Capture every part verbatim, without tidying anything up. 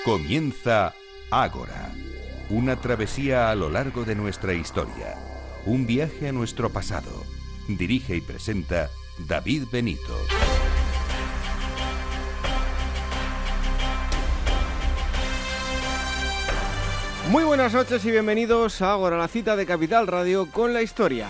Comienza Ágora, una travesía a lo largo de nuestra historia, un viaje a nuestro pasado. Dirige y presenta David Benito. Muy buenas noches y bienvenidos a Ágora, la cita de Capital Radio con la historia.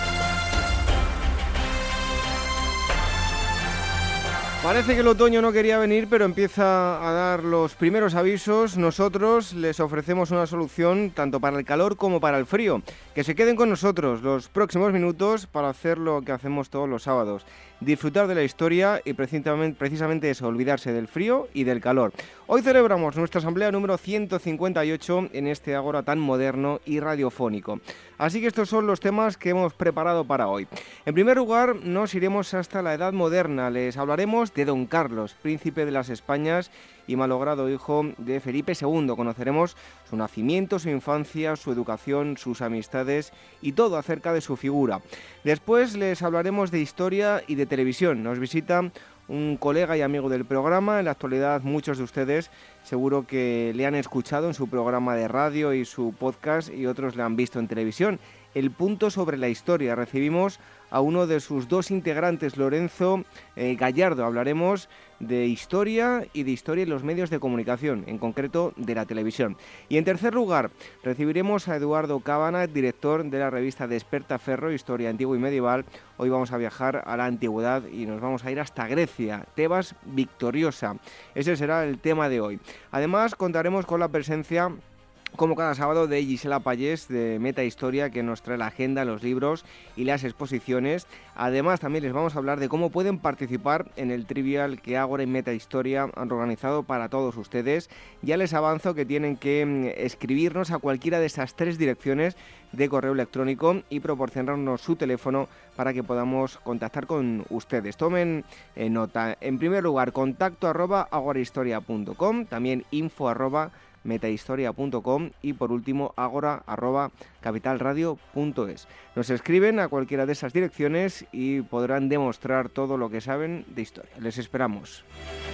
Parece que el otoño no quería venir, pero empieza a dar los primeros avisos. Nosotros les ofrecemos una solución tanto para el calor como para el frío. Que se queden con nosotros los próximos minutos para hacer lo que hacemos todos los sábados. Disfrutar de la historia y precisamente, precisamente eso, olvidarse del frío y del calor. Hoy celebramos nuestra asamblea número ciento cincuenta y ocho en este Ágora tan moderno y radiofónico. Así que estos son los temas que hemos preparado para hoy. En primer lugar, nos iremos hasta la Edad Moderna. Les hablaremos de Don Carlos, príncipe de las Españas y malogrado hijo de Felipe segundo. Conoceremos su nacimiento, su infancia, su educación, sus amistades y todo acerca de su figura. Después les hablaremos de historia y de televisión. Nos visita un colega y amigo del programa. En la actualidad muchos de ustedes seguro que le han escuchado en su programa de radio y su podcast, y otros le han visto en televisión. El punto sobre la historia. Recibimos a uno de sus dos integrantes, Lorenzo eh, Gallardo. Hablaremos de historia y de historia en los medios de comunicación, en concreto de la televisión. Y en tercer lugar, recibiremos a Eduardo Cábana, director de la revista Despertaferro, Historia Antigua y Medieval. Hoy vamos a viajar a la antigüedad y nos vamos a ir hasta Grecia, Tebas victoriosa. Ese será el tema de hoy. Además, contaremos con la presencia, como cada sábado, de Gisela Payés, de Meta Historia, que nos trae la agenda, los libros y las exposiciones. Además, también les vamos a hablar de cómo pueden participar en el trivial que Ágora y Meta Historia han organizado para todos ustedes. Ya les avanzo que tienen que escribirnos a cualquiera de esas tres direcciones de correo electrónico y proporcionarnos su teléfono para que podamos contactar con ustedes. Tomen eh, nota. En primer lugar, contacto arroba agorahistoria punto com, también info arroba metahistoria punto com y por último agora arroba capitalradio punto es. Nos escriben a cualquiera de esas direcciones y podrán demostrar todo lo que saben de historia. Les esperamos.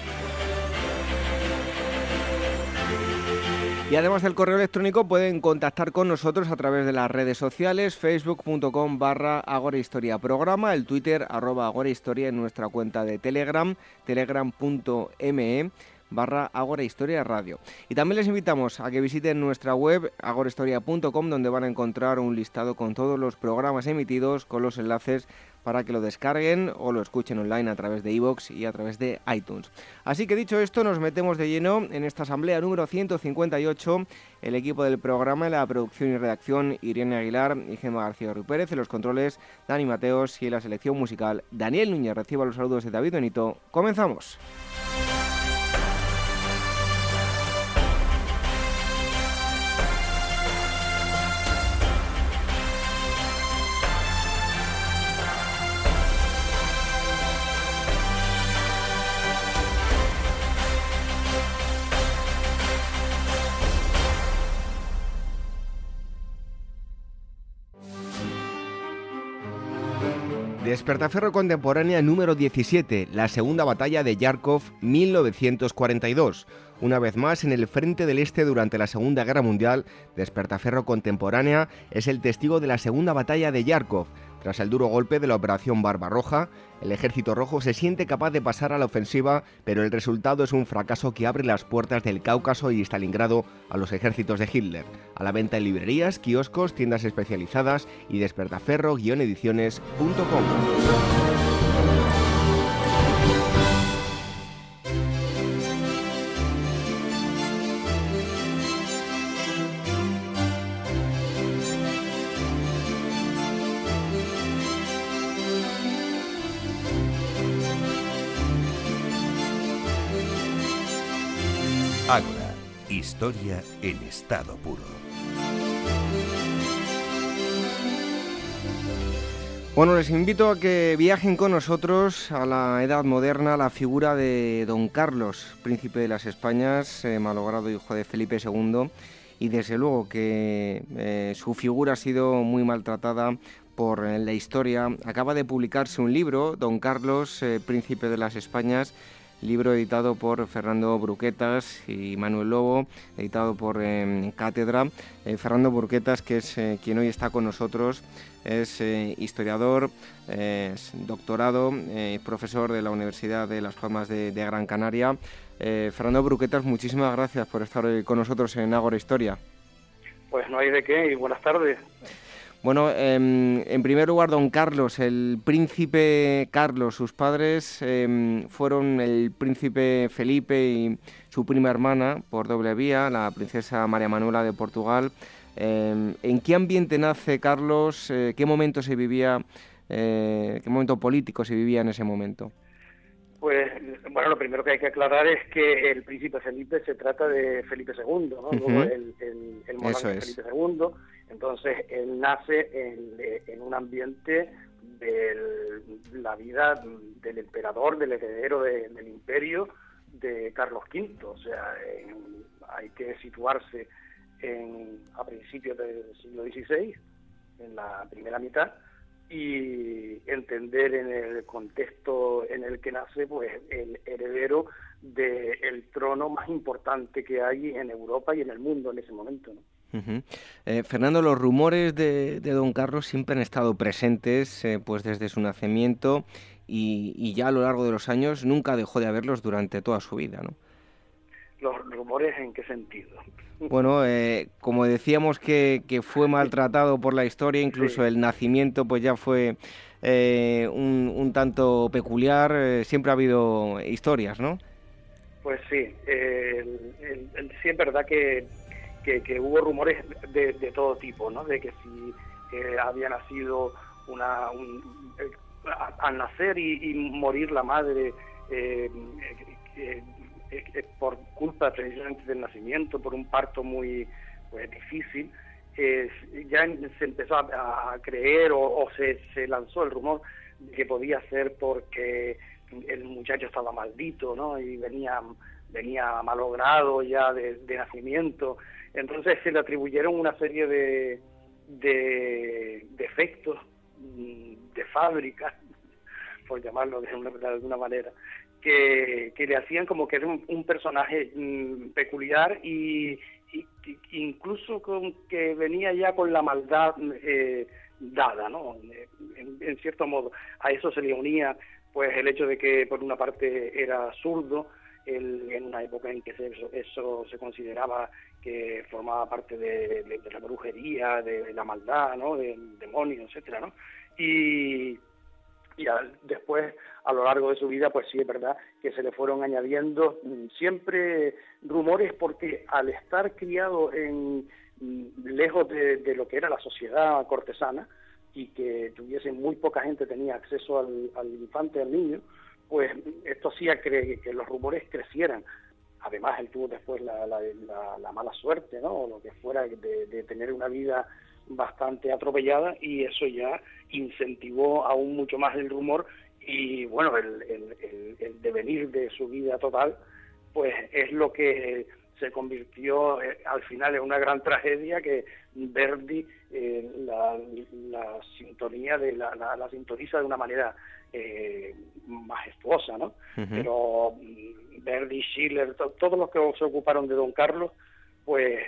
Y además del correo electrónico pueden contactar con nosotros a través de las redes sociales, facebook punto com barra agorahistoria programa, el Twitter arroba agorahistoria, en nuestra cuenta de Telegram, telegram punto me barra Ágora Historia Radio. Y también les invitamos a que visiten nuestra web agorahistoria punto com, donde van a encontrar un listado con todos los programas emitidos, con los enlaces para que lo descarguen o lo escuchen online a través de iVoox y a través de iTunes. Así que dicho esto, nos metemos de lleno en esta asamblea número ciento cincuenta y ocho. El equipo del programa, en la producción y redacción, Irene Aguilar y Gemma García Ruiz Pérez, en los controles, Dani Mateos, y en la selección musical, Daniel Núñez. Reciba los saludos de David Benito. ¡Comenzamos! Despertaferro contemporánea número diecisiete, la segunda batalla de Járkov, mil novecientos cuarenta y dos. Una vez más, en el frente del Este durante la Segunda Guerra Mundial, Despertaferro contemporánea es el testigo de la segunda batalla de Járkov. Tras el duro golpe de la Operación Barbarroja, el Ejército Rojo se siente capaz de pasar a la ofensiva, pero el resultado es un fracaso que abre las puertas del Cáucaso y Stalingrado a los ejércitos de Hitler. A la venta en librerías, kioscos, tiendas especializadas y despertaferro guion ediciones punto com. Ágora, historia en estado puro. Bueno, les invito a que viajen con nosotros a la Edad Moderna, a la figura de Don Carlos, príncipe de las Españas, eh, malogrado hijo de Felipe segundo, y desde luego que eh, su figura ha sido muy maltratada por la historia. Acaba de publicarse un libro, Don Carlos, eh, Príncipe de las Españas, libro editado por Fernando Bruquetas y Manuel Lobo, editado por eh, Cátedra. Eh, Fernando Bruquetas, que es eh, quien hoy está con nosotros, es eh, historiador, eh, es doctorado, eh, profesor de la Universidad de Las Palmas de, de Gran Canaria. Eh, Fernando Bruquetas, muchísimas gracias por estar hoy con nosotros en Ágora Historia. Pues no hay de qué, y buenas tardes. Bueno, eh, en primer lugar, don Carlos, el príncipe Carlos, sus padres eh, fueron el príncipe Felipe y su prima hermana por doble vía, la princesa María Manuela de Portugal. Eh, ¿En qué ambiente nace Carlos? Eh, ¿Qué momento se vivía, eh, qué momento político se vivía en ese momento? Pues, bueno, lo primero que hay que aclarar es que el príncipe Felipe se trata de Felipe segundo, ¿no? Uh-huh. Luego el, el, el monarca es. Felipe segundo. Entonces, él nace en, en un ambiente de la vida del emperador, del heredero de, del imperio de Carlos quinto. O sea, en, hay que situarse en, a principios del siglo dieciséis, en la primera mitad, y entender en el contexto en el que nace, pues, el heredero del trono más importante que hay en Europa y en el mundo en ese momento, ¿no? Uh-huh. eh, Fernando, los rumores de, de don Carlos siempre han estado presentes eh, pues desde su nacimiento y, y ya a lo largo de los años nunca dejó de haberlos durante toda su vida, ¿no? ¿Los rumores en qué sentido? Bueno, eh, como decíamos que, que fue maltratado por la historia, incluso sí. El nacimiento pues ya fue eh, un, un tanto peculiar, eh, siempre ha habido historias, ¿no? Pues sí, eh, el, el, el, sí es verdad que Que, que hubo rumores de, de todo tipo, ¿no? De que si eh, había nacido una, un, eh, al nacer y, y morir la madre eh, eh, eh, eh, por culpa precisamente del nacimiento, por un parto muy pues, difícil, eh, ya se empezó a, a creer o, o se, se lanzó el rumor de que podía ser porque el muchacho estaba maldito, ¿no? Y venía venía malogrado ya de, de nacimiento. Entonces se le atribuyeron una serie de, de defectos de fábrica, por llamarlo de, una, de alguna manera, que, que le hacían como que era un, un personaje mmm, peculiar y, y, y incluso con que venía ya con la maldad eh, dada, ¿no? En, en cierto modo. A eso se le unía pues el hecho de que por una parte era zurdo, el, en una época en que se, eso, eso se consideraba que formaba parte de, de, de la brujería, de, de la maldad, ¿no? Del demonio, etcétera, ¿no? Y, y al, después, a lo largo de su vida, pues sí es verdad que se le fueron añadiendo siempre rumores, porque al estar criado en lejos de, de lo que era la sociedad cortesana y que tuviese muy poca gente tenía acceso al, al infante, al niño, pues esto hacía que, que los rumores crecieran. Además, él tuvo después la, la, la, la mala suerte, ¿no? O lo que fuera, de, de tener una vida bastante atropellada, y eso ya incentivó aún mucho más el rumor. Y bueno, el, el, el, el devenir de su vida total, pues es lo que se convirtió eh, al final en una gran tragedia, que Verdi eh, la, la sintonía de la, la, la sintoniza de una manera eh, majestuosa, ¿no? Uh-huh. Pero Verdi, Schiller, to, todos los que se ocuparon de don Carlos, pues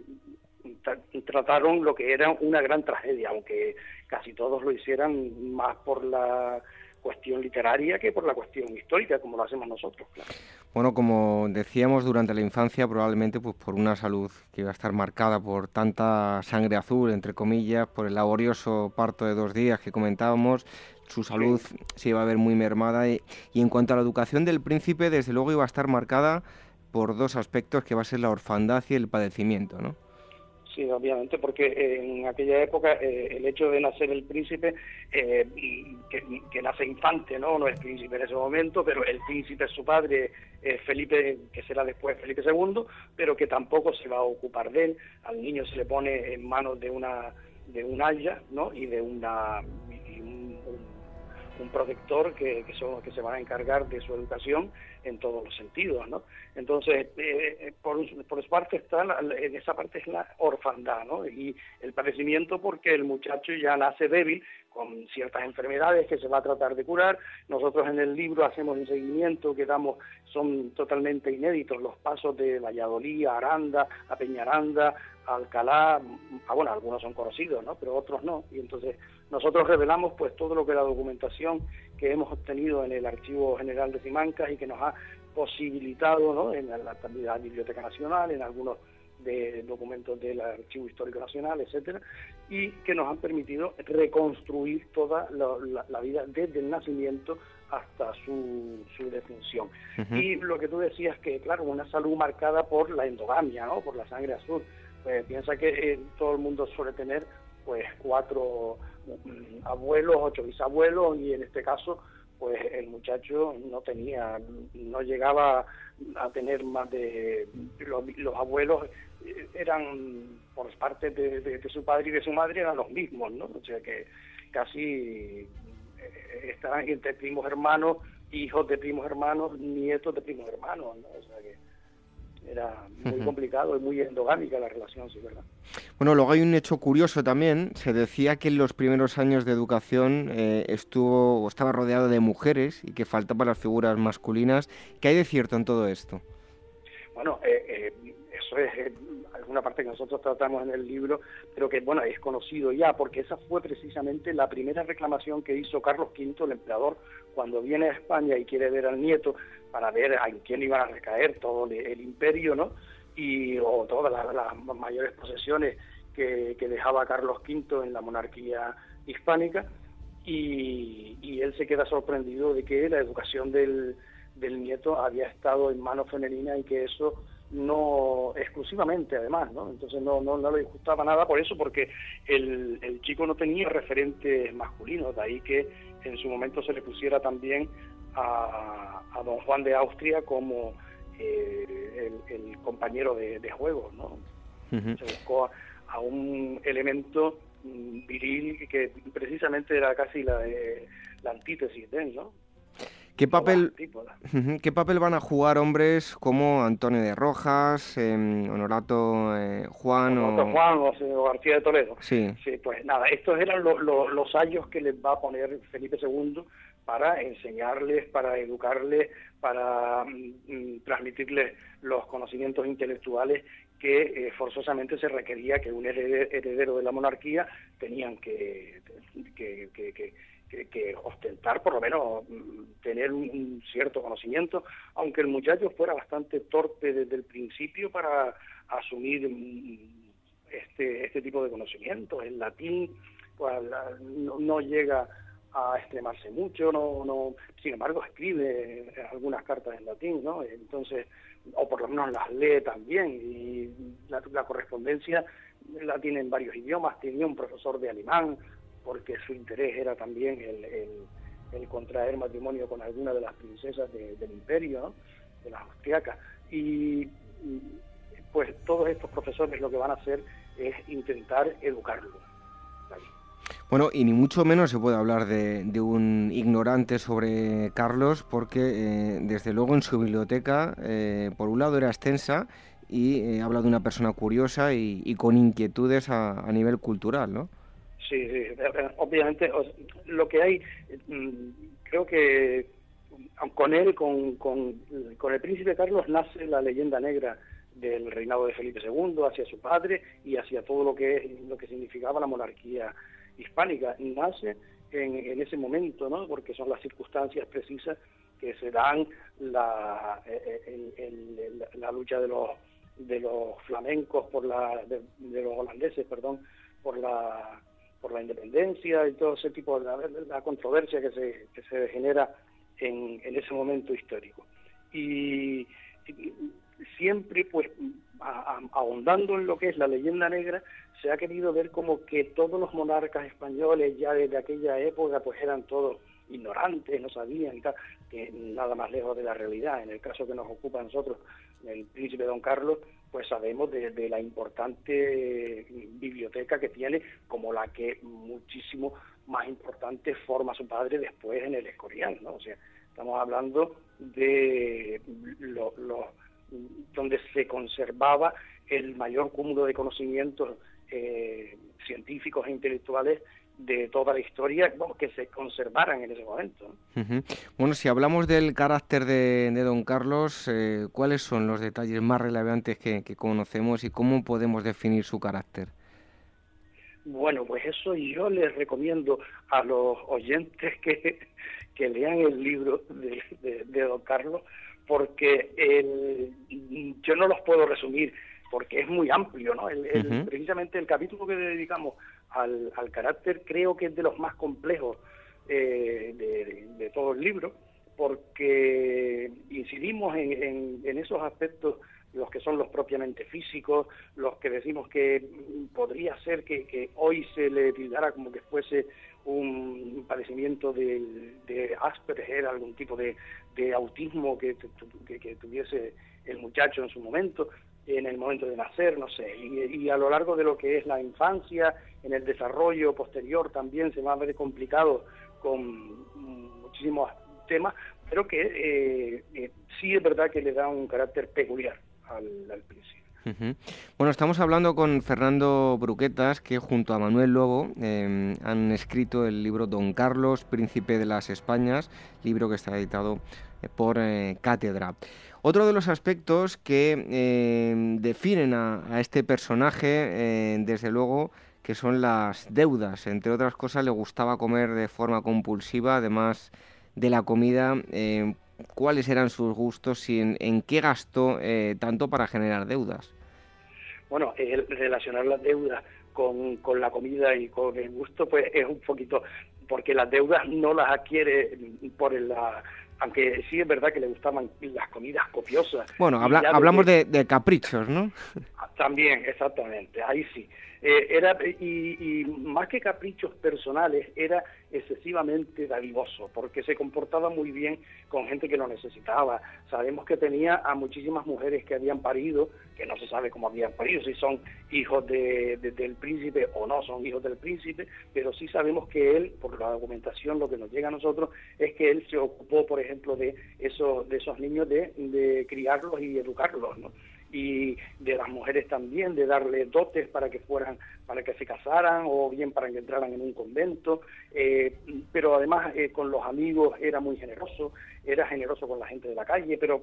tra trataron lo que era una gran tragedia, aunque casi todos lo hicieran más por la cuestión literaria que por la cuestión histórica, como lo hacemos nosotros, claro. Bueno, como decíamos, durante la infancia, probablemente pues por una salud que iba a estar marcada por tanta sangre azul, entre comillas, por el laborioso parto de dos días que comentábamos, su salud sí. se iba a ver muy mermada. Y, y en cuanto a la educación del príncipe, desde luego iba a estar marcada por dos aspectos, que va a ser la orfandad y el padecimiento, ¿no? Sí, obviamente, porque en aquella época eh, el hecho de nacer el príncipe, eh, que, que nace infante, ¿no? No es príncipe en ese momento, pero el príncipe es su padre, eh, Felipe, que será después Felipe segundo, pero que tampoco se va a ocupar de él. Al niño se le pone en manos de una de un aya, ¿no? Y de una y un, un, un protector que, que son los que se van a encargar de su educación en todos los sentidos, ¿no? Entonces, eh, por, por esa parte está, la, en esa parte es la orfandad, ¿no? Y el padecimiento, porque el muchacho ya nace débil, con ciertas enfermedades que se va a tratar de curar. Nosotros en el libro hacemos un seguimiento que damos, son totalmente inéditos, los pasos de Valladolid a Aranda, a Peñaranda, a Alcalá, ah, bueno, algunos son conocidos, ¿no?, pero otros no, y entonces nosotros revelamos pues todo lo que la documentación que hemos obtenido en el Archivo General de Simancas y que nos ha posibilitado, ¿no?, en la, la, la Biblioteca Nacional, en algunos de documentos del Archivo Histórico Nacional, etcétera, y que nos han permitido reconstruir toda la, la, la vida desde el nacimiento hasta su, su defunción. Uh-huh. Y lo que tú decías, que claro, una salud marcada por la endogamia, ¿no?, por la sangre azul. Pues piensa que eh, todo el mundo suele tener pues cuatro um, abuelos, ocho bisabuelos, y en este caso pues el muchacho no tenía, no llegaba a tener más de, los, los abuelos eran, por parte de, de, de su padre y de su madre, eran los mismos, ¿no? O sea que casi eh, estaban entre primos hermanos, hijos de primos hermanos, nietos de primos hermanos, ¿no? O sea que era muy uh-huh. complicado y muy endogámica la relación, sí, ¿verdad? Bueno, luego hay un hecho curioso también. Se decía que en los primeros años de educación eh, estuvo o estaba rodeado de mujeres y que faltaban las figuras masculinas. ¿Qué hay de cierto en todo esto? Bueno, eh, eh, eso es eh, alguna parte que nosotros tratamos en el libro, pero que, bueno, es conocido ya, porque esa fue precisamente la primera reclamación que hizo Carlos quinto, el emperador, cuando viene a España y quiere ver al nieto para ver a quién iban a recaer todo el imperio, ¿no?, y o todas las, las mayores posesiones que, que dejaba Carlos quinto en la monarquía hispánica, y, y él se queda sorprendido de que la educación del, del nieto había estado en manos femeninas y que eso no exclusivamente, además, ¿no? Entonces no, no, no le disgustaba nada por eso, porque el, el chico no tenía referentes masculinos, de ahí que en su momento se le pusiera también a, a don Juan de Austria como eh, el, el compañero de, de juegos, ¿no? Uh-huh. Se buscó a, a un elemento mm, viril que precisamente era casi la, eh, la antítesis de él, ¿no? ¿Qué papel, ¿Qué papel van a jugar hombres como Antonio de Rojas, eh, Honorato eh, Juan Honorato o... Juan o, o García de Toledo? Sí. Sí, pues nada, estos eran lo, lo, los años que les va a poner Felipe segundo para enseñarles, para educarles, para mm, transmitirles los conocimientos intelectuales que eh, forzosamente se requería que un heredero de la monarquía tenían que, que, que, que Que, que ostentar, por lo menos tener un, un cierto conocimiento, aunque el muchacho fuera bastante torpe desde el principio para asumir este este tipo de conocimientos. El latín pues, la, no, no llega a extremarse mucho, no no sin embargo escribe algunas cartas en latín, ¿no? Entonces, o por lo menos las lee también, y la, la correspondencia la tiene en varios idiomas. Tenía un profesor de alemán, porque su interés era también el, el, el contraer matrimonio con alguna de las princesas de, del imperio, ¿no?, de las austriacas. Y pues todos estos profesores lo que van a hacer es intentar educarlo. Bueno, y ni mucho menos se puede hablar de, de un ignorante sobre Carlos, porque eh, desde luego en su biblioteca, eh, por un lado era extensa y eh, habla de una persona curiosa y, y con inquietudes a, a nivel cultural, ¿no? Sí, sí, obviamente lo que hay, creo que con él, con, con, con el príncipe Carlos nace la leyenda negra del reinado de Felipe segundo hacia su padre y hacia todo lo que lo que significaba la monarquía hispánica. Y nace en, en ese momento, ¿no?, porque son las circunstancias precisas que se dan la, el, el, el, la lucha de los de los flamencos por la de, de los holandeses, perdón, por la por la independencia y todo ese tipo de la, la controversia que se que se genera en, en ese momento histórico. Y, y siempre, pues, a, a, ahondando en lo que es la leyenda negra, se ha querido ver como que todos los monarcas españoles ya desde aquella época pues eran todos ignorantes, no sabían y tal, que nada más lejos de la realidad. En el caso que nos ocupa a nosotros, el príncipe Don Carlos, pues sabemos de, de la importante biblioteca que tiene, como la que muchísimo más importante forma su padre después en el Escorial, ¿no? O sea, estamos hablando de lo, lo, donde se conservaba el mayor cúmulo de conocimientos eh, científicos e intelectuales de toda la historia, bueno, que se conservaran en ese momento. Uh-huh. Bueno, si hablamos del carácter de, de don Carlos, eh, ¿cuáles son los detalles más relevantes que, que conocemos y cómo podemos definir su carácter? Bueno, pues eso yo les recomiendo a los oyentes que, que lean el libro de, de, de don Carlos, porque el, yo no los puedo resumir, porque es muy amplio, ¿no? El, el, uh-huh. Precisamente el capítulo que dedicamos al, al carácter creo que es de los más complejos eh, de, de, de todo el libro, porque incidimos en, en, en esos aspectos, los que son los propiamente físicos, los que decimos que podría ser que, que hoy se le tildara como que fuese un padecimiento de, de Asperger, algún tipo de, de autismo que, que, que tuviese el muchacho en su momento, en el momento de nacer, no sé, y, y a lo largo de lo que es la infancia, en el desarrollo posterior también se va a ver complicado con muchísimos temas, pero que eh, eh, sí es verdad que le da un carácter peculiar al, al principio. Uh-huh. Bueno, estamos hablando con Fernando Bruquetas, que junto a Manuel Lobo eh, han escrito el libro Don Carlos, Príncipe de las Españas, libro que está editado eh, por eh, Cátedra. Otro de los aspectos que eh, definen a, a este personaje, eh, desde luego, que son las deudas. Entre otras cosas, le gustaba comer de forma compulsiva, además de la comida. Eh, ¿Cuáles eran sus gustos y en, en qué gastó eh, tanto para generar deudas? Bueno, el relacionar las deudas con, con la comida y con el gusto, pues es un poquito, porque las deudas no las adquiere por la... Aunque sí es verdad que le gustaban las comidas copiosas. Bueno, habla, hablamos de, de caprichos, ¿no? También, exactamente, ahí sí. Eh, era y, y más que caprichos personales, era excesivamente dadivoso, porque se comportaba muy bien con gente que lo necesitaba. Sabemos que tenía a muchísimas mujeres que habían parido, que no se sabe cómo habían parido, si son hijos de, de, del príncipe o no son hijos del príncipe, pero sí sabemos que él, por la documentación, lo que nos llega a nosotros, es que él se ocupó, por ejemplo, de esos, de esos niños, de, de criarlos y educarlos, ¿no? Y de las mujeres también, de darle dotes para que fueran, para que se casaran o bien para que entraran en un convento, eh, pero además eh, con los amigos era muy generoso, era generoso con la gente de la calle, pero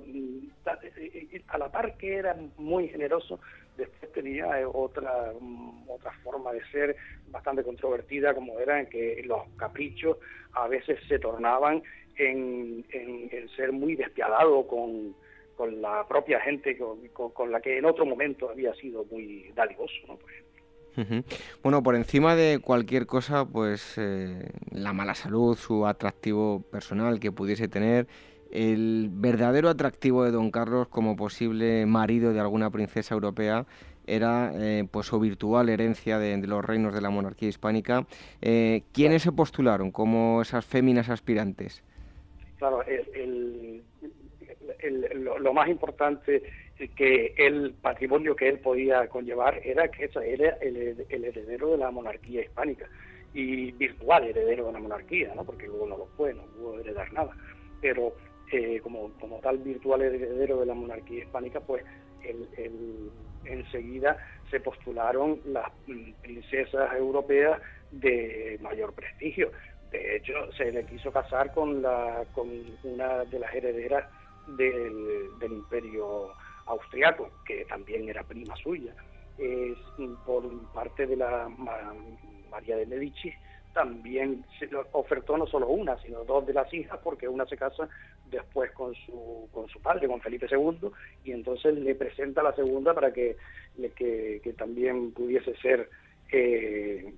eh, a la par que era muy generoso, después tenía eh, otra, otra forma de ser bastante controvertida, como era en que los caprichos a veces se tornaban en, en, en ser muy despiadado con con la propia gente con, con, con la que en otro momento había sido muy dadivoso, ¿no? Por ejemplo. Uh-huh. Bueno, por encima de cualquier cosa, pues eh, la mala salud, su atractivo personal que pudiese tener, el verdadero atractivo de don Carlos como posible marido de alguna princesa europea era eh, pues su virtual herencia de, de los reinos de la monarquía hispánica. Eh, ¿Quiénes se postularon como esas féminas aspirantes? Claro, el... el... El, lo, lo más importante que el patrimonio que él podía conllevar era que era el, el heredero de la monarquía hispánica y virtual heredero de la monarquía, ¿no? Porque luego no lo fue, no pudo heredar nada, pero eh, como, como tal virtual heredero de la monarquía hispánica, pues el, el, enseguida se postularon las princesas europeas de mayor prestigio. De hecho, se le quiso casar con la con una de las herederas Del, del imperio austriaco, que también era prima suya. Es, por parte de la ma, María de Medici también se ofertó no solo una, sino dos de las hijas, porque una se casa después con su con su padre, con Felipe segundo, y entonces le presenta la segunda para que, que, que también pudiese ser eh,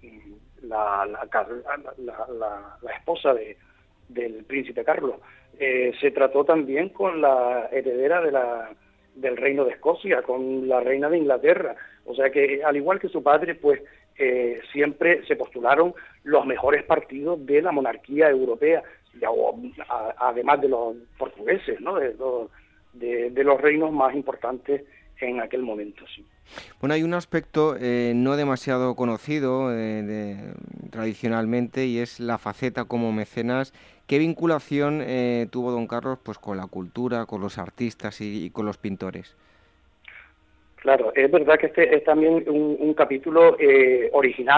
la, la, la, la, la esposa de, del príncipe Carlos. Eh, se trató también con la heredera de la, del reino de Escocia, con la reina de Inglaterra. O sea que, al igual que su padre, pues eh, siempre se postularon los mejores partidos de la monarquía europea, ya, o, a, además de los portugueses, ¿no? De, de, de los reinos más importantes en aquel momento, sí. Bueno, hay un aspecto eh, no demasiado conocido eh, de, tradicionalmente, y es la faceta como mecenas. ¿Qué vinculación eh, tuvo don Carlos pues con la cultura, con los artistas y, y con los pintores? Claro, es verdad que este es también un, un capítulo eh, original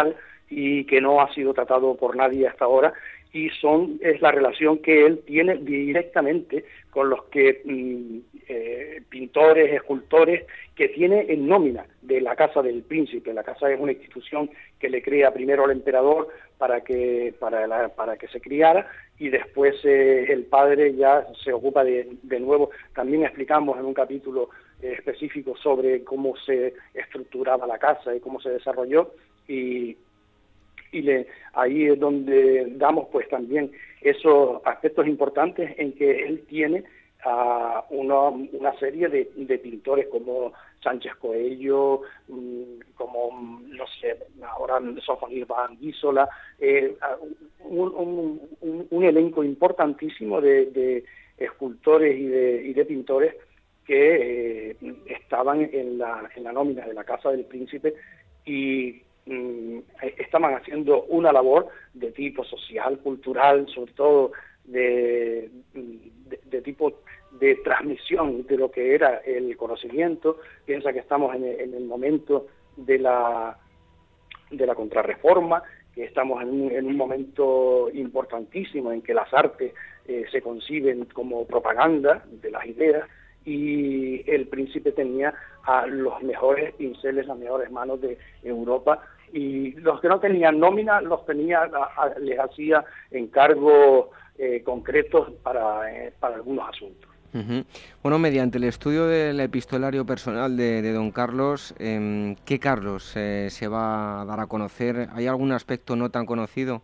y que no ha sido tratado por nadie hasta ahora, y son es la relación que él tiene directamente con los que mm, eh, pintores, escultores que tiene en nómina de la Casa del Príncipe. La casa es una institución que le crea primero al emperador para que para la, para que se criara, y después eh, el padre ya se ocupa de, de nuevo. También explicamos en un capítulo eh, específico sobre cómo se estructuraba la casa y cómo se desarrolló, y y le, ahí es donde damos pues también esos aspectos importantes en que él tiene a uh, una, una serie de, de pintores como Sánchez Coello, um, como, no sé, ahora Sofonis Van Guísola, eh, un, un, un, un elenco importantísimo de, de escultores y de, y de pintores que eh, estaban en la, en la nómina de la Casa del Príncipe, y estaban haciendo una labor de tipo social, cultural, sobre todo de, de, de tipo de transmisión de lo que era el conocimiento. Piensa que estamos en el, en el momento de la de la contrarreforma, que estamos en un, en un momento importantísimo en que las artes eh, se conciben como propaganda de las ideas, y el príncipe tenía a los mejores pinceles, las mejores manos de Europa, y los que no tenían nómina los tenía, a, a, les hacía encargos eh, concretos para, eh, para algunos asuntos. Uh-huh. Bueno, mediante el estudio del epistolario personal de, de don Carlos, eh, ¿qué Carlos eh, se va a dar a conocer? ¿Hay algún aspecto no tan conocido?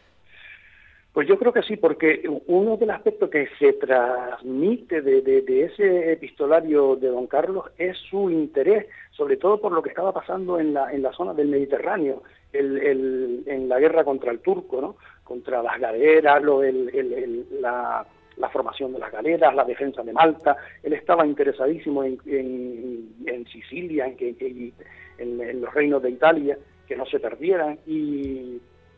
Pues yo creo que sí, porque uno de los aspectos que se transmite de, de, de ese epistolario de don Carlos es su interés, sobre todo por lo que estaba pasando en la, en la zona del Mediterráneo, el, el, en la guerra contra el turco, ¿no? Contra las galeras, lo, el, el, el, la, la formación de las galeras, la defensa de Malta. Él estaba interesadísimo en, en, en Sicilia, en, que, en, en los reinos de Italia, que no se perdieran, y,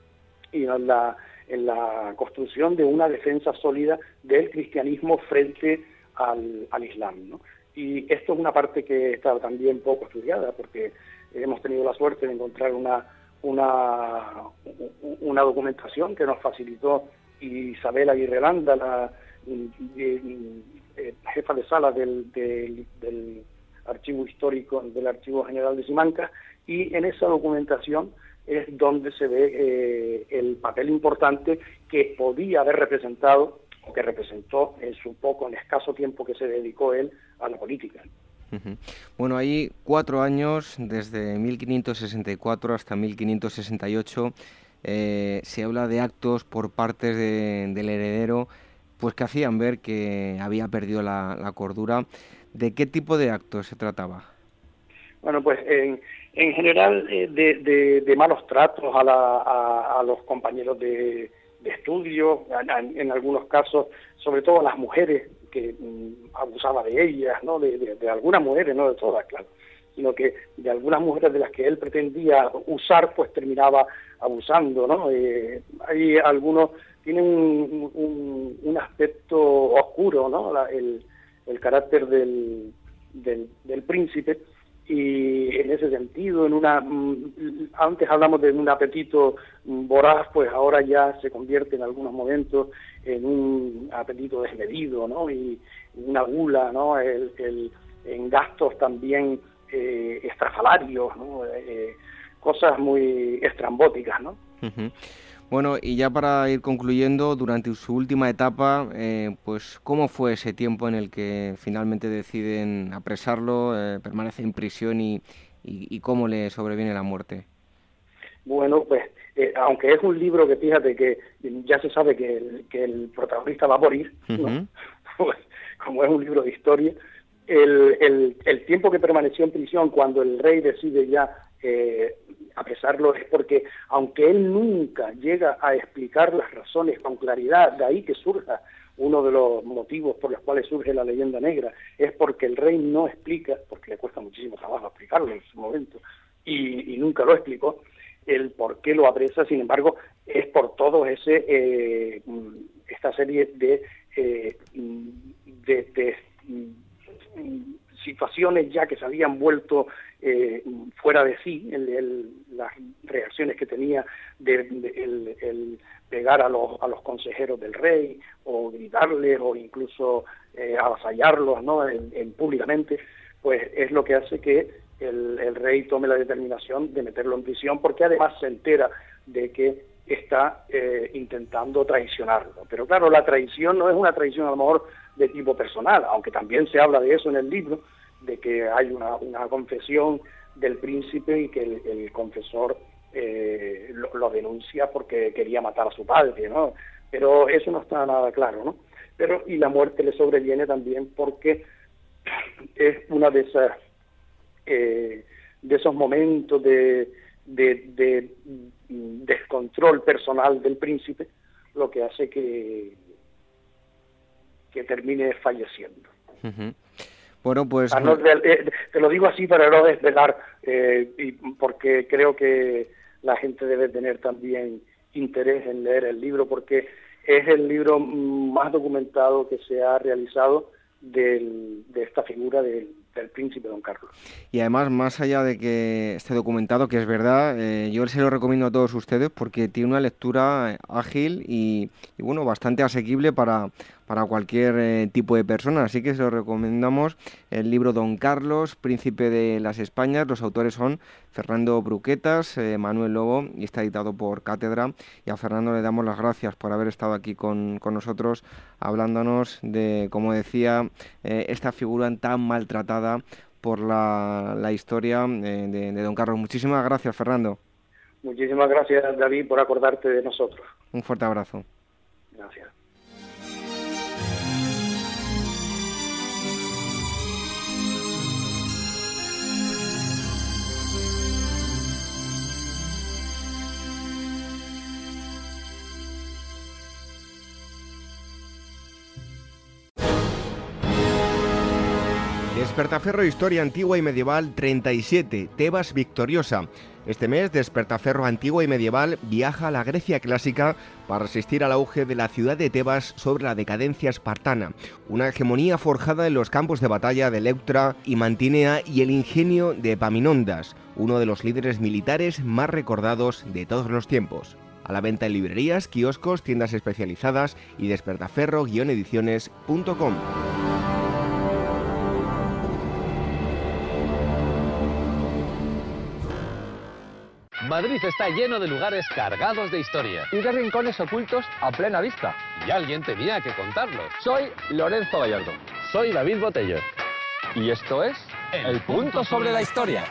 y en la... en la construcción de una defensa sólida del cristianismo frente al, al Islam, ¿no? Y esto es una parte que está también poco estudiada, porque hemos tenido la suerte de encontrar una, una, una documentación que nos facilitó Isabel Aguirre Landa, la de, de, jefa de sala del, del, del Archivo Histórico, del Archivo General de Simancas, y en esa documentación es donde se ve eh, el papel importante que podía haber representado, o que representó en su poco, en escaso tiempo que se dedicó él a la política. Uh-huh. Bueno, hay cuatro años, desde mil quinientos sesenta y cuatro hasta mil quinientos sesenta y ocho, eh, se habla de actos por parte de, del heredero, pues que hacían ver que había perdido la, la cordura. ¿De qué tipo de actos se trataba? Bueno, pues en, en general eh, de, de, de malos tratos a, la, a, a los compañeros de, de estudio, en, en algunos casos, sobre todo a las mujeres, que mm, abusaba de ellas, ¿no? De, de, de algunas mujeres, no de todas, claro, sino que de algunas mujeres de las que él pretendía usar, pues terminaba abusando, ¿no? Eh, hay algunos, tienen un, un, un aspecto oscuro, ¿no? La, el, el carácter del, del, del príncipe. Y en ese sentido, en una antes hablamos de un apetito voraz, pues ahora ya se convierte en algunos momentos en un apetito desmedido, ¿no? Y una gula, ¿no? El, el, en gastos también eh, estrafalarios, ¿no? Eh, cosas muy estrambóticas, ¿no? Uh-huh. Bueno, y ya para ir concluyendo, durante su última etapa, eh, pues ¿cómo fue ese tiempo en el que finalmente deciden apresarlo, eh, permanece en prisión y, y, y cómo le sobreviene la muerte? Bueno, pues eh, aunque es un libro que fíjate que ya se sabe que el, que el protagonista va a morir, ¿no? Uh-huh. Pues, como es un libro de historia, el, el, el tiempo que permaneció en prisión cuando el rey decide ya eh, apresarlo es porque, aunque él nunca llega a explicar las razones con claridad, de ahí que surja uno de los motivos por los cuales surge la leyenda negra, es porque el rey no explica, porque le cuesta muchísimo trabajo explicarlo en su momento, y, y nunca lo explicó, el por qué lo apresa. Sin embargo, es por todo ese eh, esta serie de, eh, de, de situaciones ya que se habían vuelto eh, fuera de sí, el, el, las reacciones que tenía de, de el, el pegar a los, a los consejeros del rey, o gritarles, o incluso eh, avasallarlos, ¿no?, en, en públicamente, pues es lo que hace que el, el rey tome la determinación de meterlo en prisión, porque además se entera de que está eh, intentando traicionarlo. Pero claro, la traición no es una traición a lo mejor de tipo personal, aunque también se habla de eso en el libro, de que hay una, una confesión del príncipe y que el, el confesor eh, lo, lo denuncia porque quería matar a su padre, ¿no? Pero eso no está nada claro, ¿no? Pero y la muerte le sobreviene también porque es una de esas eh, de esos momentos de, de, de descontrol personal del príncipe, lo que hace que que termine falleciendo. Uh-huh. Bueno, pues... Ah, no, eh, te lo digo así para no desvelar, eh, y porque creo que la gente debe tener también interés en leer el libro, porque es el libro más documentado que se ha realizado del, de esta figura del, del príncipe Don Carlos. Y además, más allá de que esté documentado, que es verdad, eh, yo se lo recomiendo a todos ustedes porque tiene una lectura ágil y, y bueno, bastante asequible para, para cualquier eh, tipo de persona. Así que se lo recomendamos el libro Don Carlos, Príncipe de las Españas. Los autores son Fernando Bruquetas, eh, Manuel Lobo, y está editado por Cátedra. Y a Fernando le damos las gracias por haber estado aquí con, con nosotros, hablándonos de, como decía, eh, esta figura tan maltratada por la, la historia de, de, de Don Carlos. Muchísimas gracias, Fernando. Muchísimas gracias, David, por acordarte de nosotros. Un fuerte abrazo. Gracias. Despertaferro Historia Antigua y Medieval treinta y siete, Tebas victoriosa. Este mes, Despertaferro Antigua y Medieval viaja a la Grecia clásica para asistir al auge de la ciudad de Tebas sobre la decadencia espartana, una hegemonía forjada en los campos de batalla de Leuctra y Mantinea y el ingenio de Epaminondas, uno de los líderes militares más recordados de todos los tiempos. A la venta en librerías, kioscos, tiendas especializadas y despertaferro guion ediciones punto com. Madrid está lleno de lugares cargados de historia. Y de rincones ocultos a plena vista. Y alguien tenía que contarlos. Soy Lorenzo Gallardo. Soy David Botello. Y esto es El, El punto sobre la historia.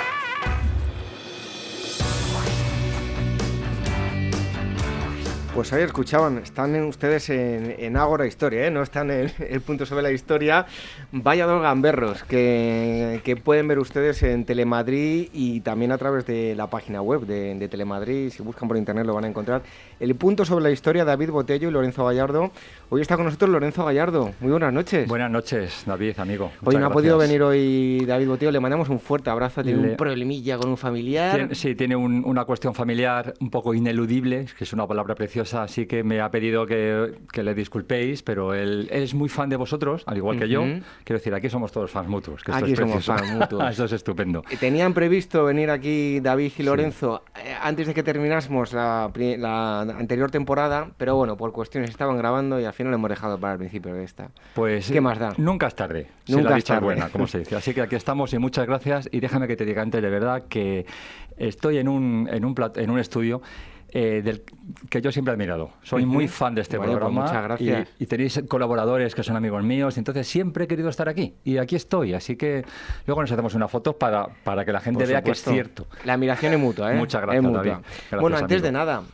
Pues ahí escuchaban, están en ustedes en, en Ágora Historia, ¿eh? No están en El punto sobre la historia. Vaya dos gamberros que, que pueden ver ustedes en Telemadrid y también a través de la página web de, de Telemadrid. Si buscan por internet lo van a encontrar. El punto sobre la historia, David Botello y Lorenzo Gallardo. Hoy está con nosotros Lorenzo Gallardo. Muy buenas noches. Buenas noches, David, amigo. Muchas hoy no gracias. Ha podido venir hoy David Botello. Le mandamos un fuerte abrazo. Tiene Le... un problemilla con un familiar. Tiene, sí, tiene un, una cuestión familiar un poco ineludible, que es una palabra preciosa. Así que me ha pedido que, que le disculpéis, pero él, él es muy fan de vosotros, al igual que uh-huh. yo. Quiero decir, aquí somos todos fans mutuos. Que esto aquí es somos fans mutuos. Eso es estupendo. ¿Tenían previsto venir aquí David y Lorenzo sí. eh, antes de que terminásemos la, la anterior temporada? Pero bueno, por cuestiones estaban grabando y al final lo hemos dejado para el principio de esta. Pues ¿qué más da? Nunca es tarde. Nunca si la es tarde. Es buena, como se dice. Así que aquí estamos y muchas gracias. Y déjame que te diga antes de verdad que estoy en un, en un, plat, en un estudio Eh, del que yo siempre he admirado. Soy uh-huh. muy fan de este bueno, programa. Pues muchas gracias. Y, y tenéis colaboradores que son amigos míos, entonces siempre he querido estar aquí. Y aquí estoy, así que luego nos hacemos una foto para, para que la gente Por vea supuesto. que es cierto. La admiración es mutua, ¿eh? Muchas gracias, es David. Gracias, bueno, antes amigo. de nada,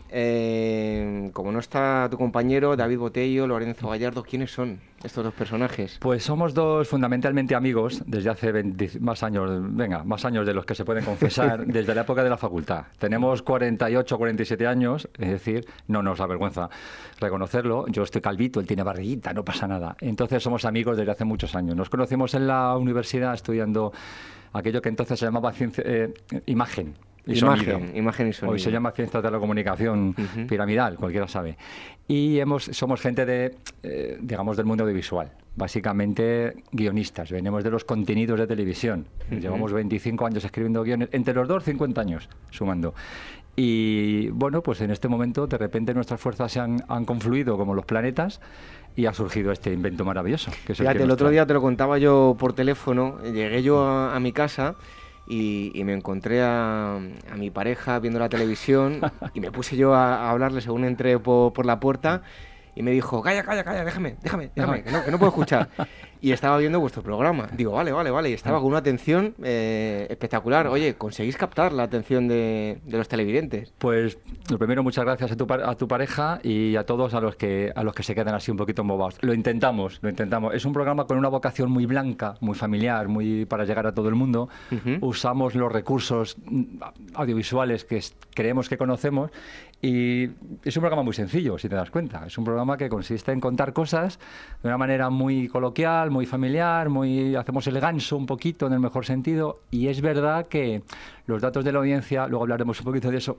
eh, como no está tu compañero, David Botello, Lorenzo Gallardo, ¿quiénes son estos dos personajes? Pues somos dos fundamentalmente amigos desde hace veinte, más años, venga, más años de los que se pueden confesar, desde la época de la facultad. Tenemos cuarenta y ocho, cuarenta y siete años, es decir, no nos avergüenza reconocerlo. Yo estoy calvito, él tiene barriguita, no pasa nada. Entonces somos amigos desde hace muchos años. Nos conocimos en la universidad estudiando aquello que entonces se llamaba ciencia, eh, imagen. Y imagen, sonido. imagen y sonido. Hoy se llama ciencia de la comunicación uh-huh. piramidal, cualquiera sabe. Y hemos, somos gente de, eh, digamos, del mundo audiovisual. Básicamente guionistas, venimos de los contenidos de televisión. Uh-huh. Llevamos veinticinco años escribiendo guiones, entre los dos, cincuenta años sumando. Y bueno, pues en este momento de repente nuestras fuerzas se han, han confluido como los planetas y ha surgido este invento maravilloso. Que es el, Fíjate, que el nos otro trae. día te lo contaba yo por teléfono, llegué yo a, a mi casa y, y me encontré a, a mi pareja viendo la televisión y me puse yo a, a hablarle según entré por, por la puerta y me dijo, calla, calla, calla, déjame, déjame, déjame, que no, que no puedo escuchar. Y estaba viendo vuestro programa. Digo, vale, vale, vale. Y estaba con una atención eh, espectacular. Oye, ¿conseguís captar la atención de, de los televidentes? Pues lo primero, muchas gracias a tu, a tu pareja y a todos a los que a los que se quedan así un poquito embobados. Lo intentamos, lo intentamos. Es un programa con una vocación muy blanca, muy familiar, muy para llegar a todo el mundo. Uh-huh. Usamos los recursos audiovisuales que creemos que conocemos y es un programa muy sencillo, si te das cuenta. Es un programa que consiste en contar cosas de una manera muy coloquial, muy familiar, muy hacemos el ganso un poquito en el mejor sentido, y es verdad que los datos de la audiencia, luego hablaremos un poquito de eso,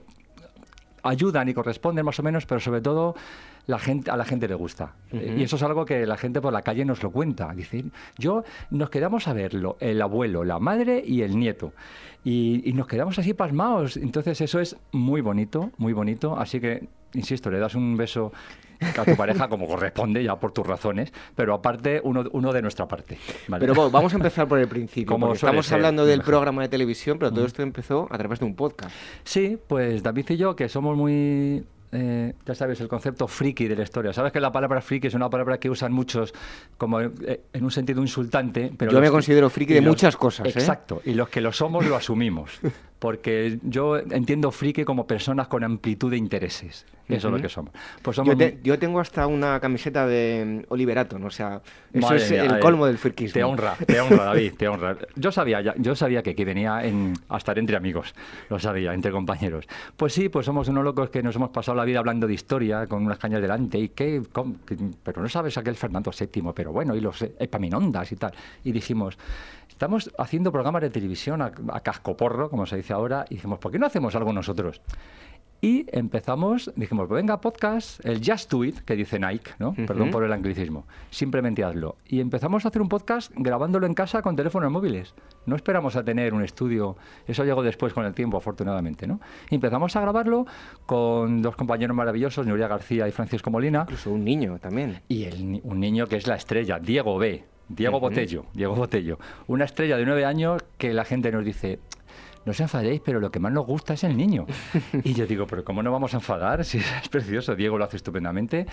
ayudan y corresponden más o menos, pero sobre todo la gente, a la gente le gusta. Uh-huh. Y eso es algo que la gente por la calle nos lo cuenta. Dice, yo nos quedamos a verlo, el abuelo, la madre y el nieto. Y, y nos quedamos así pasmados. Entonces eso es muy bonito, muy bonito. Así que, insisto, le das un beso a tu pareja como corresponde, ya por tus razones, pero aparte uno, uno de nuestra parte. ¿Vale? Pero bueno, vamos a empezar por el principio, porque estamos ser, hablando del mejor. programa de televisión, pero todo esto empezó a través de un podcast. Sí, pues David y yo, que somos muy... Eh, ya sabes, el concepto friki de la historia. Sabes que la palabra friki es una palabra que usan muchos como eh, en un sentido insultante. Pero yo me considero friki de los, muchas cosas. Exacto, ¿eh? Y los que lo somos lo asumimos. Porque yo entiendo friki como personas con amplitud de intereses. Eso uh-huh. es lo que somos. Pues somos... Yo, te, yo tengo hasta una camiseta de Oliver Atom, o sea, eso Madre es mía, el eh, colmo del frikismo. Te honra, te honra, David, te honra. Yo sabía, ya, yo sabía que aquí venía en, a estar entre amigos, lo sabía, entre compañeros. Pues sí, pues somos unos locos que nos hemos pasado la vida hablando de historia, con unas cañas delante, y qué, cómo, que, pero no sabes aquel Fernando séptimo, pero bueno, y los Epaminondas y tal. Y dijimos, estamos haciendo programas de televisión a, a cascoporro, como se dice ahora, y dijimos, ¿por qué no hacemos algo nosotros? Y empezamos, dijimos, pues venga, podcast, el Just Do It, que dice Nike, ¿no? Uh-huh. Perdón por el anglicismo. Simplemente hazlo. Y empezamos a hacer un podcast grabándolo en casa con teléfonos móviles. No esperamos a tener un estudio. Eso llegó después con el tiempo, afortunadamente, ¿no? Y empezamos a grabarlo con dos compañeros maravillosos, Nuria García y Francisco Molina. Incluso un niño también. Y el, un niño que es la estrella, Diego B. Diego uh-huh. Botello, Diego Botello. Una estrella de nueve años que la gente nos dice... No os enfadéis, pero lo que más nos gusta es el niño. Y yo digo, ¿pero cómo no vamos a enfadar? Si es precioso, Diego lo hace estupendamente.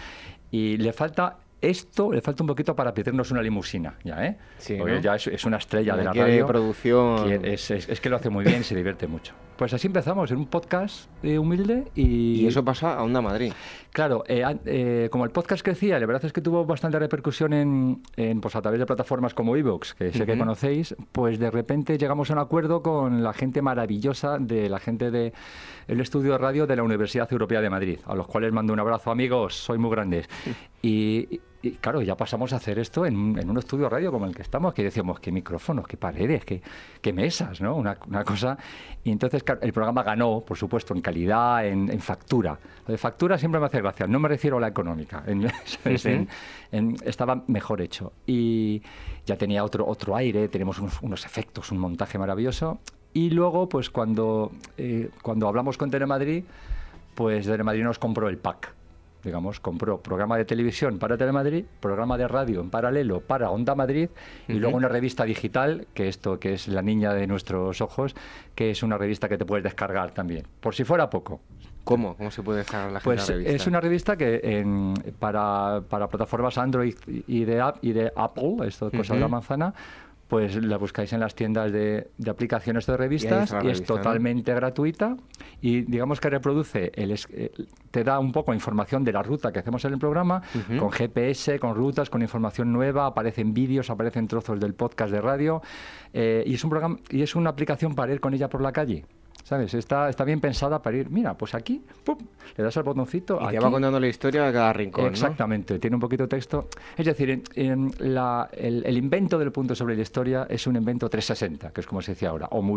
Y le falta esto, le falta un poquito para pedirnos una limusina, ya, ¿eh? Sí, porque ¿no? ya es, es una estrella no de la quiere radio. producción. Es, es, es que lo hace muy bien y se divierte mucho. Pues así empezamos, en un podcast eh, humilde y... Y eso pasa a Onda Madrid. Claro, eh, eh, como el podcast crecía, la verdad es que tuvo bastante repercusión en, en pues a través de plataformas como iVoox, que sé uh-huh. que conocéis, pues de repente llegamos a un acuerdo con la gente maravillosa de la gente del estudio de radio de la Universidad Europea de Madrid, a los cuales mando un abrazo, amigos, sois muy grandes. Y... Y claro, ya pasamos a hacer esto en, en un estudio radio como el que estamos, que decíamos, qué micrófonos, qué paredes, qué, qué mesas, ¿no? Una, una cosa... Y entonces claro, el programa ganó, por supuesto, en calidad, en, en factura. Lo de factura siempre me hace gracia, no me refiero a la económica, en, ¿sabes? Uh-huh. en, en, estaba mejor hecho. Y ya tenía otro, otro aire, tenemos unos, unos efectos, un montaje maravilloso. Y luego, pues cuando, eh, cuando hablamos con Telemadrid, pues Telemadrid nos compró el pack. Digamos, compró programa de televisión para Telemadrid, programa de radio en paralelo para Onda Madrid y uh-huh. luego una revista digital, que esto que es la niña de nuestros ojos, que es una revista que te puedes descargar también, por si fuera poco. ¿Cómo? ¿Cómo se puede descargar la gente pues la revista? Es una revista que en, para, para plataformas Android y de, y de Apple, esto es cosa uh-huh. de la manzana, pues la buscáis en las tiendas de, de aplicaciones de revistas y, y revista, es totalmente ¿no? gratuita y digamos que reproduce, el, eh, te da un poco información de la ruta que hacemos en el programa, uh-huh. con G P S, con rutas, con información nueva, aparecen vídeos, aparecen trozos del podcast de radio eh, y es un programa y es una aplicación para ir con ella por la calle. ¿Sabes? Está, está bien pensada para ir, mira, pues aquí, ¡pum!, le das al botoncito. Y aquí, te va contando la historia de cada rincón, exactamente, ¿no? Tiene un poquito de texto. Es decir, en, en la, el, el invento del punto sobre la historia es un invento trescientos sesenta, que es como se dice ahora, o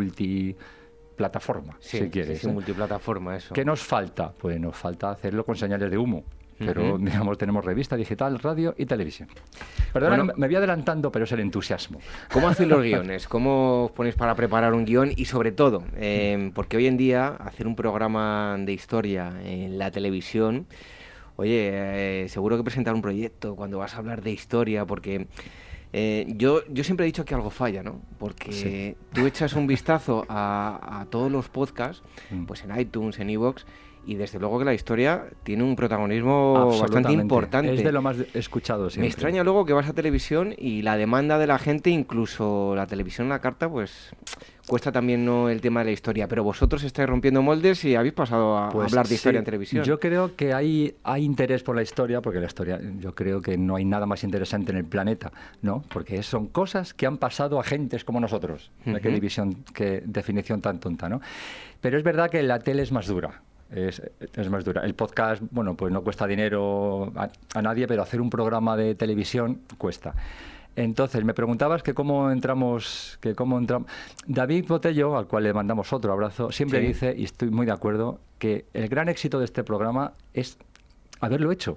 multiplataforma, sí, si quieres. Sí, sí, ¿eh? multiplataforma, eso. ¿Qué nos falta? Pues nos falta hacerlo con señales de humo. pero, uh-huh. digamos, tenemos revista digital, radio y televisión. Perdona, bueno, me voy adelantando, pero es el entusiasmo. ¿Cómo hacéis los guiones? ¿Cómo os ponéis para preparar un guión? Y sobre todo, eh, porque hoy en día hacer un programa de historia en la televisión, oye, eh, seguro que presentar un proyecto cuando vas a hablar de historia, porque... Eh, yo, yo siempre he dicho que algo falla, ¿no? Porque sí. tú echas un vistazo a, a todos los podcasts, pues en iTunes, en iVoox, y desde luego que la historia tiene un protagonismo bastante importante. Es de lo más escuchado siempre. Me extraña luego que vas a televisión y la demanda de la gente, incluso la televisión en la carta, pues cuesta también, ¿no?, el tema de la historia. Pero vosotros estáis rompiendo moldes y habéis pasado a pues hablar de historia sí, en televisión. Yo creo que hay, hay interés por la historia, porque la historia, yo creo que no hay nada más interesante en el planeta, ¿no? Porque son cosas que han pasado a gentes como nosotros. Uh-huh. Qué división, qué definición tan tonta, ¿no? Pero es verdad que la tele es más dura. Es, es más dura. El podcast, bueno, pues no cuesta dinero a, a nadie, pero hacer un programa de televisión cuesta. Entonces, me preguntabas que cómo entramos, que cómo entramos. David Botello, al cual le mandamos otro abrazo, siempre sí. dice, y estoy muy de acuerdo, que el gran éxito de este programa es haberlo hecho.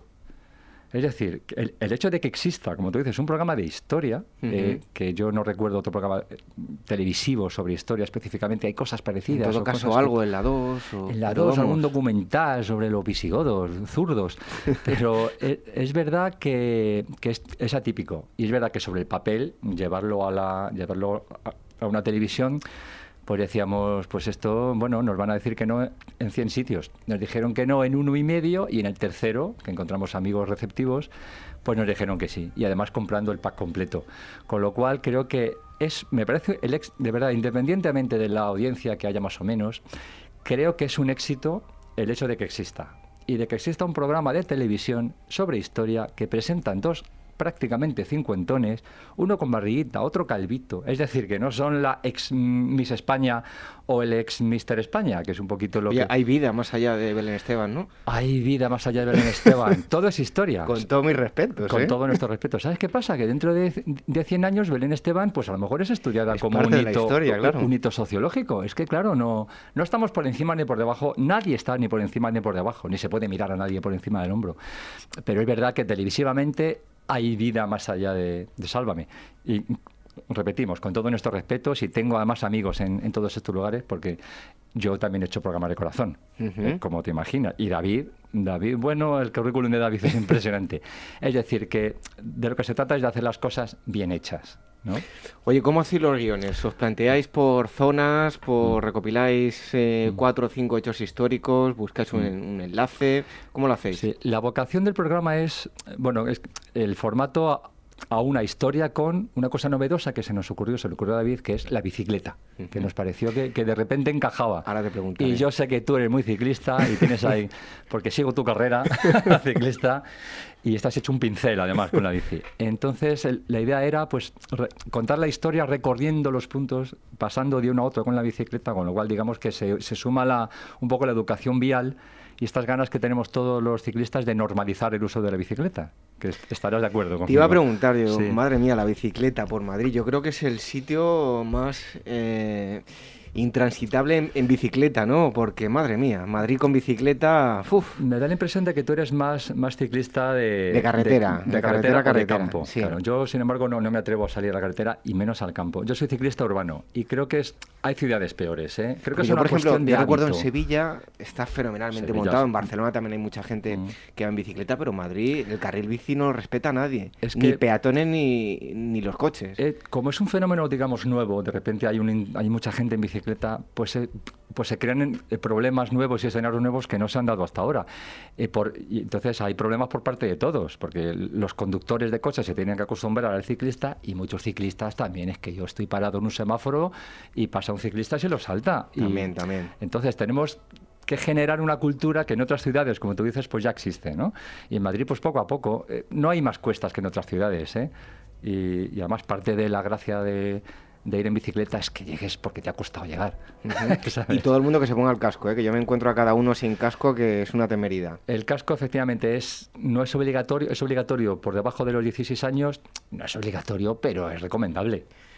Es decir, el, el hecho de que exista, como tú dices, un programa de historia, uh-huh. eh, que yo no recuerdo otro programa televisivo sobre historia específicamente, hay cosas parecidas. En todo caso, algo que, en la dos. O, en la dos, algún documental sobre los visigodos, zurdos. Pero es, es verdad que, que es, es atípico. Y es verdad que sobre el papel, llevarlo a, la, llevarlo a, a una televisión... Pues decíamos, pues esto, bueno, nos van a decir que no en cien sitios. Nos dijeron que no en uno y medio y en el tercero, que encontramos amigos receptivos, pues nos dijeron que sí. Y además comprando el pack completo. Con lo cual creo que es, me parece, el ex, de verdad, independientemente de la audiencia que haya más o menos, creo que es un éxito el hecho de que exista. Y de que exista un programa de televisión sobre historia que presentan dos prácticamente cincuentones, uno con barriguita, otro calvito, es decir, que no son la ex Miss España o el ex Mister España, que es un poquito lo Oye, que... Hay vida más allá de Belén Esteban, ¿no? Hay vida más allá de Belén Esteban, todo es historia. Con todos mis respetos, Con ¿eh? todo nuestro respeto. ¿Sabes qué pasa? Que dentro de, de cien años Belén Esteban, pues a lo mejor es estudiada es como un hito, historia, claro. un hito sociológico. Es que, claro, no, no estamos por encima ni por debajo, nadie está ni por encima ni por debajo, ni se puede mirar a nadie por encima del hombro. Pero es verdad que televisivamente hay vida más allá de, de Sálvame. Y repetimos, con todo nuestro respeto, si tengo además amigos en, en todos estos lugares, porque yo también he hecho programas de corazón, uh-huh. eh, como te imaginas. Y David, David, bueno, el currículum de David es impresionante. Es decir, que de lo que se trata es de hacer las cosas bien hechas, ¿no? Oye, ¿cómo hacéis los guiones? ¿Os planteáis por zonas, por mm. recopiláis eh, mm. cuatro o cinco hechos históricos, buscáis un, mm. un enlace? ¿Cómo lo hacéis? Sí, la vocación del programa es, bueno, es el formato a, a una historia con una cosa novedosa que se nos ocurrió, se le ocurrió a David, que es la bicicleta, uh-huh. que nos pareció que, que de repente encajaba. Ahora te preguntaré. Y yo sé que tú eres muy ciclista y tienes ahí, porque sigo tu carrera ciclista, y estás hecho un pincel además con la bici. Entonces el, la idea era pues re, contar la historia recorriendo los puntos, pasando de uno a otro con la bicicleta, con lo cual digamos que se, se suma la, un poco la educación vial y estas ganas que tenemos todos los ciclistas de normalizar el uso de la bicicleta, que estarás de acuerdo conmigo. Te iba a preguntar yo, sí. madre mía, la bicicleta por Madrid, yo creo que es el sitio más... Eh... intransitable en, en bicicleta, ¿no? Porque, madre mía, Madrid con bicicleta... Uf. Me da la impresión de que tú eres más, más ciclista de... De carretera. De, de, de carretera, carretera, o de carretera campo. Sí. Claro, yo, sin embargo, no, no me atrevo a salir a la carretera y menos al campo. Yo soy ciclista urbano y creo que es hay ciudades peores, ¿eh? Creo que pues es yo, una por ejemplo, cuestión de yo recuerdo hábito. En Sevilla está fenomenalmente Sevilla, montado. sí. En Barcelona también hay mucha gente mm. que va en bicicleta, pero en Madrid el carril bici no respeta a nadie. Es ni que, peatones ni, ni los coches. Eh, como es un fenómeno, digamos, nuevo, de repente hay, un, hay mucha gente en bicicleta, pues... Eh, pues se crean problemas nuevos y escenarios nuevos que no se han dado hasta ahora. Eh, por, y entonces hay problemas por parte de todos, porque los conductores de coches se tienen que acostumbrar al ciclista y muchos ciclistas también. Es que yo estoy parado en un semáforo y pasa un ciclista y se lo salta. También, y, también. Entonces tenemos que generar una cultura que en otras ciudades, como tú dices, pues ya existe, ¿no? Y en Madrid, pues poco a poco, eh, no hay más cuestas que en otras ciudades, ¿eh? Y, y además parte de la gracia de... de ir en bicicleta es que llegues porque te ha costado llegar. Uh-huh. Y todo el mundo que se ponga el casco, ¿eh? Que yo me encuentro a cada uno sin casco, que es una temeridad. El casco efectivamente es no es obligatorio, es obligatorio por debajo de los dieciséis años, no es obligatorio, pero es recomendable.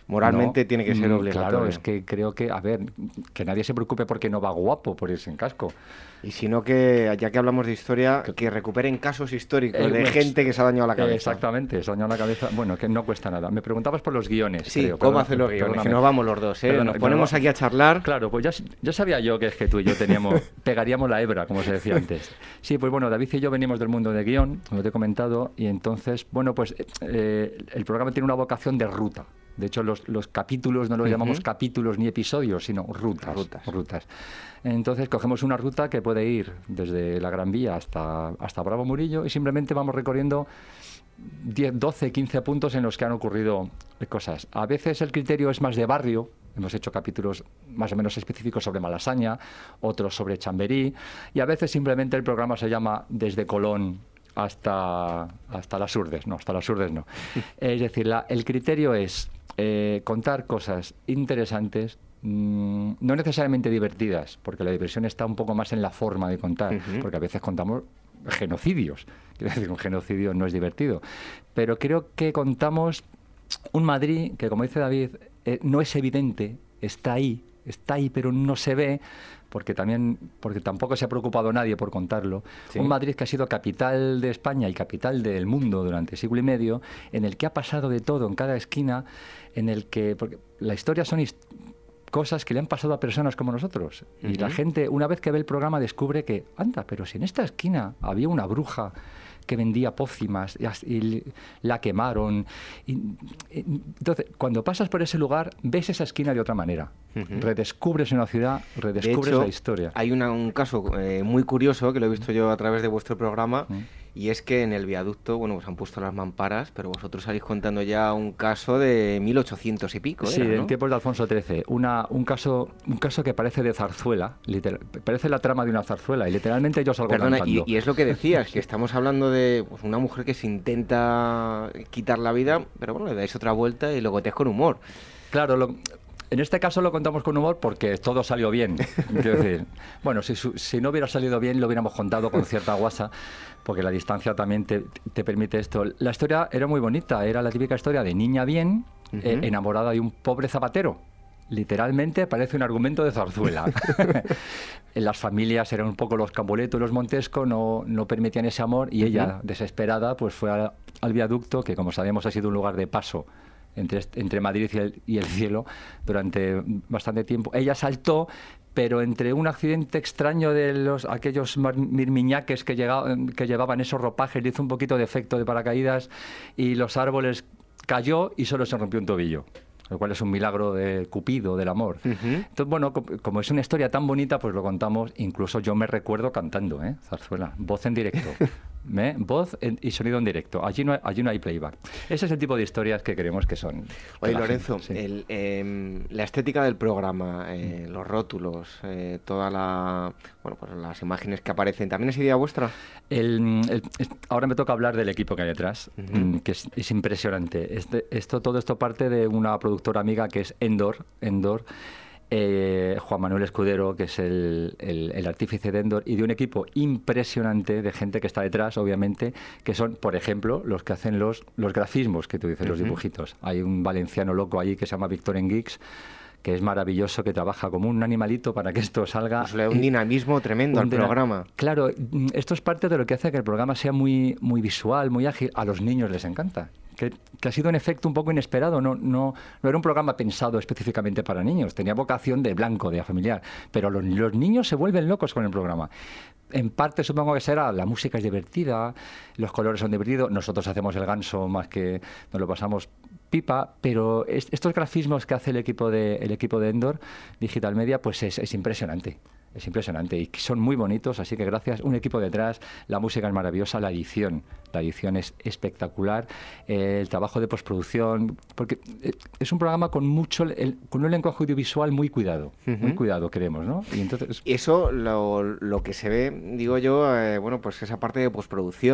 moralmente no, tiene que ser obligatorio. Claro, es que creo que, a ver, que nadie se preocupe porque no va guapo por irse en casco. Y sino que, ya que hablamos de historia, que, que recuperen casos históricos eh, de pues, gente que se ha dañado la cabeza. Exactamente, se ha dañado la cabeza. Bueno, que no cuesta nada. Me preguntabas por los guiones. Sí, creo. ¿cómo hacen los guiones? Que nos vamos los dos, ¿eh? Perdóname, nos ponemos no, aquí a charlar. Claro, pues ya, ya sabía yo que es que tú y yo teníamos, pegaríamos la hebra, como se decía antes. Sí, pues bueno, David y yo venimos del mundo de guión, como te he comentado, y entonces, bueno, pues eh, el programa tiene una vocación de ruta. De hecho, los, los capítulos no los uh-huh. llamamos capítulos ni episodios, sino rutas, rutas. rutas. Entonces, cogemos una ruta que puede ir desde la Gran Vía hasta, hasta Bravo Murillo y simplemente vamos recorriendo diez, doce, quince puntos en los que han ocurrido cosas. A veces el criterio es más de barrio. Hemos hecho capítulos más o menos específicos sobre Malasaña, otros sobre Chamberí, y a veces simplemente el programa se llama Desde Colón hasta, hasta las Urdes. No, hasta las Urdes no. Es decir, la, el criterio es eh, contar cosas interesantes, mmm, no necesariamente divertidas, porque la diversión está un poco más en la forma de contar, uh-huh. porque a veces contamos genocidios. Quiero decir, un genocidio no es divertido. Pero creo que contamos un Madrid que, como dice David, eh, no es evidente, está ahí, está ahí, pero no se ve, porque también porque tampoco se ha preocupado nadie por contarlo. Sí. Un Madrid que ha sido capital de España y capital del mundo durante siglo y medio, en el que ha pasado de todo en cada esquina, en el que... porque la historia son hist- cosas que le han pasado a personas como nosotros. Uh-huh. Y la gente, una vez que ve el programa, descubre que, anda, pero si en esta esquina había una bruja que vendía pócimas y, y la quemaron. Y, y, entonces, cuando pasas por ese lugar, ves esa esquina de otra manera. Uh-huh. Redescubres una ciudad, redescubres hecho, la historia. Hay una, un caso eh, muy curioso que lo he visto yo a través de vuestro programa, uh-huh. y es que en el viaducto, bueno, pues han puesto las mamparas, pero vosotros salís contando ya un caso de mil ochocientos y pico. Sí, era, ¿no? en tiempos de Alfonso trece. Una, un, caso, un caso que parece de zarzuela, literal, parece la trama de una zarzuela, y literalmente yo salgo Perdona, cantando. Y, y es lo que decías, que estamos hablando de pues, una mujer que se intenta quitar la vida, pero bueno, le dais otra vuelta y lo goteas con humor. Claro, lo... En este caso lo contamos con humor porque todo salió bien. Quiero decir, bueno, si, si no hubiera salido bien lo hubiéramos contado con cierta guasa, porque la distancia también te, te permite esto. La historia era muy bonita, era la típica historia de niña bien, uh-huh. eh, enamorada de un pobre zapatero. Literalmente parece un argumento de zarzuela. En las familias eran un poco los Camboleto y los Montesco, no, no permitían ese amor, y uh-huh. ella, desesperada, pues fue a, al viaducto, que como sabemos ha sido un lugar de paso Entre, entre Madrid y el, y el cielo durante bastante tiempo. Ella saltó, pero entre un accidente extraño de los aquellos mirmiñaques que, llegaba, que llevaban esos ropajes, le hizo un poquito de efecto de paracaídas y los árboles cayó y solo se rompió un tobillo, lo cual es un milagro de Cupido, del amor. Uh-huh. Entonces, bueno, como es una historia tan bonita, pues lo contamos. Incluso yo me recuerdo cantando, ¿eh? Zarzuela, voz en directo. ¿Eh? Voz en, y sonido en directo. Allí no, allí no hay playback. Ese es el tipo de historias que creemos que son. Oye, Lorenzo, gente, sí. el, eh, la estética del programa, eh, los rótulos, eh, toda la, bueno, pues las imágenes que aparecen, ¿también es idea vuestra? El, el, ahora me toca hablar del equipo que hay detrás, uh-huh. que es, es impresionante. Este, esto, todo esto parte de una productora amiga que es Endor, Endor. Eh, Juan Manuel Escudero, que es el, el, el artífice de Endor, y de un equipo impresionante de gente que está detrás, obviamente, que son, por ejemplo, los que hacen los, los grafismos, que tú dices, uh-huh. los dibujitos. Hay un valenciano loco allí que se llama Víctor Enguix, que es maravilloso, que trabaja como un animalito para que esto salga. Pues le da un dinamismo tremendo al programa. Claro, esto es parte de lo que hace que el programa sea muy, muy visual, muy ágil. A los niños les encanta. Que, que ha sido un efecto un poco inesperado. No, no, no era un programa pensado específicamente para niños. Tenía vocación de blanco, de familiar. Pero los, los niños se vuelven locos con el programa. En parte supongo que será, la música es divertida, los colores son divertidos, nosotros hacemos el ganso más que nos lo pasamos pipa, pero es, estos grafismos que hace el equipo de, el equipo de Endor Digital Media, pues es, es impresionante. Es impresionante y son muy bonitos, así que gracias. Un equipo detrás, la música es maravillosa, la edición, la edición es espectacular, eh, el trabajo de postproducción, porque es un programa con mucho, el, con un lenguaje audiovisual muy cuidado, uh-huh. muy cuidado queremos, ¿no? Y entonces eso lo, lo que se ve, digo yo, eh, bueno, pues esa parte de postproducción.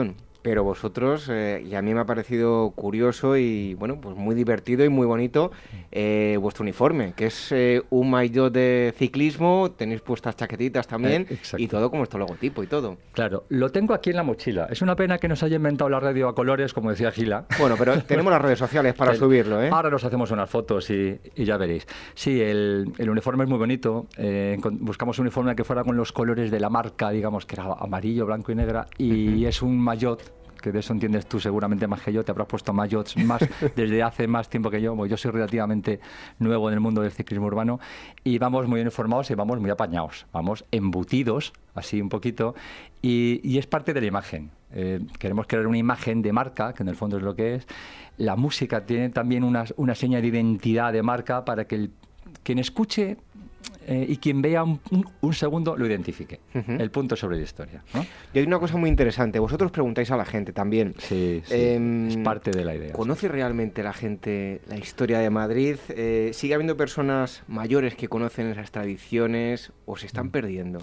pero vosotros, eh, y a mí me ha parecido curioso y bueno, pues muy divertido y muy bonito eh, vuestro uniforme, que es eh, un maillot de ciclismo, tenéis puestas chaquetitas también Eh, exacto. y todo con vuestro logotipo y todo. Claro, lo tengo aquí en la mochila. Es una pena que nos haya inventado la radio a colores, como decía Gila. Bueno, pero tenemos las redes sociales para El- subirlo, ¿eh? Ahora nos hacemos unas fotos y, y ya veréis. Sí, el, el uniforme es muy bonito. eh, encon- buscamos un uniforme que fuera con los colores de la marca, digamos, que era amarillo, blanco y negra, y es un maillot, que de eso entiendes tú seguramente más que yo, te habrás puesto maillots más desde hace más tiempo que yo, porque yo soy relativamente nuevo en el mundo del ciclismo urbano, y vamos muy uniformados y vamos muy apañados, vamos embutidos, así un poquito, y, y es parte de la imagen. Eh, queremos crear una imagen de marca, que en el fondo es lo que es. La música tiene también una, una seña de identidad de marca para que el, quien escuche eh, y quien vea un, un- un segundo lo identifique. Ujú. El punto sobre la historia, ¿no? Y hay una cosa muy interesante, vosotros preguntáis a la gente también. Sí, sí, Em, es parte de la idea. ¿Conoce realmente la gente la historia de Madrid? Eh, ¿Sigue habiendo personas mayores que conocen esas tradiciones o se Mm. están perdiendo?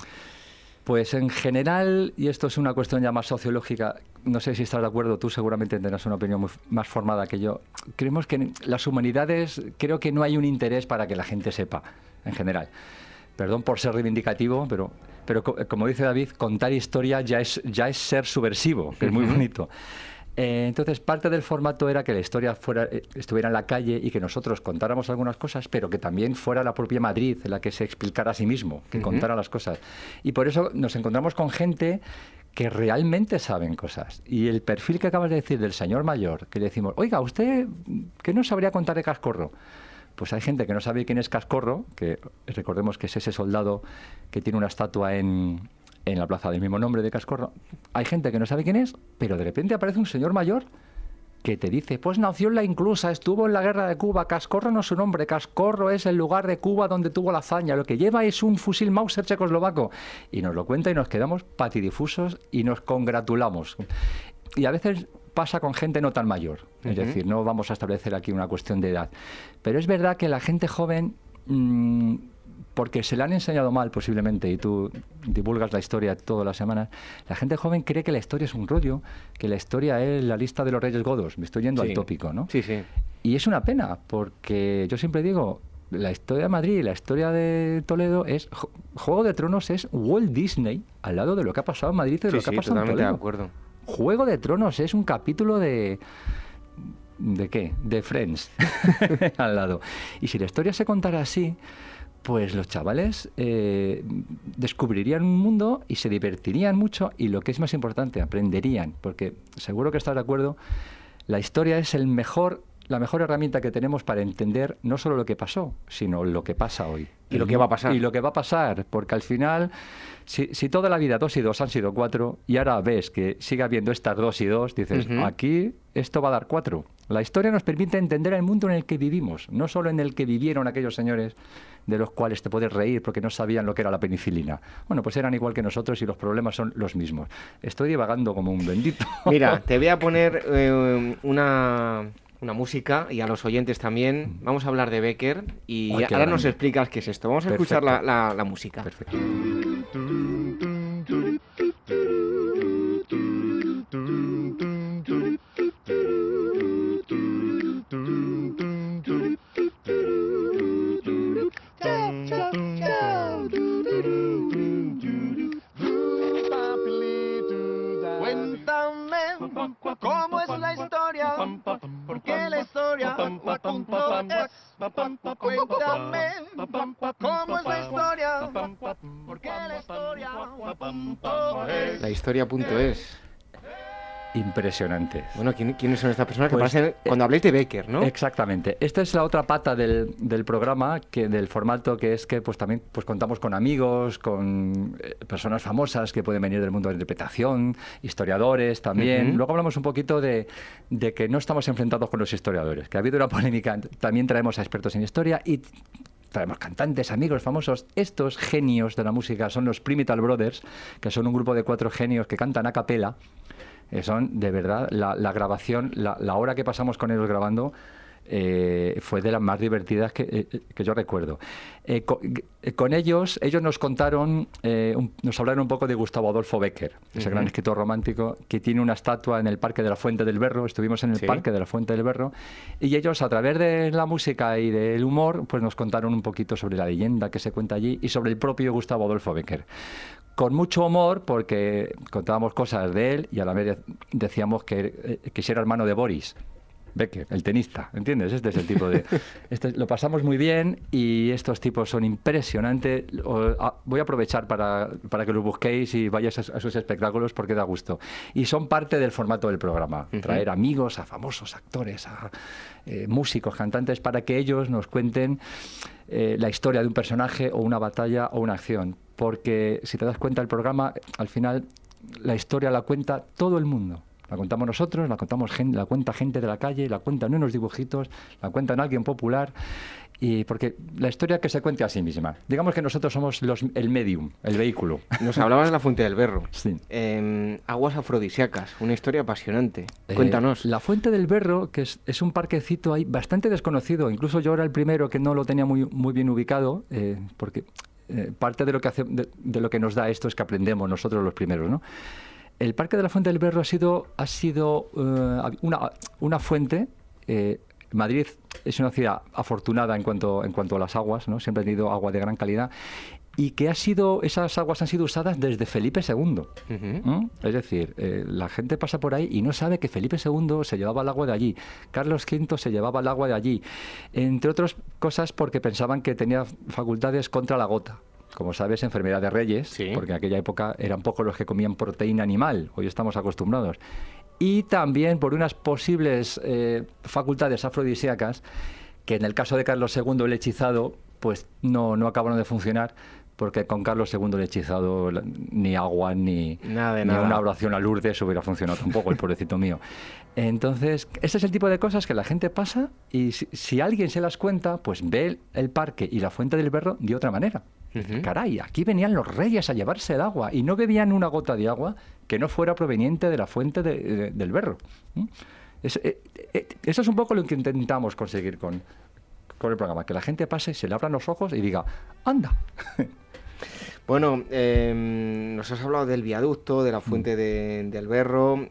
Pues en general, y esto es una cuestión ya más sociológica, no sé si estás de acuerdo, tú seguramente tendrás una opinión muy f- más formada que yo. Creemos que en las humanidades, creo que no hay un interés para que la gente sepa, en general. Perdón por ser reivindicativo, pero, pero co- como dice David, contar historia ya es, ya es ser subversivo, que es muy bonito. Eh, entonces, parte del formato era que la historia fuera, eh, estuviera en la calle y que nosotros contáramos algunas cosas, pero que también fuera la propia Madrid la que se explicara a sí mismo, que Ujú. contara las cosas. Y por eso nos encontramos con gente que realmente saben cosas. Y el perfil que acabas de decir del señor mayor, que le decimos, oiga, ¿usted qué no sabría contar de Cascorro? Pues hay gente que no sabe quién es Cascorro, que recordemos que es ese soldado que tiene una estatua en, en la plaza del mismo nombre de Cascorro. Hay gente que no sabe quién es, pero de repente aparece un señor mayor que te dice, pues nació en la Inclusa, estuvo en la guerra de Cuba, Cascorro no es su nombre, Cascorro es el lugar de Cuba donde tuvo la hazaña, lo que lleva es un fusil Mauser checoslovaco. Y nos lo cuenta y nos quedamos patidifusos y nos congratulamos. Y a veces pasa con gente no tan mayor, es Ujú. decir, no vamos a establecer aquí una cuestión de edad. Pero es verdad que la gente joven, mmm, porque se le han enseñado mal posiblemente, y tú divulgas la historia todas las semanas, la gente joven cree que la historia es un rollo, que la historia es la lista de los reyes godos. Me estoy yendo Sí. al tópico, ¿no? Sí, sí. Y es una pena, porque yo siempre digo, la historia de Madrid y la historia de Toledo es... Jo- Juego de Tronos es Walt Disney al lado de lo que ha pasado en Madrid y de Sí, lo que sí, ha pasado en totalmente de Toledo. acuerdo. Juego de Tronos es un capítulo de... ¿De qué? De Friends al lado. Y si la historia se contara así, pues los chavales eh, descubrirían un mundo y se divertirían mucho y lo que es más importante, aprenderían, porque seguro que estás de acuerdo, la historia es el mejor, la mejor herramienta que tenemos para entender no solo lo que pasó, sino lo que pasa hoy. Y lo que va a pasar. Y lo que va a pasar, porque al final, si, si toda la vida dos y dos han sido cuatro, y ahora ves que sigue habiendo estas dos y dos, dices, Ujú. aquí esto va a dar cuatro. La historia nos permite entender el mundo en el que vivimos, no solo en el que vivieron aquellos señores de los cuales te puedes reír porque no sabían lo que era la penicilina. Bueno, pues eran igual que nosotros y los problemas son los mismos. Estoy divagando como un bendito. Mira, te voy a poner eh, una, una música y a los oyentes también. Vamos a hablar de Becker y Ay, qué ahora nos grande. explicas qué es esto. Vamos a escuchar la, Perfecto. la- la música. Perfecto. Cuéntame cómo es la historia, porque la historia la contó es. Cuéntame cómo es la historia, porque la historia la contó es. La historia.es. Impresionantes. Bueno, ¿quién- ¿quiénes son estas personas que Pues, parecen cuando habléis de Becker, no? Exactamente. Esta es la otra pata del, del programa, que del formato, que es que pues también pues contamos con amigos, con eh, personas famosas que pueden venir del mundo de la interpretación, historiadores también. Ujú. Luego hablamos un poquito de, de que no estamos enfrentados con los historiadores, que ha habido una polémica. También traemos a expertos en historia y traemos cantantes, amigos famosos. Estos genios de la música son los Primital Brothers, que son un grupo de cuatro genios que cantan a capela. Eh, son, de verdad, la, la grabación, la, la hora que pasamos con ellos grabando Eh, fue de las más divertidas que, eh, que yo recuerdo. Eh, con, eh, con ellos, ellos nos contaron, eh, un, nos hablaron un poco de Gustavo Adolfo Bécquer, ese uh-huh. gran escritor romántico, que tiene una estatua en el Parque de la Fuente del Berro. Estuvimos en el ¿Sí? Parque de la Fuente del Berro, y ellos, a través de la música y del humor, pues nos contaron un poquito sobre la leyenda que se cuenta allí y sobre el propio Gustavo Adolfo Bécquer. Con mucho humor, porque contábamos cosas de él y a la vez decíamos que, eh, que era hermano de Boris Bécquer, el tenista, ¿entiendes? Este es el tipo de... Este, lo pasamos muy bien y estos tipos son impresionantes. O, a, voy a aprovechar para, para que los busquéis y vayáis a, a sus espectáculos porque da gusto. Y son parte del formato del programa. Uh-huh. Traer amigos, a famosos actores, a eh, músicos, cantantes, para que ellos nos cuenten eh, la historia de un personaje o una batalla o una acción. Porque, si te das cuenta, el programa, al final, la historia la cuenta todo el mundo. La contamos nosotros, la contamos gente, la cuenta gente de la calle, la cuentan unos dibujitos, la cuentan alguien popular, y porque la historia que se cuente a sí misma. Digamos que nosotros somos los, el medium, el vehículo. Nos hablabas de la Fuente del Berro. Sí. Eh, aguas afrodisíacas, una historia apasionante. Cuéntanos. Eh, la Fuente del Berro, que es, es un parquecito ahí bastante desconocido. Incluso yo era el primero que no lo tenía muy, muy bien ubicado, eh, porque eh, parte de lo, que hace, de, de lo que nos da esto es que aprendemos nosotros los primeros, ¿no? El Parque de la Fuente del Berro ha sido, ha sido uh, una, una fuente. Eh, Madrid es una ciudad afortunada en cuanto, en cuanto a las aguas, ¿no? Siempre ha tenido agua de gran calidad. Y que ha sido, esas aguas han sido usadas desde Felipe segundo. Uh-huh. ¿Mm? Es decir, eh, la gente pasa por ahí y no sabe que Felipe segundo se llevaba el agua de allí. Carlos quinto se llevaba el agua de allí. Entre otras cosas porque pensaban que tenía facultades contra la gota. Como sabes, enfermedad de Reyes, sí. Porque en aquella época eran pocos los que comían proteína animal, hoy estamos acostumbrados. Y también por unas posibles eh, facultades afrodisíacas, que en el caso de Carlos segundo el hechizado, pues no, no acabaron de funcionar, porque con Carlos segundo el hechizado ni agua ni, nada de ni nada. Una oración a Lourdes hubiera funcionado tampoco, el pobrecito mío. Entonces, ese es el tipo de cosas que la gente pasa y si, si alguien se las cuenta, pues ve el, el parque y la Fuente del Berro de otra manera. Uh-huh. Caray, aquí venían los reyes a llevarse el agua y no bebían una gota de agua que no fuera proveniente de la Fuente de, de, del Berro. ¿Mm? Es, eh, eh, eso es un poco lo que intentamos conseguir con, con el programa, que la gente pase, se le abran los ojos y diga, anda. Bueno, eh, nos has hablado del viaducto, de la Fuente de, del Berro.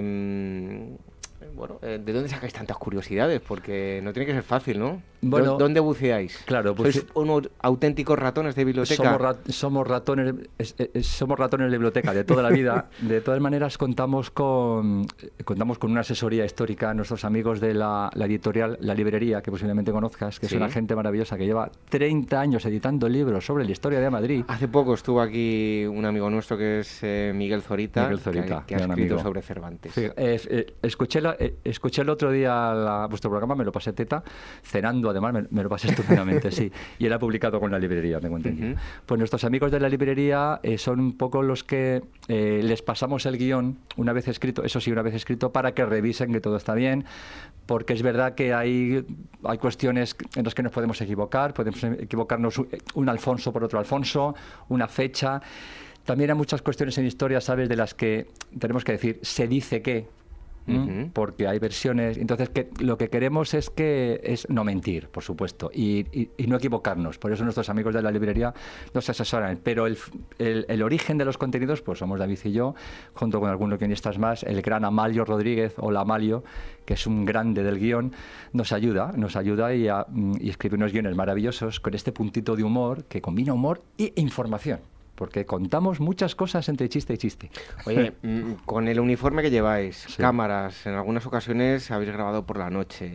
Eh, bueno, eh, ¿de dónde sacáis tantas curiosidades? Porque no tiene que ser fácil, ¿no? Bueno, ¿dónde buceáis? Claro, pues ¿sois unos auténticos ratones de biblioteca? Somos, ra somos ratones, es, es, somos ratones de biblioteca de toda la vida. De todas maneras, contamos con contamos con una asesoría histórica. Nuestros amigos de la, la editorial La Librería, que posiblemente conozcas, que ¿sí? Es una gente maravillosa que lleva treinta años editando libros sobre la historia de Madrid. Hace poco estuvo aquí un amigo nuestro que es eh, Miguel Zorita, Miguel Zorita, que, que ha escrito amigo. sobre Cervantes. Sí, eh, eh, escuché, la, eh, escuché el otro día la, vuestro programa, me lo pasé teta, cenando. Además, me, me lo pasé estupendamente, sí. Y él ha publicado con La Librería, tengo entendido. Uh-huh. Pues nuestros amigos de La Librería eh, son un poco los que eh, les pasamos el guión una vez escrito, eso sí, una vez escrito, para que revisen que todo está bien, porque es verdad que hay, hay cuestiones en las que nos podemos equivocar, podemos equivocarnos un Alfonso por otro Alfonso, una fecha. También hay muchas cuestiones en historia, ¿sabes?, de las que tenemos que decir, se dice que... Uh-huh. Porque hay versiones, entonces que lo que queremos es que es no mentir, por supuesto, y, y, y no equivocarnos. Por eso nuestros amigos de La Librería nos asesoran, pero el, el, el origen de los contenidos pues somos David y yo, junto con algunos guionistas más. El gran Amalio Rodríguez, o la Amalio, que es un grande del guión, nos ayuda, nos ayuda y, a, y escribe unos guiones maravillosos con este puntito de humor que combina humor e información. Porque contamos muchas cosas entre chiste y chiste. Oye, con el uniforme que lleváis, sí. cámaras, en algunas ocasiones habéis grabado por la noche.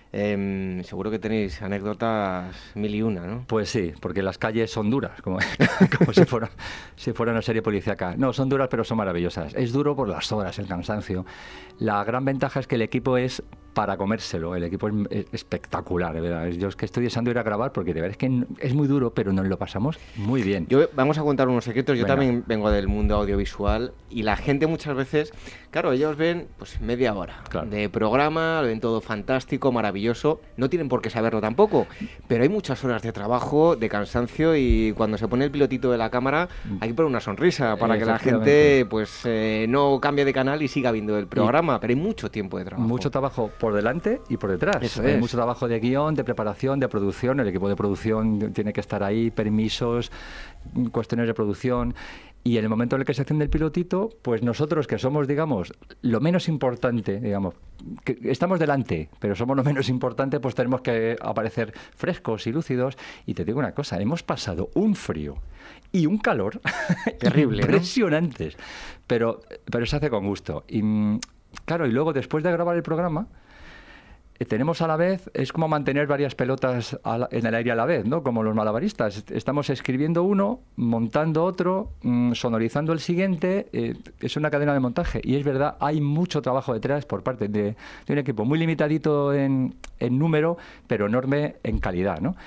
Eh, seguro que tenéis anécdotas mil y una, ¿no? Pues sí, porque las calles son duras, como, como si, fuera, si fuera una serie policíaca. No, son duras, pero son maravillosas. Es duro por las horas, el cansancio. La gran ventaja es que el equipo es para comérselo. El equipo es, es espectacular, de verdad. Yo es que estoy deseando ir a grabar porque de verdad es que es muy duro, pero nos lo pasamos muy bien. Yo, vamos a contar unos secretos. Yo Venga. también vengo del mundo audiovisual y la gente muchas veces, claro, ellos ven pues media hora claro. de programa, lo ven todo fantástico, maravilloso. No tienen por qué saberlo tampoco, pero hay muchas horas de trabajo, de cansancio, y cuando se pone el pilotito de la cámara hay que poner una sonrisa para que la gente pues eh, no cambie de canal y siga viendo el programa, y pero hay mucho tiempo de trabajo. Mucho trabajo. Por por delante y por detrás. Eso Hay es. mucho trabajo de guión, de preparación, de producción. El equipo de producción tiene que estar ahí, permisos, cuestiones de producción. Y en el momento en el que se hace el pilotito, pues nosotros que somos, digamos, lo menos importante, digamos, que estamos delante, pero somos lo menos importante, pues tenemos que aparecer frescos y lúcidos. Y te digo una cosa, hemos pasado un frío y un calor terrible, impresionantes, ¿no? pero, pero se hace con gusto. Y claro, y luego después de grabar el programa, tenemos a la vez, es como mantener varias pelotas a la, en el aire a la vez, ¿no? Como los malabaristas. Estamos escribiendo uno, montando otro, mmm, sonorizando el siguiente. Eh, es una cadena de montaje. Y es verdad, hay mucho trabajo detrás por parte de, de un equipo muy limitadito en, en número, pero enorme en calidad, ¿no?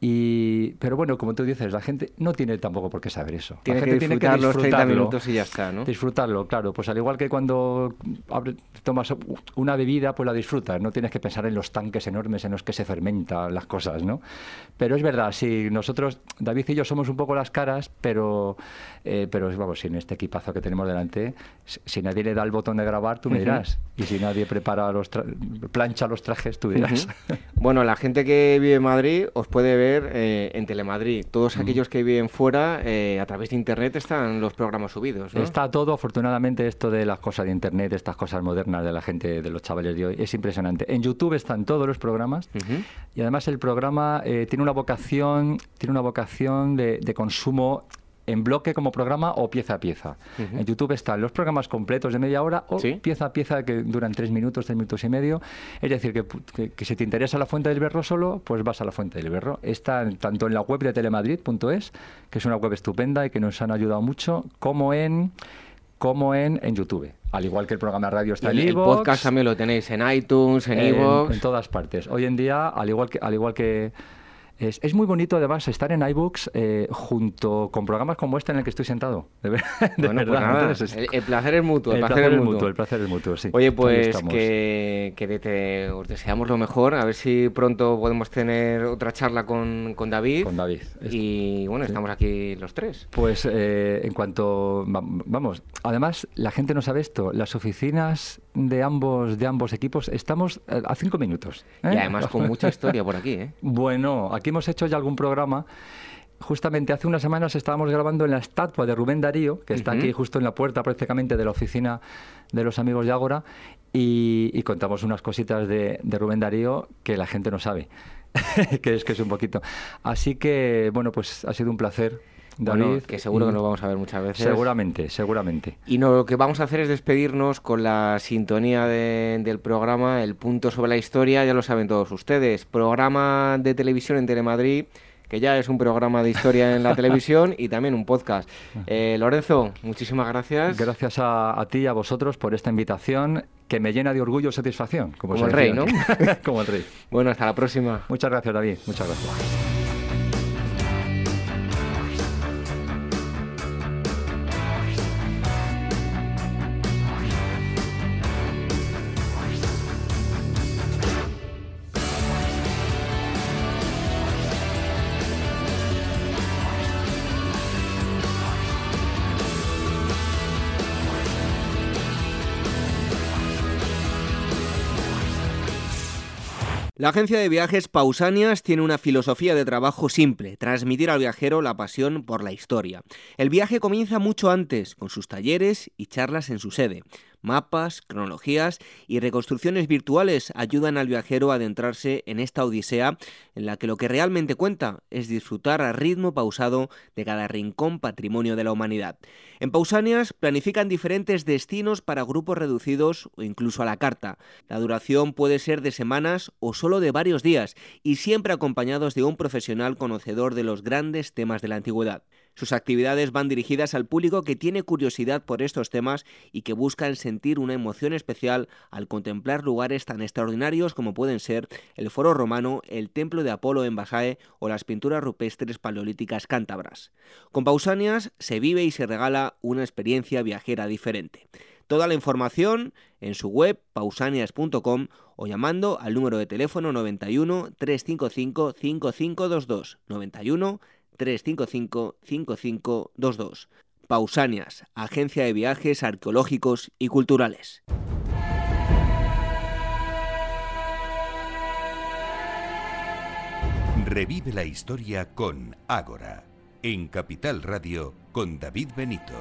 Y, pero bueno, como tú dices, la gente no tiene tampoco por qué saber eso. Tiene la que gente disfrutar tiene que los treinta disfrutarlo, minutos y ya está, ¿no? Disfrutarlo, claro. Pues al igual que cuando abre, tomas una bebida, pues la disfrutas. No tienes que pensar en los tanques enormes en los que se fermentan las cosas, ¿no? Pero es verdad, sí, nosotros, David y yo, somos un poco las caras, pero, eh, pero vamos, sin este equipazo que tenemos delante, si nadie le da el botón de grabar, tú me dirás. Uh-huh. Y si nadie prepara los tra- plancha los trajes, tú dirás. Uh-huh. Bueno, la gente que vive en Madrid os puede ver eh, en Telemadrid. Todos uh-huh. aquellos que viven fuera, eh, a través de Internet están los programas subidos, ¿no? Está todo, afortunadamente, esto de las cosas de Internet, estas cosas modernas de la gente, de los chavales de hoy, es impresionante. En YouTube están todos los programas uh-huh. y además el programa eh, tiene una vocación, tiene una vocación de, de consumo en bloque como programa o pieza a pieza. Uh-huh. En YouTube están los programas completos de media hora o ¿sí? pieza a pieza que duran tres minutos, tres minutos y medio. Es decir, que, que, que si te interesa la Fuente del Berro solo, pues vas a la Fuente del Berro. Está tanto en la web de telemadrid punto es, que es una web estupenda y que nos han ayudado mucho, como en como en, en YouTube. Al igual que el programa de radio está y en el iVoox. podcast también lo tenéis en iTunes, en iVoox. En, en todas partes. Hoy en día, al igual que... Al igual que Es, es muy bonito, además, estar en iVoox eh, junto con programas como este en el que estoy sentado. De, ver, de bueno, verdad. Pues nada, Entonces, el, el placer es mutuo. El, el placer, placer es es mutuo. mutuo. El placer es mutuo, sí. Oye, pues que, que te, os deseamos lo mejor. A ver si pronto podemos tener otra charla con, con David. Con David. Y bueno, sí. Estamos aquí los tres. Pues eh, en cuanto... Vamos, además, la gente no sabe esto. Las oficinas de ambos, de ambos equipos estamos a cinco minutos. ¿eh? Y además con mucha historia por aquí, ¿eh? Bueno, aquí hemos hecho ya algún programa. Justamente hace unas semanas estábamos grabando en la estatua de Rubén Darío, que está uh-huh. aquí justo en la puerta prácticamente de la oficina de los amigos de Ágora, y, y contamos unas cositas de, de Rubén Darío que la gente no sabe, que es que es un poquito. Así que, bueno, pues ha sido un placer, David. Bueno, que seguro que nos vamos a ver muchas veces. Seguramente, seguramente. Y no, lo que vamos a hacer es despedirnos con la sintonía de, del programa El Punto sobre la Historia, ya lo saben todos ustedes. Programa de televisión en Telemadrid, que ya es un programa de historia en la televisión y también un podcast. Eh, Lorenzo, muchísimas gracias. Gracias a, a ti y a vosotros por esta invitación que me llena de orgullo y satisfacción. Como, como el rey, ¿no? Como el rey. Bueno, hasta la próxima. Muchas gracias, David. Muchas gracias. La agencia de viajes Pausanias tiene una filosofía de trabajo simple: transmitir al viajero la pasión por la historia. El viaje comienza mucho antes, con sus talleres y charlas en su sede. Mapas, cronologías y reconstrucciones virtuales ayudan al viajero a adentrarse en esta odisea en la que lo que realmente cuenta es disfrutar a ritmo pausado de cada rincón patrimonio de la humanidad. En Pausanias planifican diferentes destinos para grupos reducidos o incluso a la carta. La duración puede ser de semanas o solo de varios días y siempre acompañados de un profesional conocedor de los grandes temas de la antigüedad. Sus actividades van dirigidas al público que tiene curiosidad por estos temas y que buscan sentir una emoción especial al contemplar lugares tan extraordinarios como pueden ser el Foro Romano, el Templo de Apolo en Basae o las pinturas rupestres paleolíticas cántabras. Con Pausanias se vive y se regala una experiencia viajera diferente. Toda la información en su web pausanias punto com o llamando al número de teléfono noventa y uno, trescientos cincuenta y cinco, cincuenta y cinco veintidós, noventa y uno, trescientos cincuenta y cinco, cincuenta y cinco veintidós. Pausanias, agencia de viajes arqueológicos y culturales. Revive la historia con Ágora, en Capital Radio con David Benito.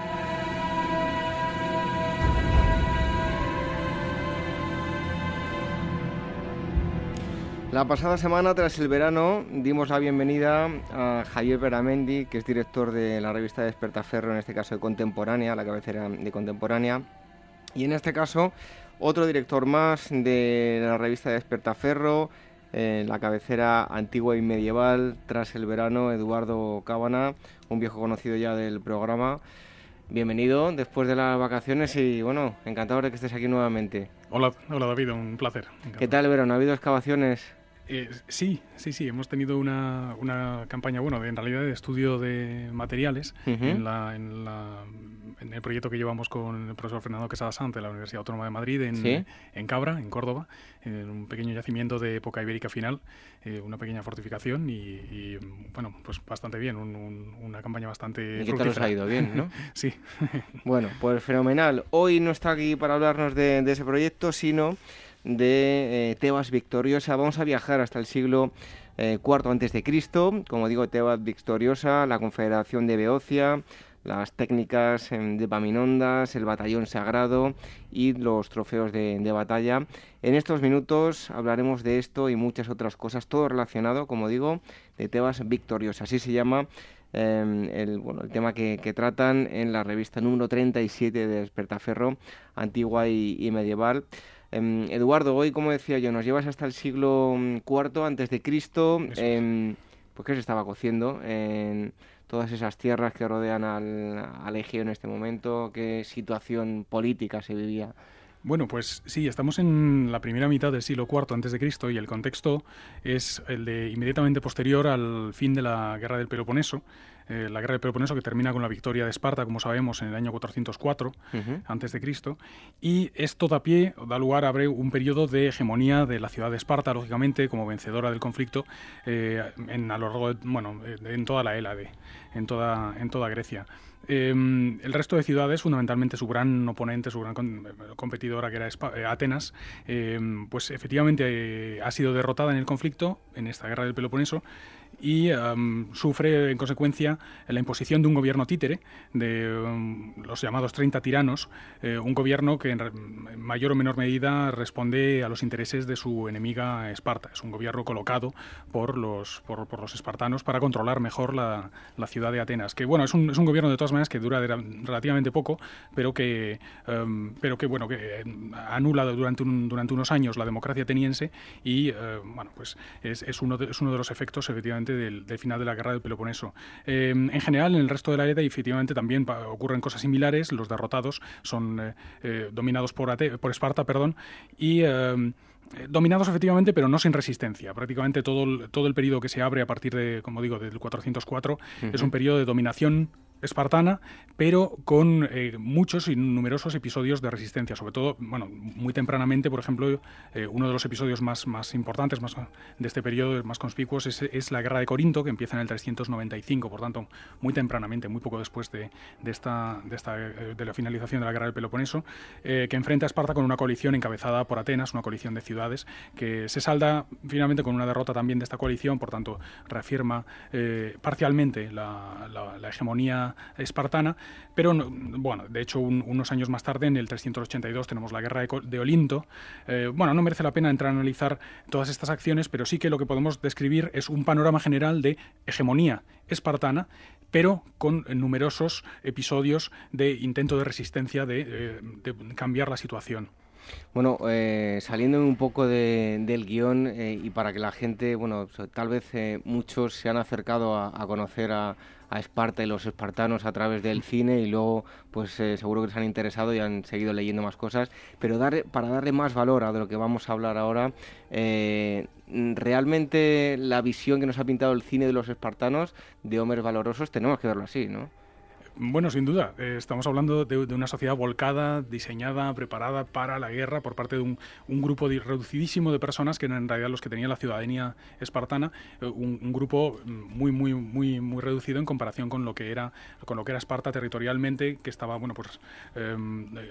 La pasada semana, tras el verano, dimos la bienvenida a Javier Beramendi, que es director de la revista Despertaferro, en este caso de Contemporánea, la cabecera de Contemporánea, y en este caso otro director más de la revista Despertaferro, eh, la cabecera antigua y medieval, tras el verano, Eduardo Cábana, un viejo conocido ya del programa. Bienvenido después de las vacaciones y, bueno, encantado de que estés aquí nuevamente. Hola, hola David, un placer. Encantado. ¿Qué tal el verano? ¿Ha habido excavaciones? Eh, sí, sí, sí, hemos tenido una, una campaña, bueno, de, en realidad de estudio de materiales uh-huh. en, la, en, la, en el proyecto que llevamos con el profesor Fernando Quesada Sanz de la Universidad Autónoma de Madrid en, ¿sí? en Cabra, en Córdoba, en un pequeño yacimiento de época ibérica final, eh, una pequeña fortificación y, y, bueno, pues bastante bien, un, un, una campaña bastante ¿Y qué tal os ha ido? Bien, ¿no? Sí. Bueno, pues fenomenal. Hoy no está aquí para hablarnos de, de ese proyecto, sino de eh, Tebas Victoriosa. Vamos a viajar hasta el siglo eh, cuarto antes de Cristo. Como digo, Tebas Victoriosa, la Confederación de Beocia, las técnicas eh, de Epaminondas, el batallón sagrado y los trofeos de, de batalla. En estos minutos hablaremos de esto y muchas otras cosas, todo relacionado, como digo, de Tebas Victoriosa. Así se llama eh, el, bueno, el tema que, que tratan en la revista número treinta y siete de Despertaferro, antigua y, y medieval. Eh, Eduardo, hoy, como decía yo, nos llevas hasta el siglo cuarto antes de Cristo. Eh, pues ¿qué se estaba cociendo en todas esas tierras que rodean al, al Egeo en este momento? ¿Qué situación política se vivía? Bueno, pues sí, estamos en la primera mitad del siglo cuarto antes de Cristo y el contexto es el de inmediatamente posterior al fin de la Guerra del Peloponeso. Eh, la Guerra del Peloponeso que termina con la victoria de Esparta, como sabemos, en el año cuatrocientos cuatro uh-huh. antes de Cristo, y esto da pie, da lugar a un periodo de hegemonía de la ciudad de Esparta, lógicamente, como vencedora del conflicto eh, en, a lo largo de, bueno, en toda la Hélade, en toda, en toda Grecia. Eh, el resto de ciudades, fundamentalmente su gran oponente, su gran con, competidora, que era Espa, eh, Atenas, eh, pues efectivamente eh, ha sido derrotada en el conflicto, en esta Guerra del Peloponeso, y um, sufre en consecuencia la imposición de un gobierno títere, de um, los llamados treinta tiranos, eh, un gobierno que en, en mayor o menor medida responde a los intereses de su enemiga Esparta. Es un gobierno colocado por los, por, por los espartanos para controlar mejor la, la ciudad de Atenas, que bueno, es un, es un gobierno de todas maneras que dura de, relativamente poco, pero que, um, pero que, bueno, que anula durante, un, durante unos años la democracia ateniense y uh, bueno, pues es, es, uno de, es uno de los efectos efectivamente Del, del final de la Guerra del Peloponeso. Eh, en general, en el resto de la Hélade, efectivamente, también pa- ocurren cosas similares. Los derrotados son eh, eh, dominados por, Ate- por Esparta, perdón, y eh, dominados efectivamente, pero no sin resistencia. Prácticamente todo el, todo el periodo que se abre a partir de, como digo, del cuatrocientos cuatro, uh-huh. es un periodo de dominación espartana, pero con eh, muchos y numerosos episodios de resistencia, sobre todo, bueno, muy tempranamente, por ejemplo, eh, uno de los episodios más, más importantes más, de este periodo, más conspicuos, es, es la Guerra de Corinto, que empieza en el trescientos noventa y cinco, por tanto, muy tempranamente, muy poco después de, de, esta, de, esta, de la finalización de la Guerra del Peloponeso, eh, que enfrenta a Esparta con una coalición encabezada por Atenas, una coalición de ciudades, que se salda finalmente con una derrota también de esta coalición, por tanto, reafirma eh, parcialmente la, la, la hegemonía espartana, pero bueno, de hecho un, unos años más tarde, en el trescientos ochenta y dos, tenemos la guerra de, de Olinto. Eh, bueno, no merece la pena entrar a analizar todas estas acciones, pero sí que lo que podemos describir es un panorama general de hegemonía espartana, pero con numerosos episodios de intento de resistencia, de, eh, de cambiar la situación. Bueno, eh, saliendo un poco de, del guión eh, y para que la gente, bueno, tal vez eh, muchos se han acercado a, a conocer a, a Esparta y los espartanos a través del cine y luego pues eh, seguro que les han interesado y han seguido leyendo más cosas, pero dar, para darle más valor a lo que vamos a hablar ahora, eh, realmente la visión que nos ha pintado el cine de los espartanos, de hombres valorosos, tenemos que verlo así, ¿no? Bueno, sin duda. Eh, estamos hablando de, de una sociedad volcada, diseñada, preparada para la guerra por parte de un, un grupo de, reducidísimo de personas que eran en realidad los que tenían la ciudadanía espartana, eh, un, un grupo muy, muy, muy, muy reducido en comparación con lo que era, con lo que era Esparta territorialmente, que estaba, bueno, pues eh, eh,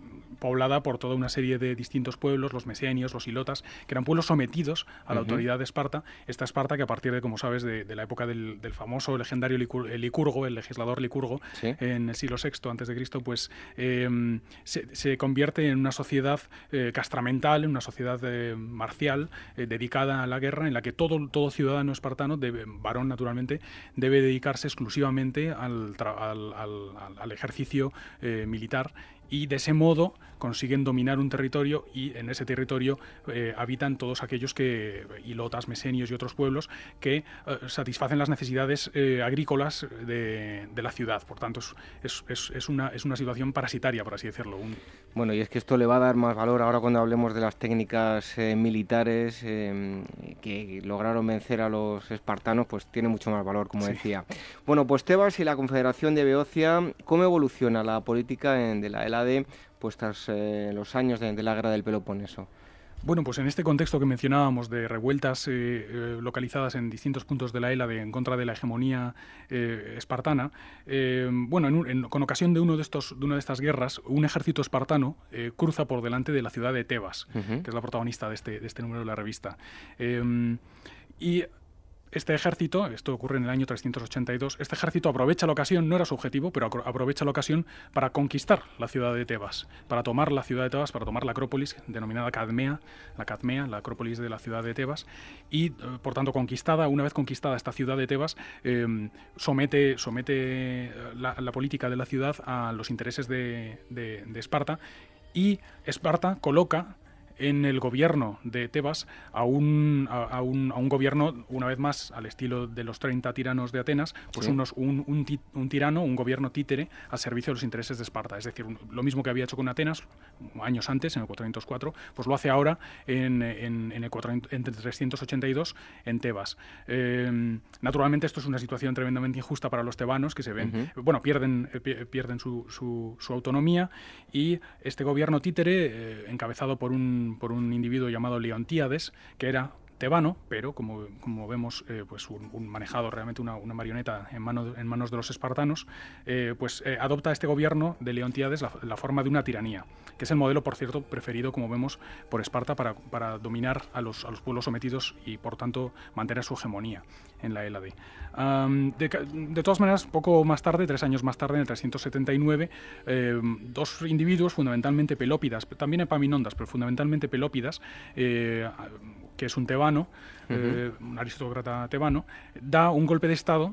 poblada por toda una serie de distintos pueblos, los mesenios, los ilotas, que eran pueblos sometidos a la uh-huh. autoridad de Esparta. Esta Esparta que a partir de, como sabes, de, de la época del, del famoso legendario Licur, el Licurgo, el legislador Licurgo, ¿sí? en el siglo sexto antes de Cristo, pues eh, se, se convierte en una sociedad eh, castramental, en una sociedad eh, marcial, eh, dedicada a la guerra, en la que todo, todo ciudadano espartano, debe, varón naturalmente, debe dedicarse exclusivamente al, al, al, al ejercicio eh, militar, y de ese modo consiguen dominar un territorio, y en ese territorio eh, habitan todos aquellos que, ilotas, mesenios y otros pueblos, que eh, satisfacen las necesidades eh, agrícolas de, de la ciudad. Por tanto, es, es, es, una, es una situación parasitaria, por así decirlo. Un... Bueno, y es que esto le va a dar más valor ahora cuando hablemos de las técnicas eh, militares eh, que lograron vencer a los espartanos, pues tiene mucho más valor, como sí. decía. Bueno, pues Tebas y la Confederación de Beocia, ¿cómo evoluciona la política en, de la Hélade, pues tras eh, los años de, de la guerra del Peloponeso? Bueno, pues en este contexto que mencionábamos de revueltas eh, eh, localizadas en distintos puntos de la Hélade en contra de la hegemonía eh, espartana, eh, bueno, en un, en, con ocasión de, uno de, estos, de una de estas guerras, un ejército espartano eh, cruza por delante de la ciudad de Tebas, uh-huh. que es la protagonista de este, de este número de la revista. Eh, y Este ejército, esto ocurre en el año trescientos ochenta y dos, este ejército aprovecha la ocasión, no era su objetivo, pero aprovecha la ocasión para conquistar la ciudad de Tebas, para tomar la ciudad de Tebas, para tomar la Acrópolis, denominada Cadmea, la Cadmea, la Acrópolis de la ciudad de Tebas, y por tanto conquistada, una vez conquistada esta ciudad de Tebas, eh, somete, somete la, la política de la ciudad a los intereses de, de, de Esparta, y Esparta coloca en el gobierno de Tebas a un, a, a, un, a un gobierno, una vez más, al estilo de los treinta tiranos de Atenas, pues sí. unos, un, un, ti, un tirano, un gobierno títere al servicio de los intereses de Esparta. Es decir, un, lo mismo que había hecho con Atenas años antes, en el cuatrocientos cuatro, pues lo hace ahora en, en, en el trescientos ochenta y dos en Tebas. Eh, naturalmente esto es una situación tremendamente injusta para los tebanos, que se ven, uh-huh. bueno, pierden, eh, pierden su, su, su autonomía, y este gobierno títere, eh, encabezado por un por un individuo llamado Leontíades, que era tebano, pero como, como vemos, eh, pues un, un manejado realmente una, una marioneta en, mano, en manos de los espartanos, eh, pues eh, adopta este gobierno de Leontíades la, la forma de una tiranía, que es el modelo, por cierto, preferido, como vemos, por Esparta para, para dominar a los, a los pueblos sometidos y, por tanto, mantener su hegemonía en la Hélade. Um, de, de todas maneras, poco más tarde, tres años más tarde, en el trescientos setenta y nueve, eh, dos individuos, fundamentalmente pelópidas, también epaminondas, pero fundamentalmente pelópidas, eh, que es un tebano, uh-huh. eh, un aristócrata tebano, da un golpe de Estado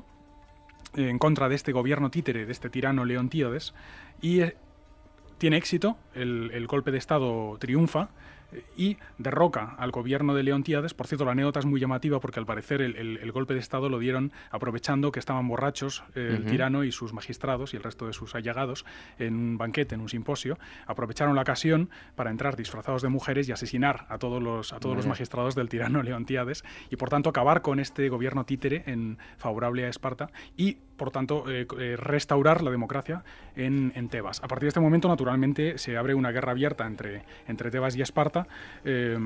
eh, en contra de este gobierno títere, de este tirano Leontíades, y eh, tiene éxito, el, el golpe de Estado triunfa, y derroca al gobierno de Leontíades. Por cierto, la anécdota es muy llamativa porque al parecer el, el, el golpe de Estado lo dieron aprovechando que estaban borrachos eh, uh-huh. el tirano y sus magistrados y el resto de sus allegados en un banquete, en un simposio. Aprovecharon la ocasión para entrar disfrazados de mujeres y asesinar a todos los, a todos uh-huh. los magistrados del tirano Leontíades, y por tanto acabar con este gobierno títere en favorable a Esparta y por tanto eh, eh, restaurar la democracia en, en Tebas. A partir de este momento, naturalmente, se abre una guerra abierta entre, entre Tebas y Esparta, eh,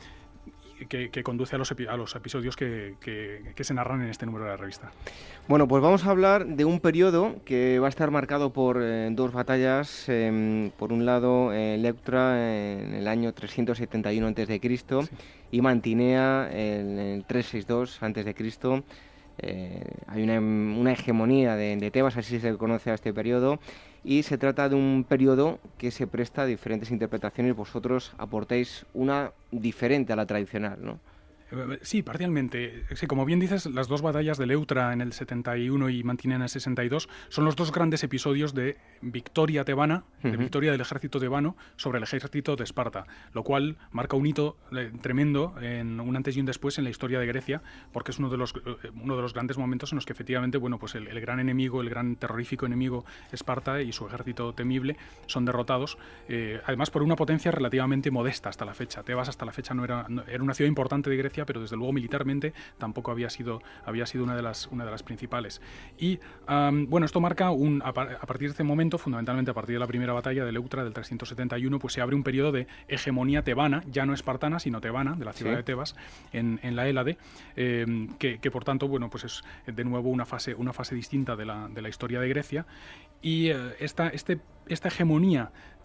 que, que conduce a los, epi- a los episodios que, que, que se narran en este número de la revista. Bueno, pues vamos a hablar de un periodo que va a estar marcado por eh, dos batallas. Eh, por un lado, eh, Leuctra en el año trescientos setenta y uno antes de Cristo sí. y Mantinea en el trescientos sesenta y dos antes de Cristo. Eh, hay una, una hegemonía de, de Tebas, así se conoce a este periodo, y se trata de un periodo que se presta a diferentes interpretaciones. Vosotros aportáis una diferente a la tradicional, ¿no? Sí, parcialmente. Sí, como bien dices, las dos batallas de Leuctra en el setenta y uno y Mantinea en el sesenta y dos son los dos grandes episodios de victoria tebana, uh-huh. de victoria del ejército tebano sobre el ejército de Esparta, lo cual marca un hito eh, tremendo, en un antes y un después en la historia de Grecia, porque es uno de los, eh, uno de los grandes momentos en los que efectivamente, bueno, pues el, el gran enemigo, el gran terrorífico enemigo Esparta y su ejército temible son derrotados, eh, además por una potencia relativamente modesta hasta la fecha. Tebas hasta la fecha no era, no, era una ciudad importante de Grecia, pero desde luego militarmente tampoco había sido, había sido una de las, una de las principales. Y um, bueno, esto marca, un, a, par, a partir de este momento, fundamentalmente a partir de la primera batalla de Leuctra del trescientos setenta y uno, pues se abre un periodo de hegemonía tebana, ya no espartana, sino tebana, de la ciudad sí. de Tebas, en, en la Hélade, eh, que, que por tanto, bueno, pues es de nuevo una fase, una fase distinta de la, de la historia de Grecia. Y eh, esta, este, esta hegemonía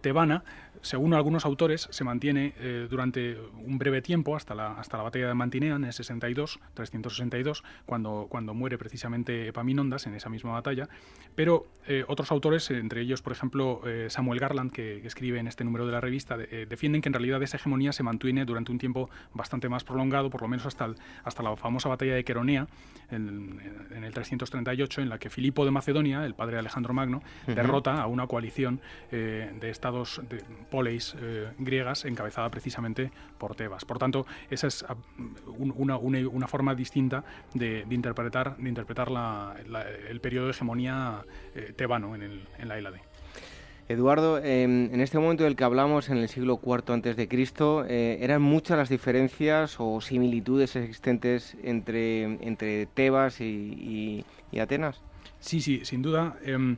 tebana, según algunos autores, se mantiene eh, durante un breve tiempo, hasta la, hasta la batalla de Mantinea en el sesenta y dos, trescientos sesenta y dos, cuando, cuando muere precisamente Epaminondas en esa misma batalla. Pero eh, otros autores, entre ellos, por ejemplo, eh, Samuel Garland, que, que escribe en este número de la revista, de, eh, defienden que en realidad esa hegemonía se mantiene durante un tiempo bastante más prolongado, por lo menos hasta, el, hasta la famosa batalla de Queronea, en, en el trescientos treinta y ocho, en la que Filipo de Macedonia, el padre de Alejandro Magno, uh-huh. derrota a una coalición eh, de estados de poleis eh, griegas encabezada precisamente por Tebas. Por tanto, esa es un, una, una, una forma distinta de, de interpretar, de interpretar la, la, el periodo de hegemonía eh, tebano en, el, en la Hélade. Eduardo, eh, en este momento del que hablamos, en el siglo cuarto antes de Cristo, eh, ¿eran muchas las diferencias o similitudes existentes entre, entre Tebas y, y, y Atenas? Sí, sí, sin duda. Eh,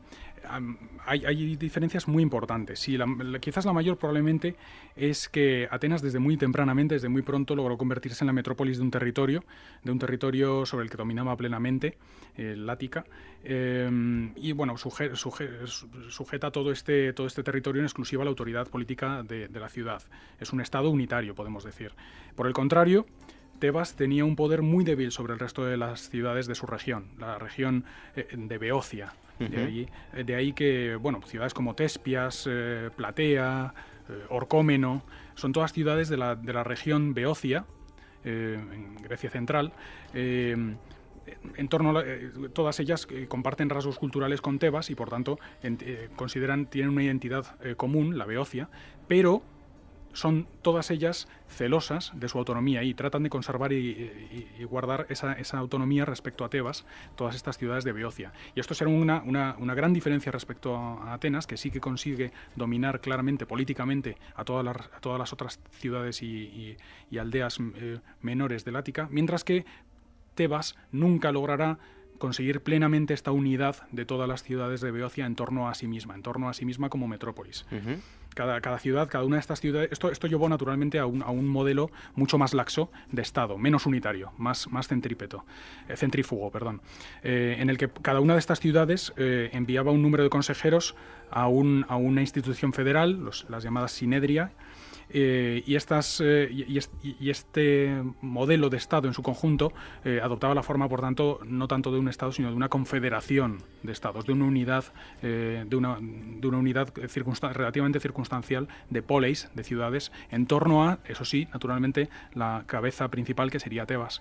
Hay, hay diferencias muy importantes. Sí, la, la, quizás la mayor probablemente es que Atenas desde muy tempranamente, desde muy pronto, logró convertirse en la metrópolis de un territorio, de un territorio sobre el que dominaba plenamente, eh, Lática, eh, y bueno, suje, suje, sujeta todo este, todo este territorio en exclusiva a la autoridad política de, de la ciudad. Es un estado unitario, podemos decir. Por el contrario, Tebas tenía un poder muy débil sobre el resto de las ciudades de su región, la región eh, de Beocia. Uh-huh. De ahí, de ahí que, bueno, ciudades como Tespias, eh, Platea, eh, Orcómeno, son todas ciudades de la, de la región Beocia, eh, en Grecia central. Eh, en torno a la, eh, todas ellas eh, comparten rasgos culturales con Tebas y, por tanto, en, eh, consideran, tienen una identidad eh, común, la Beocia, pero son todas ellas celosas de su autonomía y tratan de conservar y, y, y guardar esa, esa autonomía respecto a Tebas, todas estas ciudades de Beocia. Y esto será una, una, una gran diferencia respecto a Atenas, que sí que consigue dominar claramente, políticamente, a todas las, a todas las otras ciudades y, y, y aldeas eh, menores del Ática, mientras que Tebas nunca logrará conseguir plenamente esta unidad de todas las ciudades de Beocia en torno a sí misma, en torno a sí misma como metrópolis. Uh-huh. Cada, cada ciudad, cada una de estas ciudades, esto, esto llevó naturalmente a un, a un modelo mucho más laxo de Estado, menos unitario, más, más centrípeto, eh, centrífugo, perdón, eh, en el que cada una de estas ciudades eh, enviaba un número de consejeros a, un, a una institución federal, los, las llamadas Sinedria, Eh, y, estas, eh, y, y este modelo de Estado en su conjunto eh, adoptaba la forma, por tanto, no tanto de un Estado, sino de una confederación de Estados, de una unidad, eh, de una, de una unidad circunstan- relativamente circunstancial de poleis, de ciudades, en torno a, eso sí, naturalmente, la cabeza principal, que sería Tebas.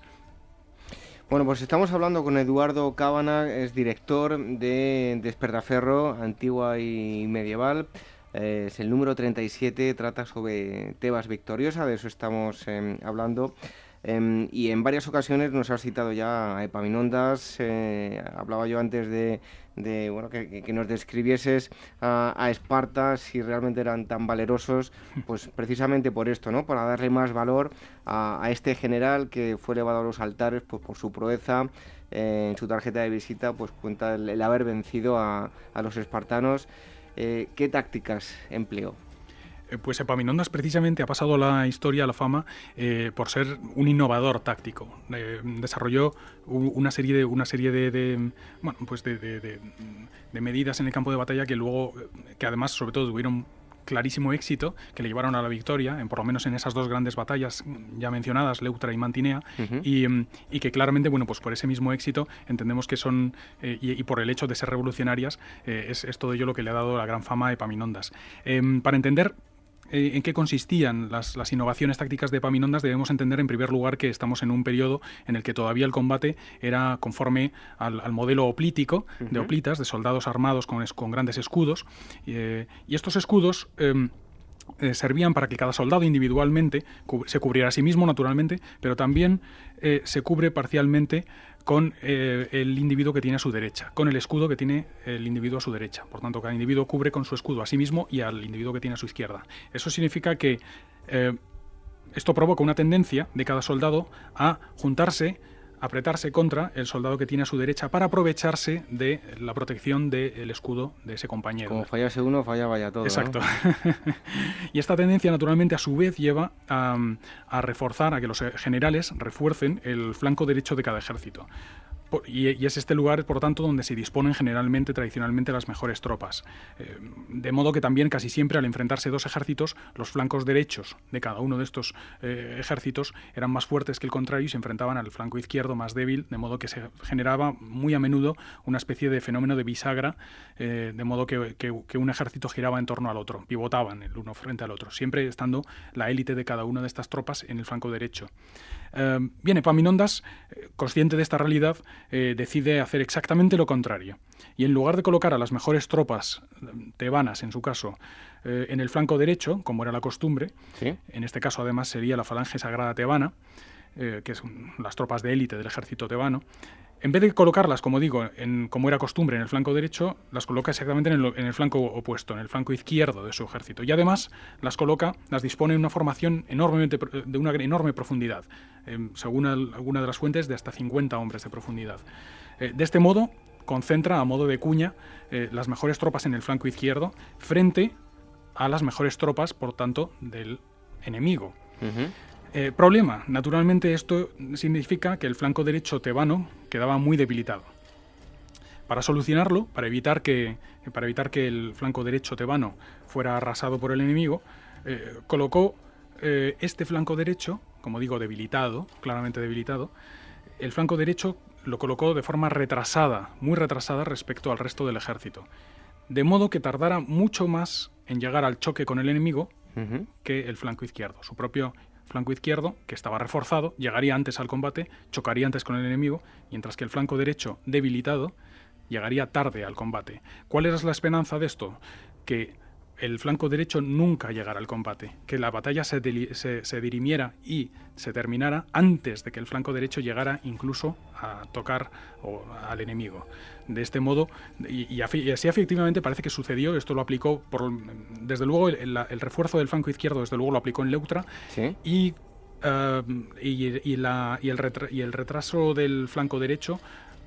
Bueno, pues estamos hablando con Eduardo Cábana, es director de Despertaferro, Antigua y Medieval. Eh, es el número treinta y siete, trata sobre Tebas victoriosa, de eso estamos eh, hablando. Eh, y en varias ocasiones nos has citado ya a Epaminondas, eh, hablaba yo antes de, de bueno, que, que nos describieses a, a Esparta, si realmente eran tan valerosos, pues precisamente por esto, ¿no? Para darle más valor a, a este general que fue elevado a los altares pues, por su proeza. Eh, en su tarjeta de visita pues cuenta el, el haber vencido a, a los espartanos. Eh, ¿Qué tácticas empleó? Pues Epaminondas precisamente ha pasado a la historia, a la fama, eh, por ser un innovador táctico. Eh, desarrolló una serie de una serie de, de bueno, pues de, de, de, de medidas en el campo de batalla que luego, que además sobre todo tuvieron clarísimo éxito, que le llevaron a la victoria, en por lo menos en esas dos grandes batallas ya mencionadas, Leuctra y Mantinea, uh-huh. y, y que claramente, bueno, pues por ese mismo éxito entendemos que son, eh, y, y por el hecho de ser revolucionarias, eh, es, es todo ello lo que le ha dado la gran fama a Epaminondas. Eh, para entender en qué consistían las, las innovaciones tácticas de Epaminondas, debemos entender en primer lugar que estamos en un periodo en el que todavía el combate era conforme al, al modelo hoplítico, uh-huh. de hoplitas, de soldados armados con, con grandes escudos, eh, y estos escudos eh, eh, servían para que cada soldado individualmente cu- se cubriera a sí mismo, naturalmente, pero también eh, se cubre parcialmente con eh, el individuo que tiene a su derecha, con el escudo que tiene el individuo a su derecha. Por tanto, cada individuo cubre con su escudo a sí mismo y al individuo que tiene a su izquierda. Eso significa que eh, esto provoca una tendencia de cada soldado a juntarse, apretarse contra el soldado que tiene a su derecha para aprovecharse de la protección del escudo de ese compañero. Como fallase uno, fallaba ya todo. Exacto. ¿No? Y esta tendencia, naturalmente, a su vez lleva a, a reforzar, a que los generales refuercen el flanco derecho de cada ejército. y, y es este lugar, por tanto, donde se disponen generalmente, tradicionalmente, las mejores tropas. Eh, de modo que también, casi siempre, al enfrentarse dos ejércitos, los flancos derechos de cada uno de estos eh, ejércitos eran más fuertes que el contrario y se enfrentaban al flanco izquierdo más débil, de modo que se generaba muy a menudo una especie de fenómeno de bisagra, eh, de modo que, que, que un ejército giraba en torno al otro, pivotaban el uno frente al otro, siempre estando la élite de cada una de estas tropas en el flanco derecho. Eh, bien, Epaminondas, eh, consciente de esta realidad, eh, decide hacer exactamente lo contrario. Y en lugar de colocar a las mejores tropas tebanas, en su caso, eh, en el flanco derecho, como era la costumbre, ¿sí? En este caso además sería la falange sagrada tebana, eh, que son las tropas de élite del ejército tebano, en vez de colocarlas, como digo, en, como era costumbre, en el flanco derecho, las coloca exactamente en el, en el flanco opuesto, en el flanco izquierdo de su ejército. Y además las coloca, las dispone en una formación enormemente, de una enorme profundidad, eh, según el, alguna de las fuentes, de hasta cincuenta hombres de profundidad. Eh, de este modo, concentra a modo de cuña eh, las mejores tropas en el flanco izquierdo frente a las mejores tropas, por tanto, del enemigo. Uh-huh. Eh, problema, naturalmente esto significa que el flanco derecho tebano quedaba muy debilitado. Para solucionarlo, para evitar que, para evitar que el flanco derecho tebano fuera arrasado por el enemigo, eh, colocó eh, este flanco derecho, como digo, debilitado, claramente debilitado, el flanco derecho lo colocó de forma retrasada, muy retrasada respecto al resto del ejército, de modo que tardara mucho más en llegar al choque con el enemigo uh-huh. que el flanco izquierdo. Su propio flanco izquierdo, que estaba reforzado, llegaría antes al combate, chocaría antes con el enemigo, mientras que el flanco derecho, debilitado, llegaría tarde al combate. ¿Cuál era la esperanza de esto? Que el flanco derecho nunca llegara al combate, que la batalla se, se, se dirimiera y se terminara antes de que el flanco derecho llegara incluso a tocar o, al enemigo. De este modo, y, y, y así efectivamente parece que sucedió, esto lo aplicó, por, desde luego el, el refuerzo del flanco izquierdo, desde luego lo aplicó en Leuctra, ¿sí? y, uh, y, y, la, y, el retra, y el retraso del flanco derecho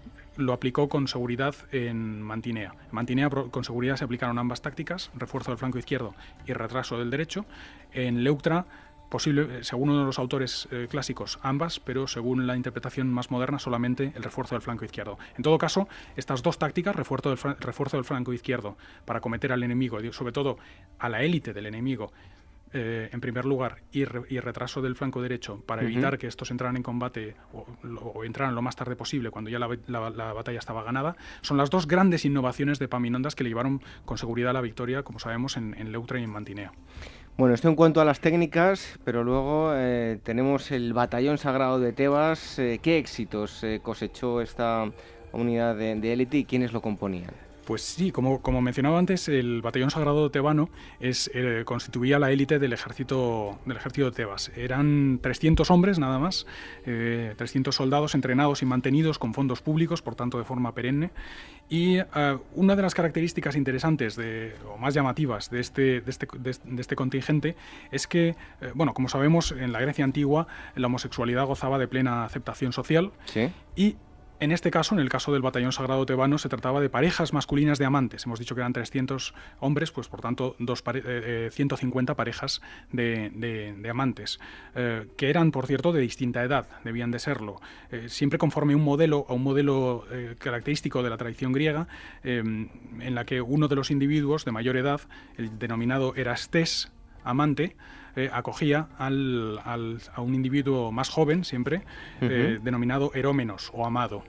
lo aplicó con seguridad en Mantinea. En Mantinea con seguridad se aplicaron ambas tácticas, refuerzo del flanco izquierdo y retraso del derecho. En Leuctra, posible, según uno de los autores eh, clásicos, ambas, pero según la interpretación más moderna, solamente el refuerzo del flanco izquierdo. En todo caso, estas dos tácticas, refuerzo del, refuerzo del flanco izquierdo para acometer al enemigo, sobre todo a la élite del enemigo, Eh, en primer lugar, y, re, y retraso del flanco derecho para uh-huh. evitar que estos entraran en combate o, o entraran lo más tarde posible cuando ya la, la, la batalla estaba ganada, son las dos grandes innovaciones de Epaminondas que le llevaron con seguridad a la victoria, como sabemos, en, en Leuctra y en Mantinea. Bueno, esto en cuanto a las técnicas, pero luego eh, tenemos el Batallón Sagrado de Tebas. Eh, ¿Qué éxitos eh, cosechó esta unidad de, de élite y quiénes lo componían? Pues sí, como, como mencionaba antes, el Batallón Sagrado tebano es, eh, constituía la élite del ejército, del ejército de Tebas. Eran trescientos hombres nada más, eh, trescientos soldados entrenados y mantenidos con fondos públicos, por tanto de forma perenne. Y uh, una de las características interesantes de, o más llamativas de este, de este, de, de este contingente es que, eh, bueno, como sabemos, en la Grecia antigua la homosexualidad gozaba de plena aceptación social. ¿Sí? Y en este caso, en el caso del Batallón Sagrado tebano, se trataba de parejas masculinas de amantes. Hemos dicho que eran trescientos hombres, pues por tanto dos pare- eh, ciento cincuenta parejas de, de, de amantes, eh, que eran, por cierto, de distinta edad, debían de serlo. Eh, siempre conforme un modelo, a un modelo eh, característico de la tradición griega, eh, en la que uno de los individuos de mayor edad, el denominado erastés, amante, eh, acogía al, al, a un individuo más joven, siempre, uh-huh. eh, denominado erómenos o amado.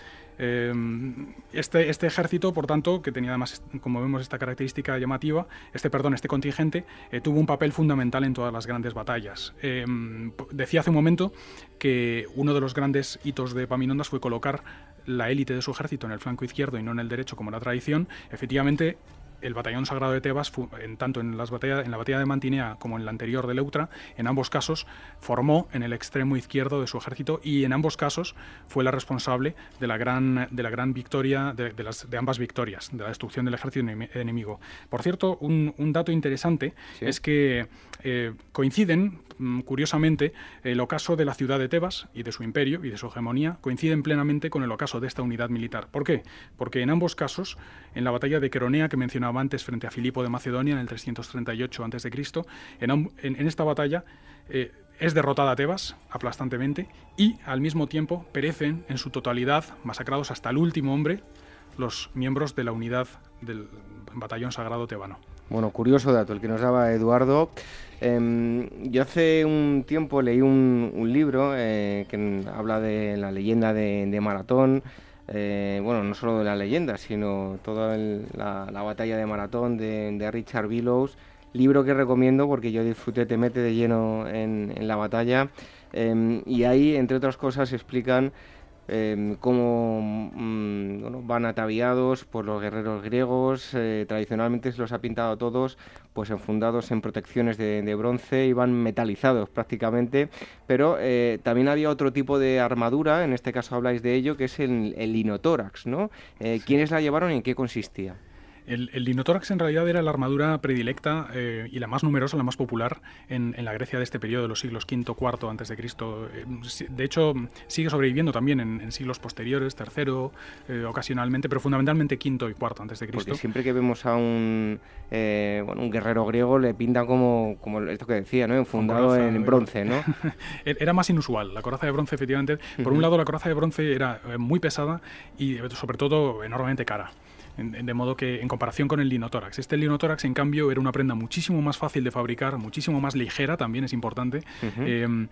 Eh, este, este ejército, por tanto, que tenía además, como vemos, esta característica llamativa, este, perdón, este contingente, eh, tuvo un papel fundamental en todas las grandes batallas. Eh, decía hace un momento que uno de los grandes hitos de Epaminondas fue colocar la élite de su ejército en el flanco izquierdo y no en el derecho, como la tradición. Efectivamente, el Batallón Sagrado de Tebas, en, tanto en, las batalla, en la batalla de Mantinea como en la anterior de Leuctra, en ambos casos formó en el extremo izquierdo de su ejército y en ambos casos fue la responsable de la gran, de la gran victoria, de, de, las, de ambas victorias, de la destrucción del ejército enemigo. Por cierto, un, un dato interesante ¿Sí? es que eh, coinciden, curiosamente, el ocaso de la ciudad de Tebas y de su imperio y de su hegemonía coinciden plenamente con el ocaso de esta unidad militar. ¿Por qué? Porque en ambos casos, en la batalla de Queronea que mencionaba antes frente a Filipo de Macedonia en el trescientos treinta y ocho antes de Cristo, en, en, en esta batalla eh, es derrotada Tebas aplastantemente y al mismo tiempo perecen en su totalidad, masacrados hasta el último hombre, los miembros de la unidad del batallón sagrado tebano. Bueno, curioso dato el que nos daba Eduardo. Eh, yo hace un tiempo leí un, un libro eh, que habla de la leyenda de, de Maratón. Eh, bueno, no solo de la leyenda, sino toda el, la, la batalla de Maratón de, de Richard Billows. Libro que recomiendo porque yo disfruté, te mete de lleno en, en la batalla. Eh, y ahí, entre otras cosas, explican Eh, cómo mmm, bueno, van ataviados por los guerreros griegos. Eh, tradicionalmente se los ha pintado a todos pues enfundados en protecciones de, de bronce y van metalizados prácticamente, pero eh, también había otro tipo de armadura, en este caso habláis de ello, que es el, el linotórax, ¿no? Eh, sí. ¿Quiénes la llevaron y en qué consistía? El, el linotórax en realidad era la armadura predilecta eh, y la más numerosa, la más popular en, en la Grecia de este periodo, de los siglos quinto, cuarto antes de Cristo. Eh, de hecho, sigue sobreviviendo también en, en siglos posteriores, tercero, eh, ocasionalmente, pero fundamentalmente quinto y cuarto antes de Cristo. Porque siempre que vemos a un, eh, bueno, un guerrero griego le pintan como, como esto que decía, ¿no? Enfundado coraza, en bronce, ¿no? Era más inusual. La coraza de bronce, efectivamente. Por uh-huh. un lado, la coraza de bronce era muy pesada y, sobre todo, enormemente cara. De modo que, en comparación con el linotórax, este linotórax, en cambio, era una prenda muchísimo más fácil de fabricar, muchísimo más ligera, también es importante, uh-huh. eh,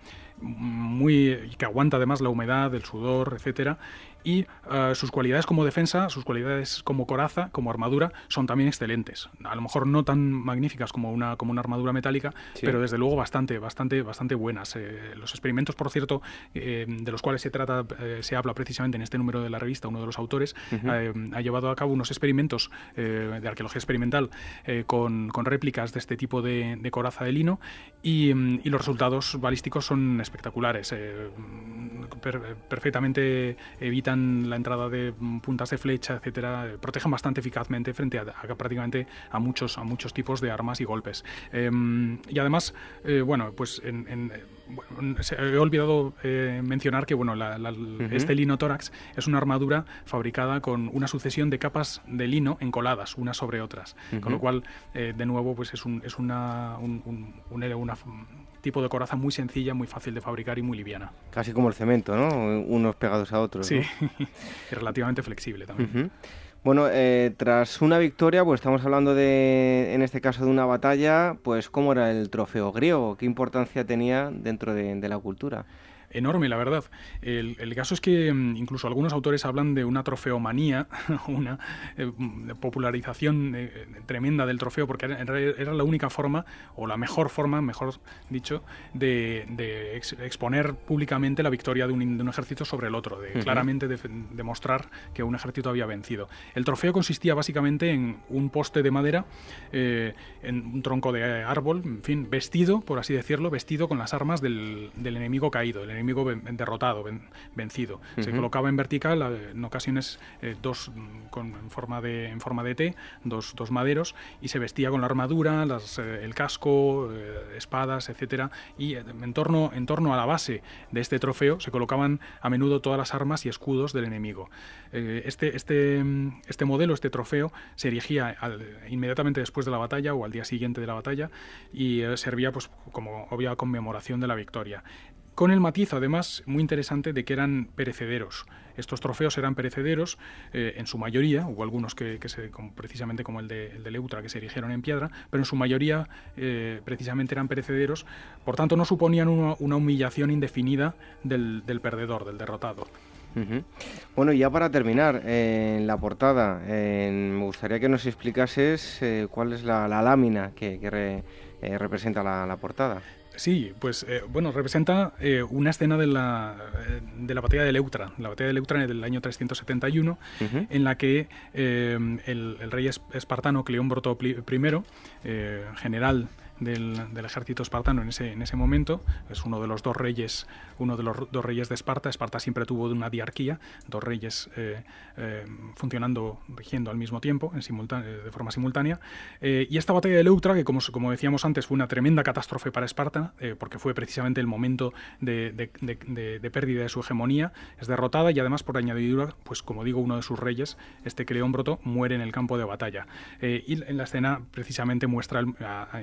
muy, que aguanta además la humedad, el sudor, etcétera. Y uh, sus cualidades como defensa, sus cualidades como coraza, como armadura, son también excelentes. A lo mejor no tan magníficas como una, como una armadura metálica, sí. pero desde luego bastante, bastante, bastante buenas. Eh, los experimentos, por cierto, eh, de los cuales se trata, eh, se habla precisamente en este número de la revista, uno de los autores, uh-huh. eh, ha llevado a cabo unos experimentos eh, de arqueología experimental eh, con, con réplicas de este tipo de, de coraza de lino y, y los resultados balísticos son espectaculares. Eh, per, perfectamente evitan la entrada de puntas de flecha, etcétera, protegen bastante eficazmente frente a, a prácticamente a muchos a muchos tipos de armas y golpes. Eh, y además, eh, bueno, pues en, en, bueno, he olvidado eh, mencionar que bueno, la, la, uh-huh. este linotórax es una armadura fabricada con una sucesión de capas de lino encoladas unas sobre otras, uh-huh. con lo cual, eh, de nuevo, pues es un es una un, un, una, una tipo de coraza muy sencilla, muy fácil de fabricar y muy liviana. Casi como el cemento, ¿no? Unos pegados a otros, sí, ¿no? y relativamente flexible también. Uh-huh. Bueno, eh, tras una victoria, pues estamos hablando de, en este caso, de una batalla, pues ¿cómo era el trofeo griego? ¿Qué importancia tenía dentro de, de la cultura? Enorme, la verdad. El, el caso es que incluso algunos autores hablan de una trofeomanía, una eh, popularización eh, tremenda del trofeo, porque era, era la única forma, o la mejor forma, mejor dicho, de, de ex, exponer públicamente la victoria de un, de un ejército sobre el otro, de uh-huh. claramente de, demostrar que un ejército había vencido. El trofeo consistía básicamente en un poste de madera, eh, en un tronco de árbol, en fin, vestido, por así decirlo, vestido con las armas del, del enemigo caído, el enemigo derrotado, vencido. Uh-huh. Se colocaba en vertical, en ocasiones eh, dos con, en, forma de, en forma de T, dos, dos maderos, y se vestía con la armadura, las, eh, el casco, eh, espadas, etcétera, y en torno, en torno a la base de este trofeo se colocaban a menudo todas las armas y escudos del enemigo. Eh, este, este, este modelo, este trofeo, se erigía al, inmediatamente después de la batalla o al día siguiente de la batalla y eh, servía pues, como obvia conmemoración de la victoria. Con el matiz, además, muy interesante de que eran perecederos. Estos trofeos eran perecederos, eh, en su mayoría, hubo algunos que, que se, como, precisamente como el de, el de Leutra, que se erigieron en piedra, pero en su mayoría eh, precisamente eran perecederos, por tanto no suponían una, una humillación indefinida del, del perdedor, del derrotado. Uh-huh. Bueno, y ya para terminar, eh, en la portada, eh, me gustaría que nos explicases eh, cuál es la, la lámina que, que re, eh, representa la, la portada. Sí, pues eh, bueno, representa eh, una escena de la, de la batalla de Leuctra, la batalla de Leuctra del año trescientos setenta y uno, uh-huh. en la que eh, el, el rey espartano Cleómbroto primero, eh, general Del, del ejército espartano en ese, en ese momento, es uno de los dos reyes, uno de los dos reyes de Esparta. Esparta siempre tuvo una diarquía, dos reyes eh, eh, funcionando, rigiendo al mismo tiempo, en simultáneo, de forma simultánea. Eh, y esta batalla de Leuctra, que como, como decíamos antes, fue una tremenda catástrofe para Esparta, eh, porque fue precisamente el momento de, de, de, de, de pérdida de su hegemonía, es derrotada y además, por añadidura, pues como digo, uno de sus reyes, este Cleómbroto, muere en el campo de batalla. Eh, y en la escena precisamente muestra el, a, en primer plano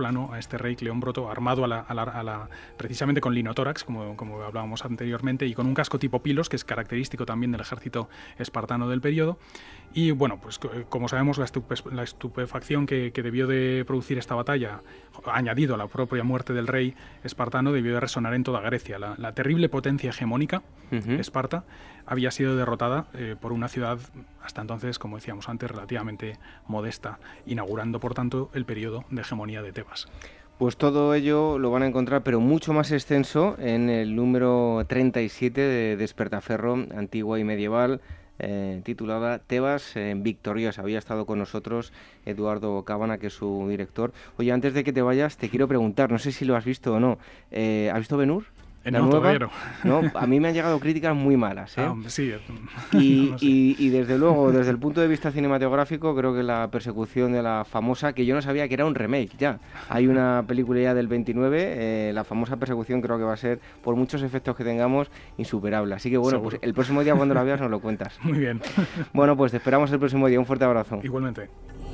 plano a este rey Cleómbroto armado a la, a la, a la, precisamente con linotórax, como, como hablábamos anteriormente, y con un casco tipo pilos, que es característico también del ejército espartano del periodo. Y bueno, pues como sabemos, la, estupe, la estupefacción que, que debió de producir esta batalla, añadido a la propia muerte del rey espartano, debió de resonar en toda Grecia. La, la terrible potencia hegemónica, uh-huh. Esparta, había sido derrotada eh, por una ciudad hasta entonces, como decíamos antes, relativamente modesta, inaugurando, por tanto, el periodo de hegemonía de Tebas. Pues todo ello lo van a encontrar, pero mucho más extenso, en el número treinta y siete de Despertaferro, antigua y medieval, eh, titulada Tebas eh, victoriosa. Había estado con nosotros Eduardo Cábana, que es su director. Oye, antes de que te vayas, te quiero preguntar, no sé si lo has visto o no, eh, ¿has visto Ben-Hur? ¿La no, nueva? No. no, a mí me han llegado críticas muy malas, ¿eh? Ah, sí. Y, no sé. y, y desde luego, desde el punto de vista cinematográfico, creo que la persecución de la famosa, que yo no sabía que era un remake ya. Hay una película ya del veintinueve, eh, la famosa persecución creo que va a ser, por muchos efectos que tengamos, insuperable. Así que bueno, Seguro. Pues el próximo día cuando la veas nos lo cuentas. Muy bien. Bueno, pues te esperamos el próximo día. Un fuerte abrazo. Igualmente.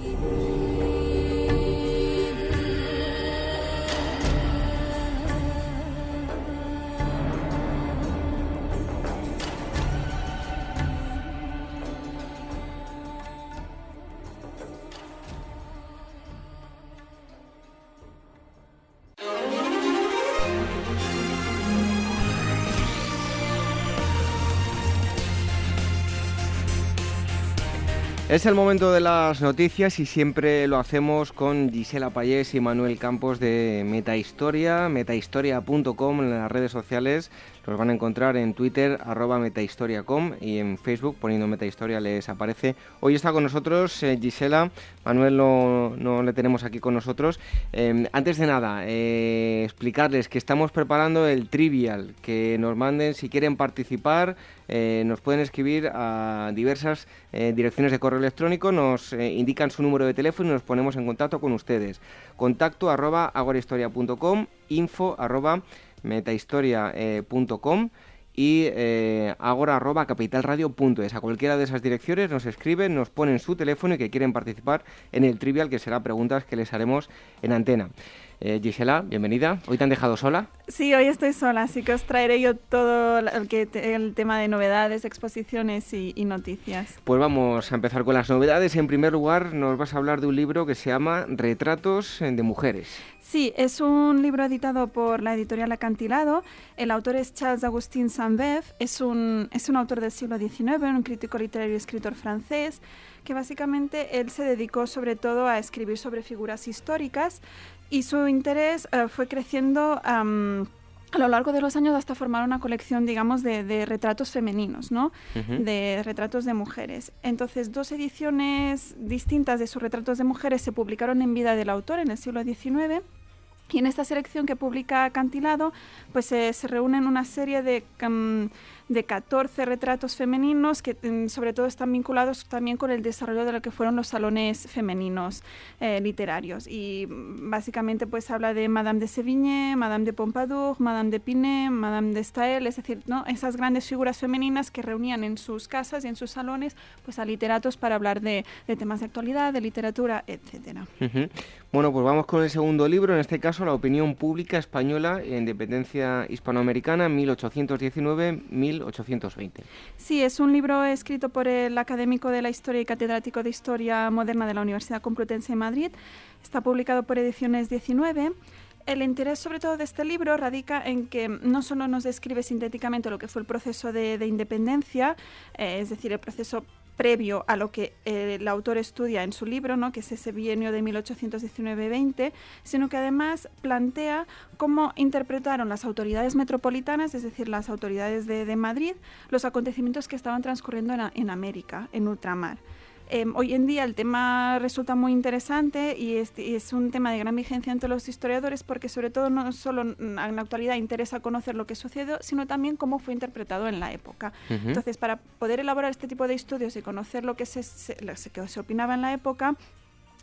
Es el momento de las noticias y siempre lo hacemos con Gisela Payés y Manuel Campos de Metahistoria, metahistoria punto com en las redes sociales. Los van a encontrar en Twitter, arroba metahistoria punto com, y en Facebook, poniendo Metahistoria, les aparece. Hoy está con nosotros eh, Gisela. Manuel no, no le tenemos aquí con nosotros. Eh, antes de nada, eh, explicarles que estamos preparando el Trivial, que nos manden, si quieren participar, eh, nos pueden escribir a diversas eh, direcciones de correo electrónico, nos eh, indican su número de teléfono y nos ponemos en contacto con ustedes. Contacto arroba agorahistoria punto com, info arroba metahistoria punto com y eh, agora arroba capitalradio punto es. A cualquiera de esas direcciones nos escriben, nos ponen su teléfono y que quieren participar en el Trivial, que será preguntas que les haremos en antena. Eh, Gisela, bienvenida. ¿Hoy te han dejado sola? Sí, hoy estoy sola, así que os traeré yo todo el, que, el tema de novedades, exposiciones y, y noticias. Pues vamos a empezar con las novedades. En primer lugar, nos vas a hablar de un libro que se llama Retratos de Mujeres. Sí, es un libro editado por la editorial Acantilado. El autor es Charles-Augustin Sainte-Beuve. Es un, es un autor del siglo diecinueve, un crítico literario y escritor francés, que básicamente él se dedicó sobre todo a escribir sobre figuras históricas, y su interés uh, fue creciendo um, a lo largo de los años hasta formar una colección, digamos, de, de retratos femeninos, ¿no? Uh-huh. De retratos de mujeres. Entonces, dos ediciones distintas de sus retratos de mujeres se publicaron en vida del autor en el siglo diecinueve. Y en esta selección que publica Acantilado, pues eh, se reúnen una serie de, um, de catorce retratos femeninos que um, sobre todo están vinculados también con el desarrollo de lo que fueron los salones femeninos eh, literarios. Y básicamente pues habla de Madame de Sévigné, Madame de Pompadour, Madame de Pinet, Madame de Staël, es decir, ¿no? Esas grandes figuras femeninas que reunían en sus casas y en sus salones pues a literatos para hablar de, de temas de actualidad, de literatura, etcétera. Uh-huh. Bueno, pues vamos con el segundo libro, en este caso La opinión pública española e independencia hispanoamericana mil ochocientos diecinueve a mil ochocientos veinte. Sí, es un libro escrito por el académico de la Historia y catedrático de Historia Moderna de la Universidad Complutense de Madrid. Está publicado por Ediciones diecinueve. El interés sobre todo de este libro radica en que no solo nos describe sintéticamente lo que fue el proceso de, de independencia, eh, es decir, el proceso previo a lo que eh, el autor estudia en su libro, ¿no? Que es ese bienio de mil ochocientos diecinueve veinte, sino que además plantea cómo interpretaron las autoridades metropolitanas, es decir, las autoridades de, de Madrid, los acontecimientos que estaban transcurriendo en, en América, en ultramar. Eh, hoy en día el tema resulta muy interesante y es, y es un tema de gran vigencia entre los historiadores porque sobre todo no solo en la actualidad interesa conocer lo que sucedió, sino también cómo fue interpretado en la época. Uh-huh. Entonces, para poder elaborar este tipo de estudios y conocer lo que se, se, lo que se opinaba en la época,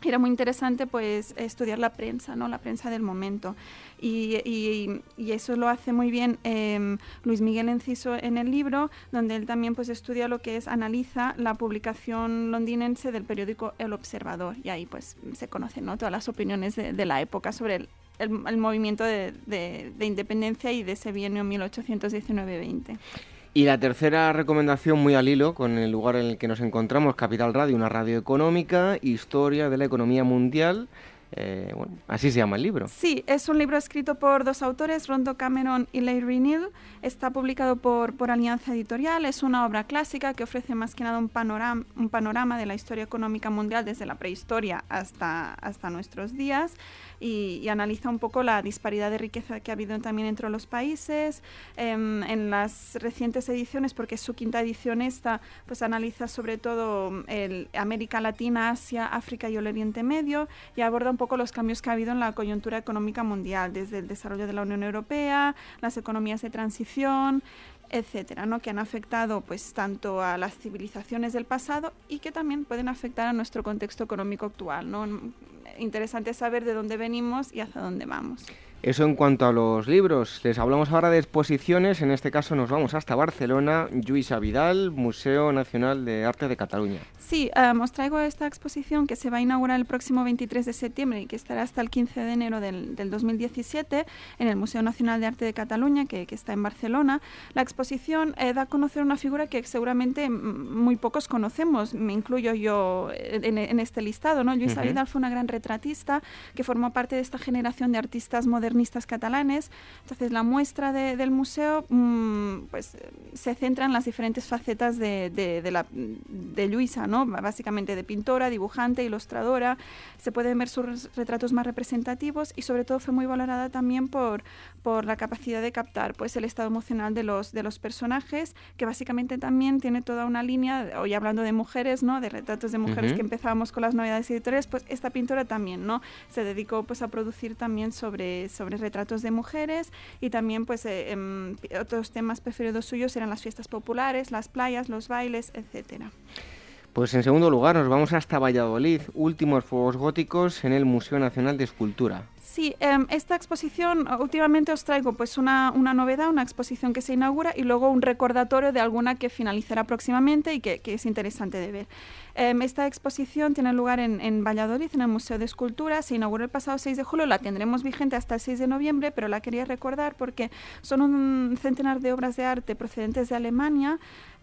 era muy interesante pues estudiar la prensa, ¿no? La prensa del momento. Y, y, y eso lo hace muy bien eh, Luis Miguel Enciso en el libro, donde él también pues estudia lo que es, analiza la publicación londinense del periódico El Observador, y ahí pues se conocen, ¿no?, todas las opiniones de, de la época sobre el, el, el movimiento de, de, de independencia y de ese bienio mil ochocientos diecinueve veinte. Y la tercera recomendación, muy al hilo con el lugar en el que nos encontramos, Capital Radio, una radio económica, historia de la economía mundial. Eh, bueno, así se llama el libro. Sí, es un libro escrito por dos autores, Rondo Cameron y Larry Neal. Está publicado por, por Alianza Editorial. Es una obra clásica que ofrece más que nada un panorama, un panorama de la historia económica mundial desde la prehistoria hasta, hasta nuestros días, y, y analiza un poco la disparidad de riqueza que ha habido también entre los países. Eh, en las recientes ediciones, porque es su quinta edición esta, pues analiza sobre todo el América Latina, Asia, África y el Oriente Medio, y aborda un poco los cambios que ha habido en la coyuntura económica mundial, desde el desarrollo de la Unión Europea, las economías de transición, etcétera, ¿no?, que han afectado pues tanto a las civilizaciones del pasado y que también pueden afectar a nuestro contexto económico actual, ¿no? Interesante saber de dónde venimos y hacia dónde vamos. Eso en cuanto a los libros. Les hablamos ahora de exposiciones. En este caso nos vamos hasta Barcelona. Lluïsa Vidal, Museo Nacional de Arte de Cataluña. Sí, um, os traigo esta exposición que se va a inaugurar el próximo veintitrés de septiembre y que estará hasta el quince de enero del, del dos mil diecisiete en el Museo Nacional de Arte de Cataluña, que, que está en Barcelona. La exposición eh, da a conocer una figura que seguramente muy pocos conocemos, me incluyo yo en, en este listado, ¿no? Lluïsa uh-huh. Vidal fue una gran retratista que formó parte de esta generación de artistas modernos catalanes. Entonces la muestra de, del museo mmm, pues se centra en las diferentes facetas de, de, de, la, de Lluïsa, ¿no? Básicamente de pintora, dibujante, ilustradora. Se pueden ver sus retratos más representativos y sobre todo fue muy valorada también por, por la capacidad de captar pues el estado emocional de los, de los personajes, que básicamente también tiene toda una línea, hoy hablando de mujeres, ¿no?, de retratos de mujeres uh-huh. que empezábamos con las novedades editoriales, pues esta pintora también, ¿no?, se dedicó pues a producir también sobre, sobre sobre retratos de mujeres, y también pues eh, eh, otros temas preferidos suyos eran las fiestas populares, las playas, los bailes, etcétera. Pues en segundo lugar nos vamos hasta Valladolid, últimos fuegos góticos en el Museo Nacional de Escultura. Sí, eh, esta exposición, últimamente os traigo pues una, una novedad, una exposición que se inaugura y luego un recordatorio de alguna que finalizará próximamente y que, que es interesante de ver. Eh, esta exposición tiene lugar en, en Valladolid, en el Museo de Escultura. Se inauguró el pasado seis de julio, la tendremos vigente hasta el seis de noviembre, pero la quería recordar porque son un centenar de obras de arte procedentes de Alemania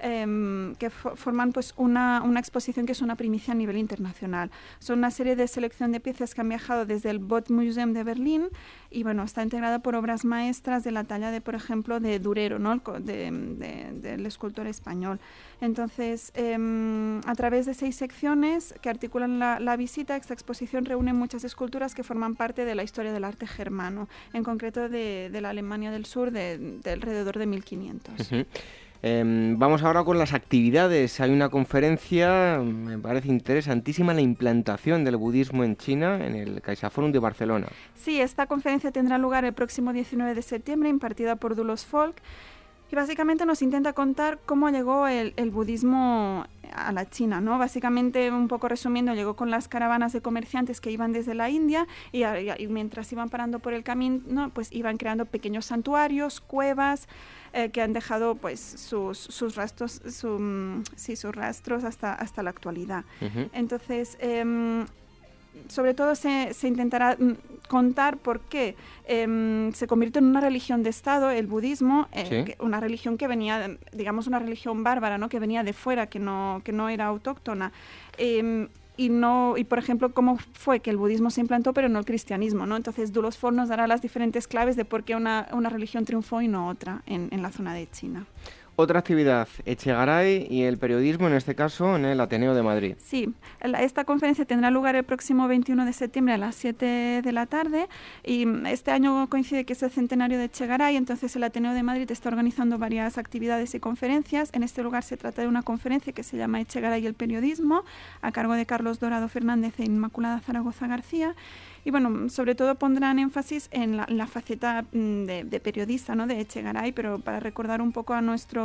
eh, que fo- forman pues una, una exposición que es una primicia a nivel internacional. Son una serie de selección de piezas que han viajado desde el Bot Museum de Berlín y bueno, está integrada por obras maestras de la talla de, por ejemplo, de Durero, ¿no?, de, de, del escultor español. Entonces, eh, a través de seis secciones que articulan la, la visita, esta exposición reúne muchas esculturas que forman parte de la historia del arte germano, en concreto de, de la Alemania del Sur de, de alrededor de mil quinientos. Uh-huh. Eh, vamos ahora con las actividades. Hay una conferencia, me parece interesantísima, la implantación del budismo en China en el CaixaForum de Barcelona. Sí, esta conferencia tendrá lugar el próximo diecinueve de septiembre, impartida por Dulos Folk. Y básicamente nos intenta contar cómo llegó el, el budismo a la China, ¿no? Básicamente, un poco resumiendo, llegó con las caravanas de comerciantes que iban desde la India y, y mientras iban parando por el camino, ¿no?, pues iban creando pequeños santuarios, cuevas, eh, que han dejado pues sus, sus rastros, su, sí, sus rastros hasta, hasta la actualidad. Uh-huh. Entonces, eh, sobre todo se, se intentará contar por qué eh, se convirtió en una religión de Estado el budismo, eh, ¿sí?, que, una religión que venía, digamos, una religión bárbara, ¿no?, que venía de fuera, que no, que no era autóctona. Eh, y no y por ejemplo cómo fue que el budismo se implantó pero no el cristianismo, ¿no? Entonces Dulos Folk nos dará las diferentes claves de por qué una, una religión triunfó y no otra en, en la zona de China. Otra actividad, Echegaray y el periodismo, en este caso en el Ateneo de Madrid. Sí, esta conferencia tendrá lugar el próximo veintiuno de septiembre a las siete de la tarde y este año coincide que es el centenario de Echegaray, entonces el Ateneo de Madrid está organizando varias actividades y conferencias. En este lugar se trata de una conferencia que se llama Echegaray y el periodismo, a cargo de Carlos Dorado Fernández e Inmaculada Zaragoza García. Y bueno, sobre todo pondrán énfasis en la, la faceta de, de periodista, ¿no?, de Echegaray, pero para recordar un poco a nuestro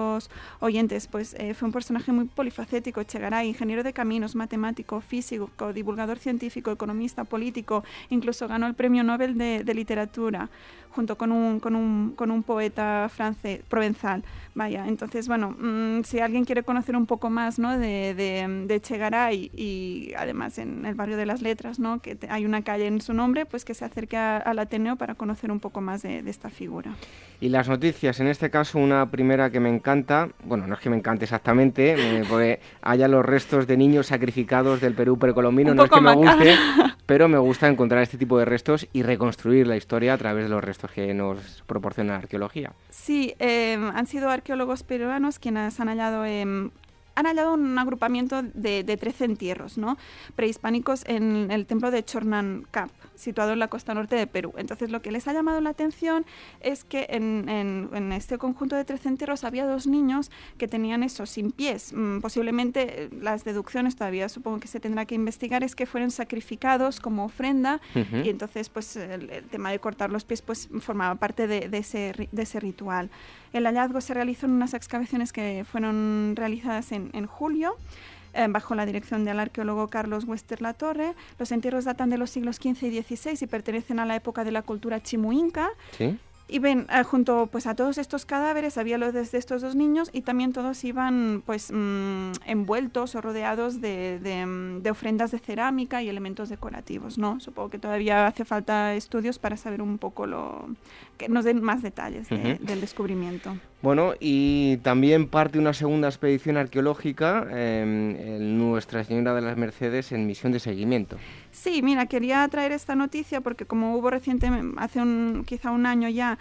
nuestros oyentes, pues eh, fue un personaje muy polifacético. Echegaray, ingeniero de caminos, matemático, físico, divulgador científico, economista, político, incluso ganó el premio Nobel de, de literatura junto con un, con un, con un poeta francés, provenzal. Vaya, entonces, bueno, mmm, si alguien quiere conocer un poco más, ¿no?, de, de, de Echegaray, y además en el barrio de las Letras, ¿no?, que te, hay una calle en su nombre, pues que se acerque a, al Ateneo para conocer un poco más de, de esta figura. Y las noticias, en este caso una primera que me encanta, bueno, no es que me encante exactamente, eh, porque haya los restos de niños sacrificados del Perú precolombino, Un no es que me macabro. guste, pero me gusta encontrar este tipo de restos y reconstruir la historia a través de los restos que nos proporciona la arqueología. Sí, eh, han sido arqueólogos peruanos quienes han hallado... Eh, han hallado un agrupamiento de, de trece entierros, ¿no?, prehispánicos en el templo de Chornancap, situado en la costa norte de Perú. Entonces, lo que les ha llamado la atención es que en, en, en este conjunto de trece entierros había dos niños que tenían eso, sin pies. Mm, posiblemente, las deducciones todavía supongo que se tendrá que investigar, es que fueron sacrificados como ofrenda, uh-huh. y entonces pues el, el tema de cortar los pies pues formaba parte de, de, ese, de ese ritual. El hallazgo se realizó en unas excavaciones que fueron realizadas en, en julio, eh, bajo la dirección del arqueólogo Carlos Wester Latorre. Los entierros datan de los siglos quince y dieciséis y pertenecen a la época de la cultura chimuinca. ¿Sí? Y ven, eh, junto pues a todos estos cadáveres había los de estos dos niños, y también todos iban pues mmm, envueltos o rodeados de, de, de ofrendas de cerámica y elementos decorativos, ¿no? Supongo que todavía hace falta estudios para saber un poco lo... que nos den más detalles de, uh-huh. del descubrimiento. Bueno, y también parte una segunda expedición arqueológica, eh, en Nuestra Señora de las Mercedes, en misión de seguimiento. Sí, mira, quería traer esta noticia porque como hubo recientemente, hace un, quizá un año ya,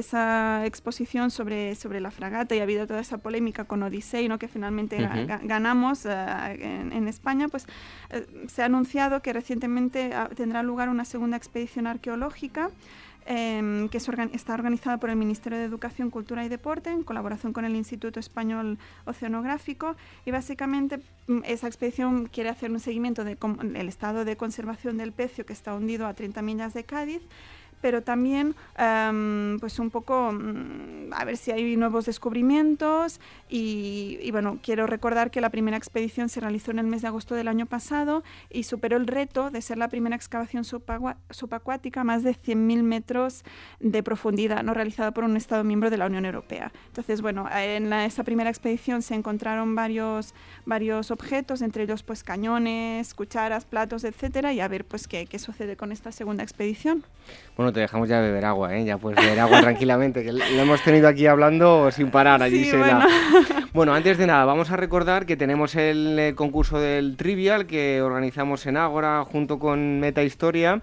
esa exposición sobre, sobre la fragata, y ha habido toda esa polémica con Odisei, ¿no?, que finalmente uh-huh. ga- ganamos uh, en, en España, pues uh, se ha anunciado que recientemente uh, tendrá lugar una segunda expedición arqueológica, Eh, que es organ- está organizada por el Ministerio de Educación, Cultura y Deporte en colaboración con el Instituto Español Oceanográfico, y básicamente esa expedición quiere hacer un seguimiento del de estado de conservación del pecio, que está hundido a treinta millas de Cádiz, pero también um, pues un poco um, a ver si hay nuevos descubrimientos, y, y bueno, quiero recordar que la primera expedición se realizó en el mes de agosto del año pasado y superó el reto de ser la primera excavación subagua, subacuática a más de cien mil metros de profundidad, no realizada por un Estado miembro de la Unión Europea. Entonces, bueno, en la, esa primera expedición se encontraron varios, varios objetos, entre ellos pues cañones, cucharas, platos, etcétera, y a ver pues qué, qué sucede con esta segunda expedición. Bueno, te dejamos ya beber agua, ¿eh? Ya puedes beber agua tranquilamente, que lo hemos tenido aquí hablando sin parar allí. Sí, bueno. bueno. Bueno, antes de nada, vamos a recordar que tenemos el, el concurso del Trivial que organizamos en Ágora junto con Meta Historia,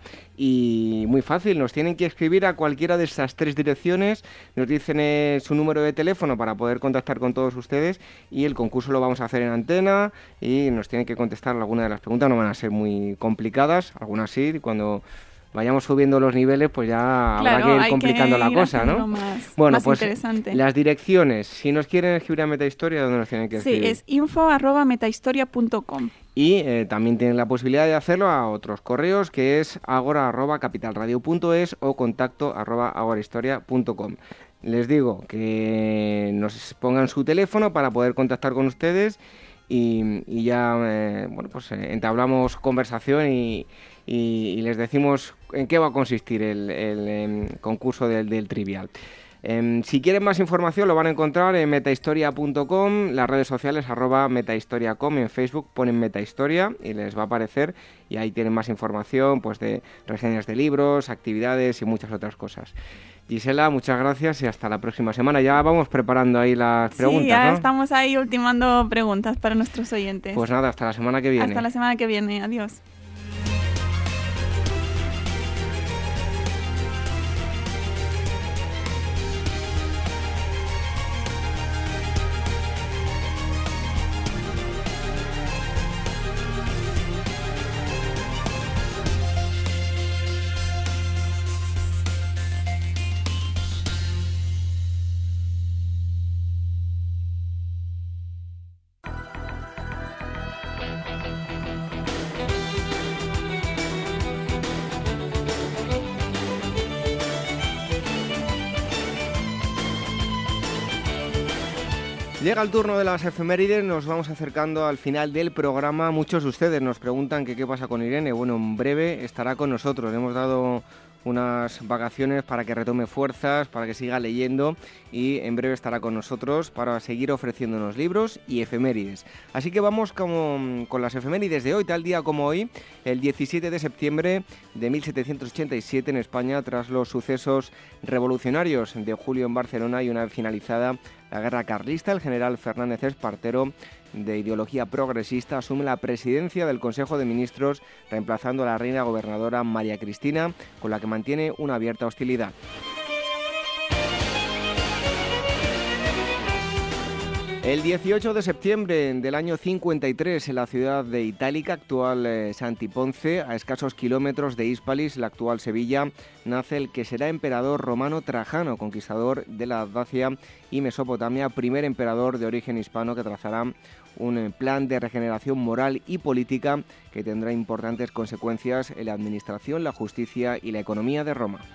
y muy fácil, nos tienen que escribir a cualquiera de esas tres direcciones, nos dicen eh, su número de teléfono para poder contactar con todos ustedes, y el concurso lo vamos a hacer en antena y nos tienen que contestar alguna de las preguntas. No van a ser muy complicadas, algunas sí, cuando vayamos subiendo los niveles, pues ya claro, habrá que ir complicando que la ir cosa, ¿no? Más, bueno, más pues interesante. Las direcciones, si nos quieren escribir a Metahistoria, ¿dónde nos tienen que escribir? Sí, es info arroba metahistoria punto com. Y eh, también tienen la posibilidad de hacerlo a otros correos, que es agora arroba capitalradio punto es o contacto arroba agorahistoria punto com. Les digo que nos pongan su teléfono para poder contactar con ustedes, y, y ya eh, bueno, pues eh, entablamos conversación y, y, y les decimos en qué va a consistir el, el, el concurso del, del Trivial. Eh, si quieren más información lo van a encontrar en metahistoria punto com, las redes sociales arroba metahistoria punto com, en Facebook ponen Metahistoria y les va a aparecer, y ahí tienen más información pues de reseñas de libros, actividades y muchas otras cosas. Gisela, muchas gracias y hasta la próxima semana. Ya vamos preparando ahí las preguntas, sí, ya ¿no? Estamos ahí ultimando preguntas para nuestros oyentes. Pues nada, hasta la semana que viene. Hasta la semana que viene, adiós. Llega el turno de las efemérides, nos vamos acercando al final del programa. Muchos de ustedes nos preguntan que qué pasa con Irene. Bueno, en breve estará con nosotros. Le hemos dado unas vacaciones para que retome fuerzas, para que siga leyendo y en breve estará con nosotros para seguir ofreciéndonos libros y efemérides. Así que vamos como, con las efemérides de hoy, tal día como hoy, el diecisiete de septiembre de mil setecientos ochenta y siete en España, tras los sucesos revolucionarios de julio en Barcelona y una vez finalizada la guerra carlista, el general Fernández Espartero, de ideología progresista, asume la presidencia del Consejo de Ministros, reemplazando a la reina gobernadora María Cristina, con la que mantiene una abierta hostilidad. El dieciocho de septiembre del año cincuenta y tres, en la ciudad de Itálica, actual eh, Santiponce, a escasos kilómetros de Hispalis, la actual Sevilla, nace el que será emperador romano Trajano, conquistador de la Dacia y Mesopotamia, primer emperador de origen hispano que trazará un eh, plan de regeneración moral y política que tendrá importantes consecuencias en la administración, la justicia y la economía de Roma.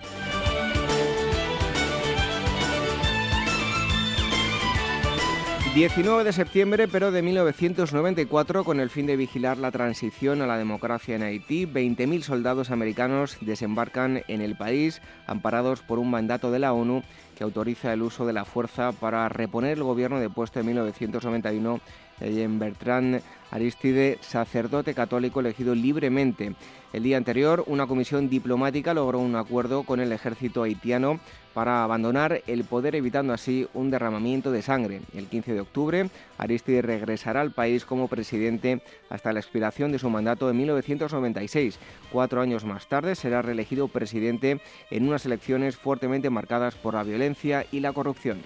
diecinueve de septiembre, pero de mil novecientos noventa y cuatro, con el fin de vigilar la transición a la democracia en Haití, veinte mil soldados americanos desembarcan en el país, amparados por un mandato de la ONU que autoriza el uso de la fuerza para reponer el gobierno depuesto en mil novecientos noventa y uno de Jean Bertrand Aristide, sacerdote católico elegido libremente. El día anterior, una comisión diplomática logró un acuerdo con el ejército haitiano para abandonar el poder, evitando así un derramamiento de sangre. El quince de octubre, Aristide regresará al país como presidente hasta la expiración de su mandato en mil novecientos noventa y seis. Cuatro años más tarde será reelegido presidente en unas elecciones fuertemente marcadas por la violencia y la corrupción.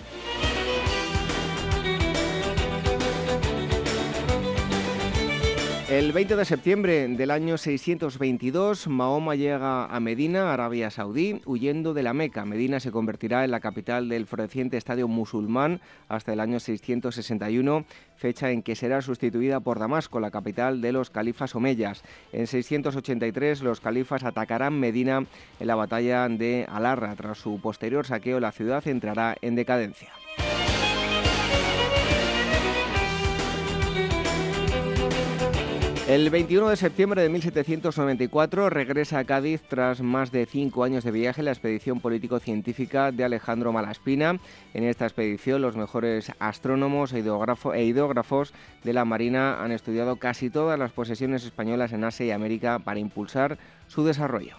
El veinte de septiembre del año seiscientos veintidós, Mahoma llega a Medina, Arabia Saudí, huyendo de la Meca. Medina se convertirá en la capital del floreciente estadio musulmán hasta el año seiscientos sesenta y uno, fecha en que será sustituida por Damasco, la capital de los califas omeyas. En seiscientos ochenta y tres, los califas atacarán Medina en la batalla de Al-Arra. Tras su posterior saqueo, la ciudad entrará en decadencia. El veintiuno de septiembre de mil setecientos noventa y cuatro regresa a Cádiz tras más de cinco años de viaje la expedición político-científica de Alejandro Malaspina. En esta expedición los mejores astrónomos e ideógrafos de la Marina han estudiado casi todas las posesiones españolas en Asia y América para impulsar su desarrollo.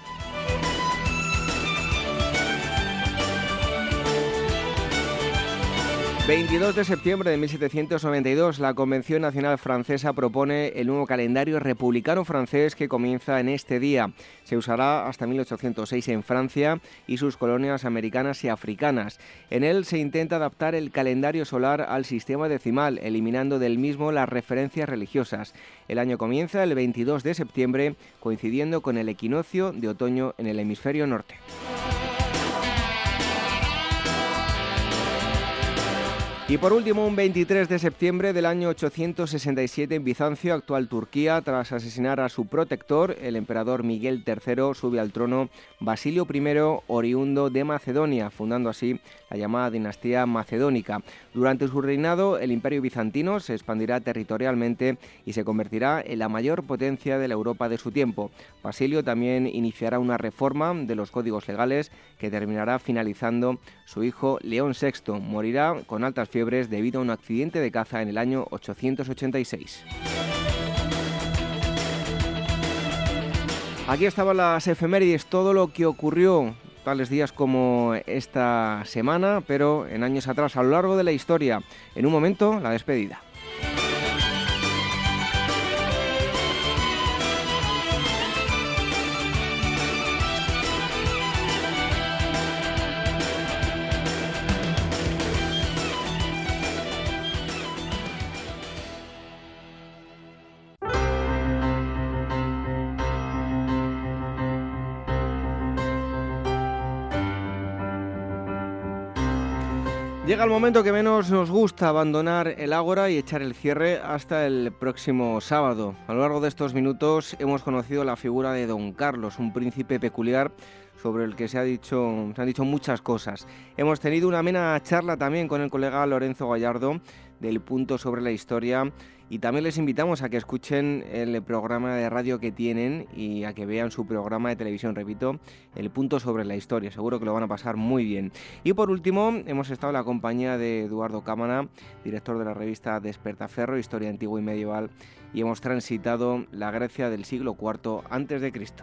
veintidós de septiembre de mil setecientos noventa y dos, la Convención Nacional Francesa propone el nuevo calendario republicano francés que comienza en este día. Se usará hasta mil ochocientos seis en Francia y sus colonias americanas y africanas. En él se intenta adaptar el calendario solar al sistema decimal, eliminando del mismo las referencias religiosas. El año comienza el veintidós de septiembre, coincidiendo con el equinoccio de otoño en el hemisferio norte. Y por último, un veintitrés de septiembre del año ochocientos sesenta y siete en Bizancio, actual Turquía, tras asesinar a su protector, el emperador Miguel tercero, sube al trono Basilio primero, oriundo de Macedonia, fundando así la llamada dinastía macedónica. Durante su reinado, el imperio bizantino se expandirá territorialmente y se convertirá en la mayor potencia de la Europa de su tiempo. Basilio también iniciará una reforma de los códigos legales que terminará finalizando su hijo León sexto. Morirá con altas fiebres debido a un accidente de caza en el año ochocientos ochenta y seis. Aquí estaban las efemérides, todo lo que ocurrió tales días como esta semana, pero en años atrás, a lo largo de la historia. En un momento, la despedida. Llega el momento que menos nos gusta, abandonar el Ágora y echar el cierre hasta el próximo sábado. A lo largo de estos minutos hemos conocido la figura de Don Carlos, un príncipe peculiar sobre el que se, ha dicho, se han dicho muchas cosas. Hemos tenido una amena charla también con el colega Lorenzo Gallardo del Punto sobre la Historia, y también les invitamos a que escuchen el programa de radio que tienen y a que vean su programa de televisión, repito, El Punto sobre la Historia. Seguro que lo van a pasar muy bien. Y por último, hemos estado en la compañía de Eduardo Cámara, director de la revista Despertaferro, Historia Antigua y Medieval, y hemos transitado la Grecia del siglo cuarto antes de Cristo.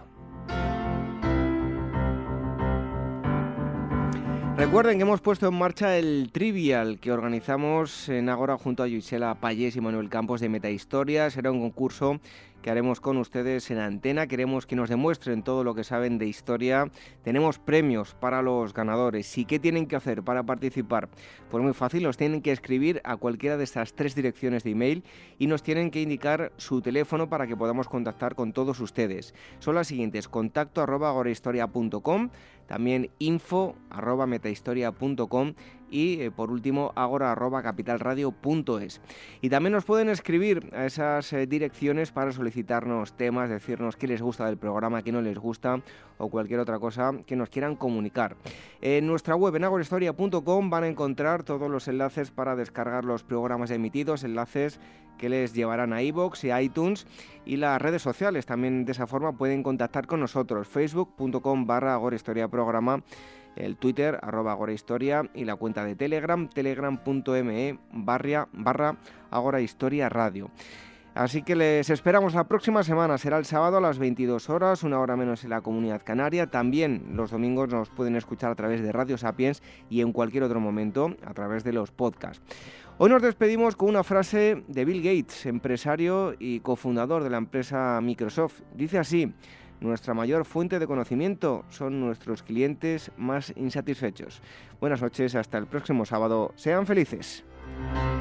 Recuerden que hemos puesto en marcha el Trivial que organizamos en Ágora junto a Gisela Payés y Manuel Campos de Metahistoria. Será un concurso que haremos con ustedes en antena. Queremos que nos demuestren todo lo que saben de historia. Tenemos premios para los ganadores. ¿Y qué tienen que hacer para participar? Pues muy fácil, nos tienen que escribir a cualquiera de estas tres direcciones de email y nos tienen que indicar su teléfono para que podamos contactar con todos ustedes. Son las siguientes: contacto arroba agorahistoria punto com, también info arroba metahistoria punto com y eh, por último agora arroba capitalradio punto es. Y también nos pueden escribir a esas eh, direcciones para solicitarnos temas, decirnos qué les gusta del programa, qué no les gusta o cualquier otra cosa que nos quieran comunicar. En nuestra web en agorahistoria punto com van a encontrar todos los enlaces para descargar los programas emitidos, enlaces que les llevarán a iVoox y a iTunes, y las redes sociales. También de esa forma pueden contactar con nosotros, facebook punto com barra agorahistoriaprograma, el Twitter, arroba agorahistoria, y la cuenta de Telegram, telegram punto me barra, barra agorahistoria radio. Así que les esperamos la próxima semana, será el sábado a las veintidós horas, una hora menos en la Comunidad Canaria. También los domingos nos pueden escuchar a través de Radio Sapiens y en cualquier otro momento a través de los podcasts. Hoy nos despedimos con una frase de Bill Gates, empresario y cofundador de la empresa Microsoft. Dice así: nuestra mayor fuente de conocimiento son nuestros clientes más insatisfechos. Buenas noches, hasta el próximo sábado. Sean felices.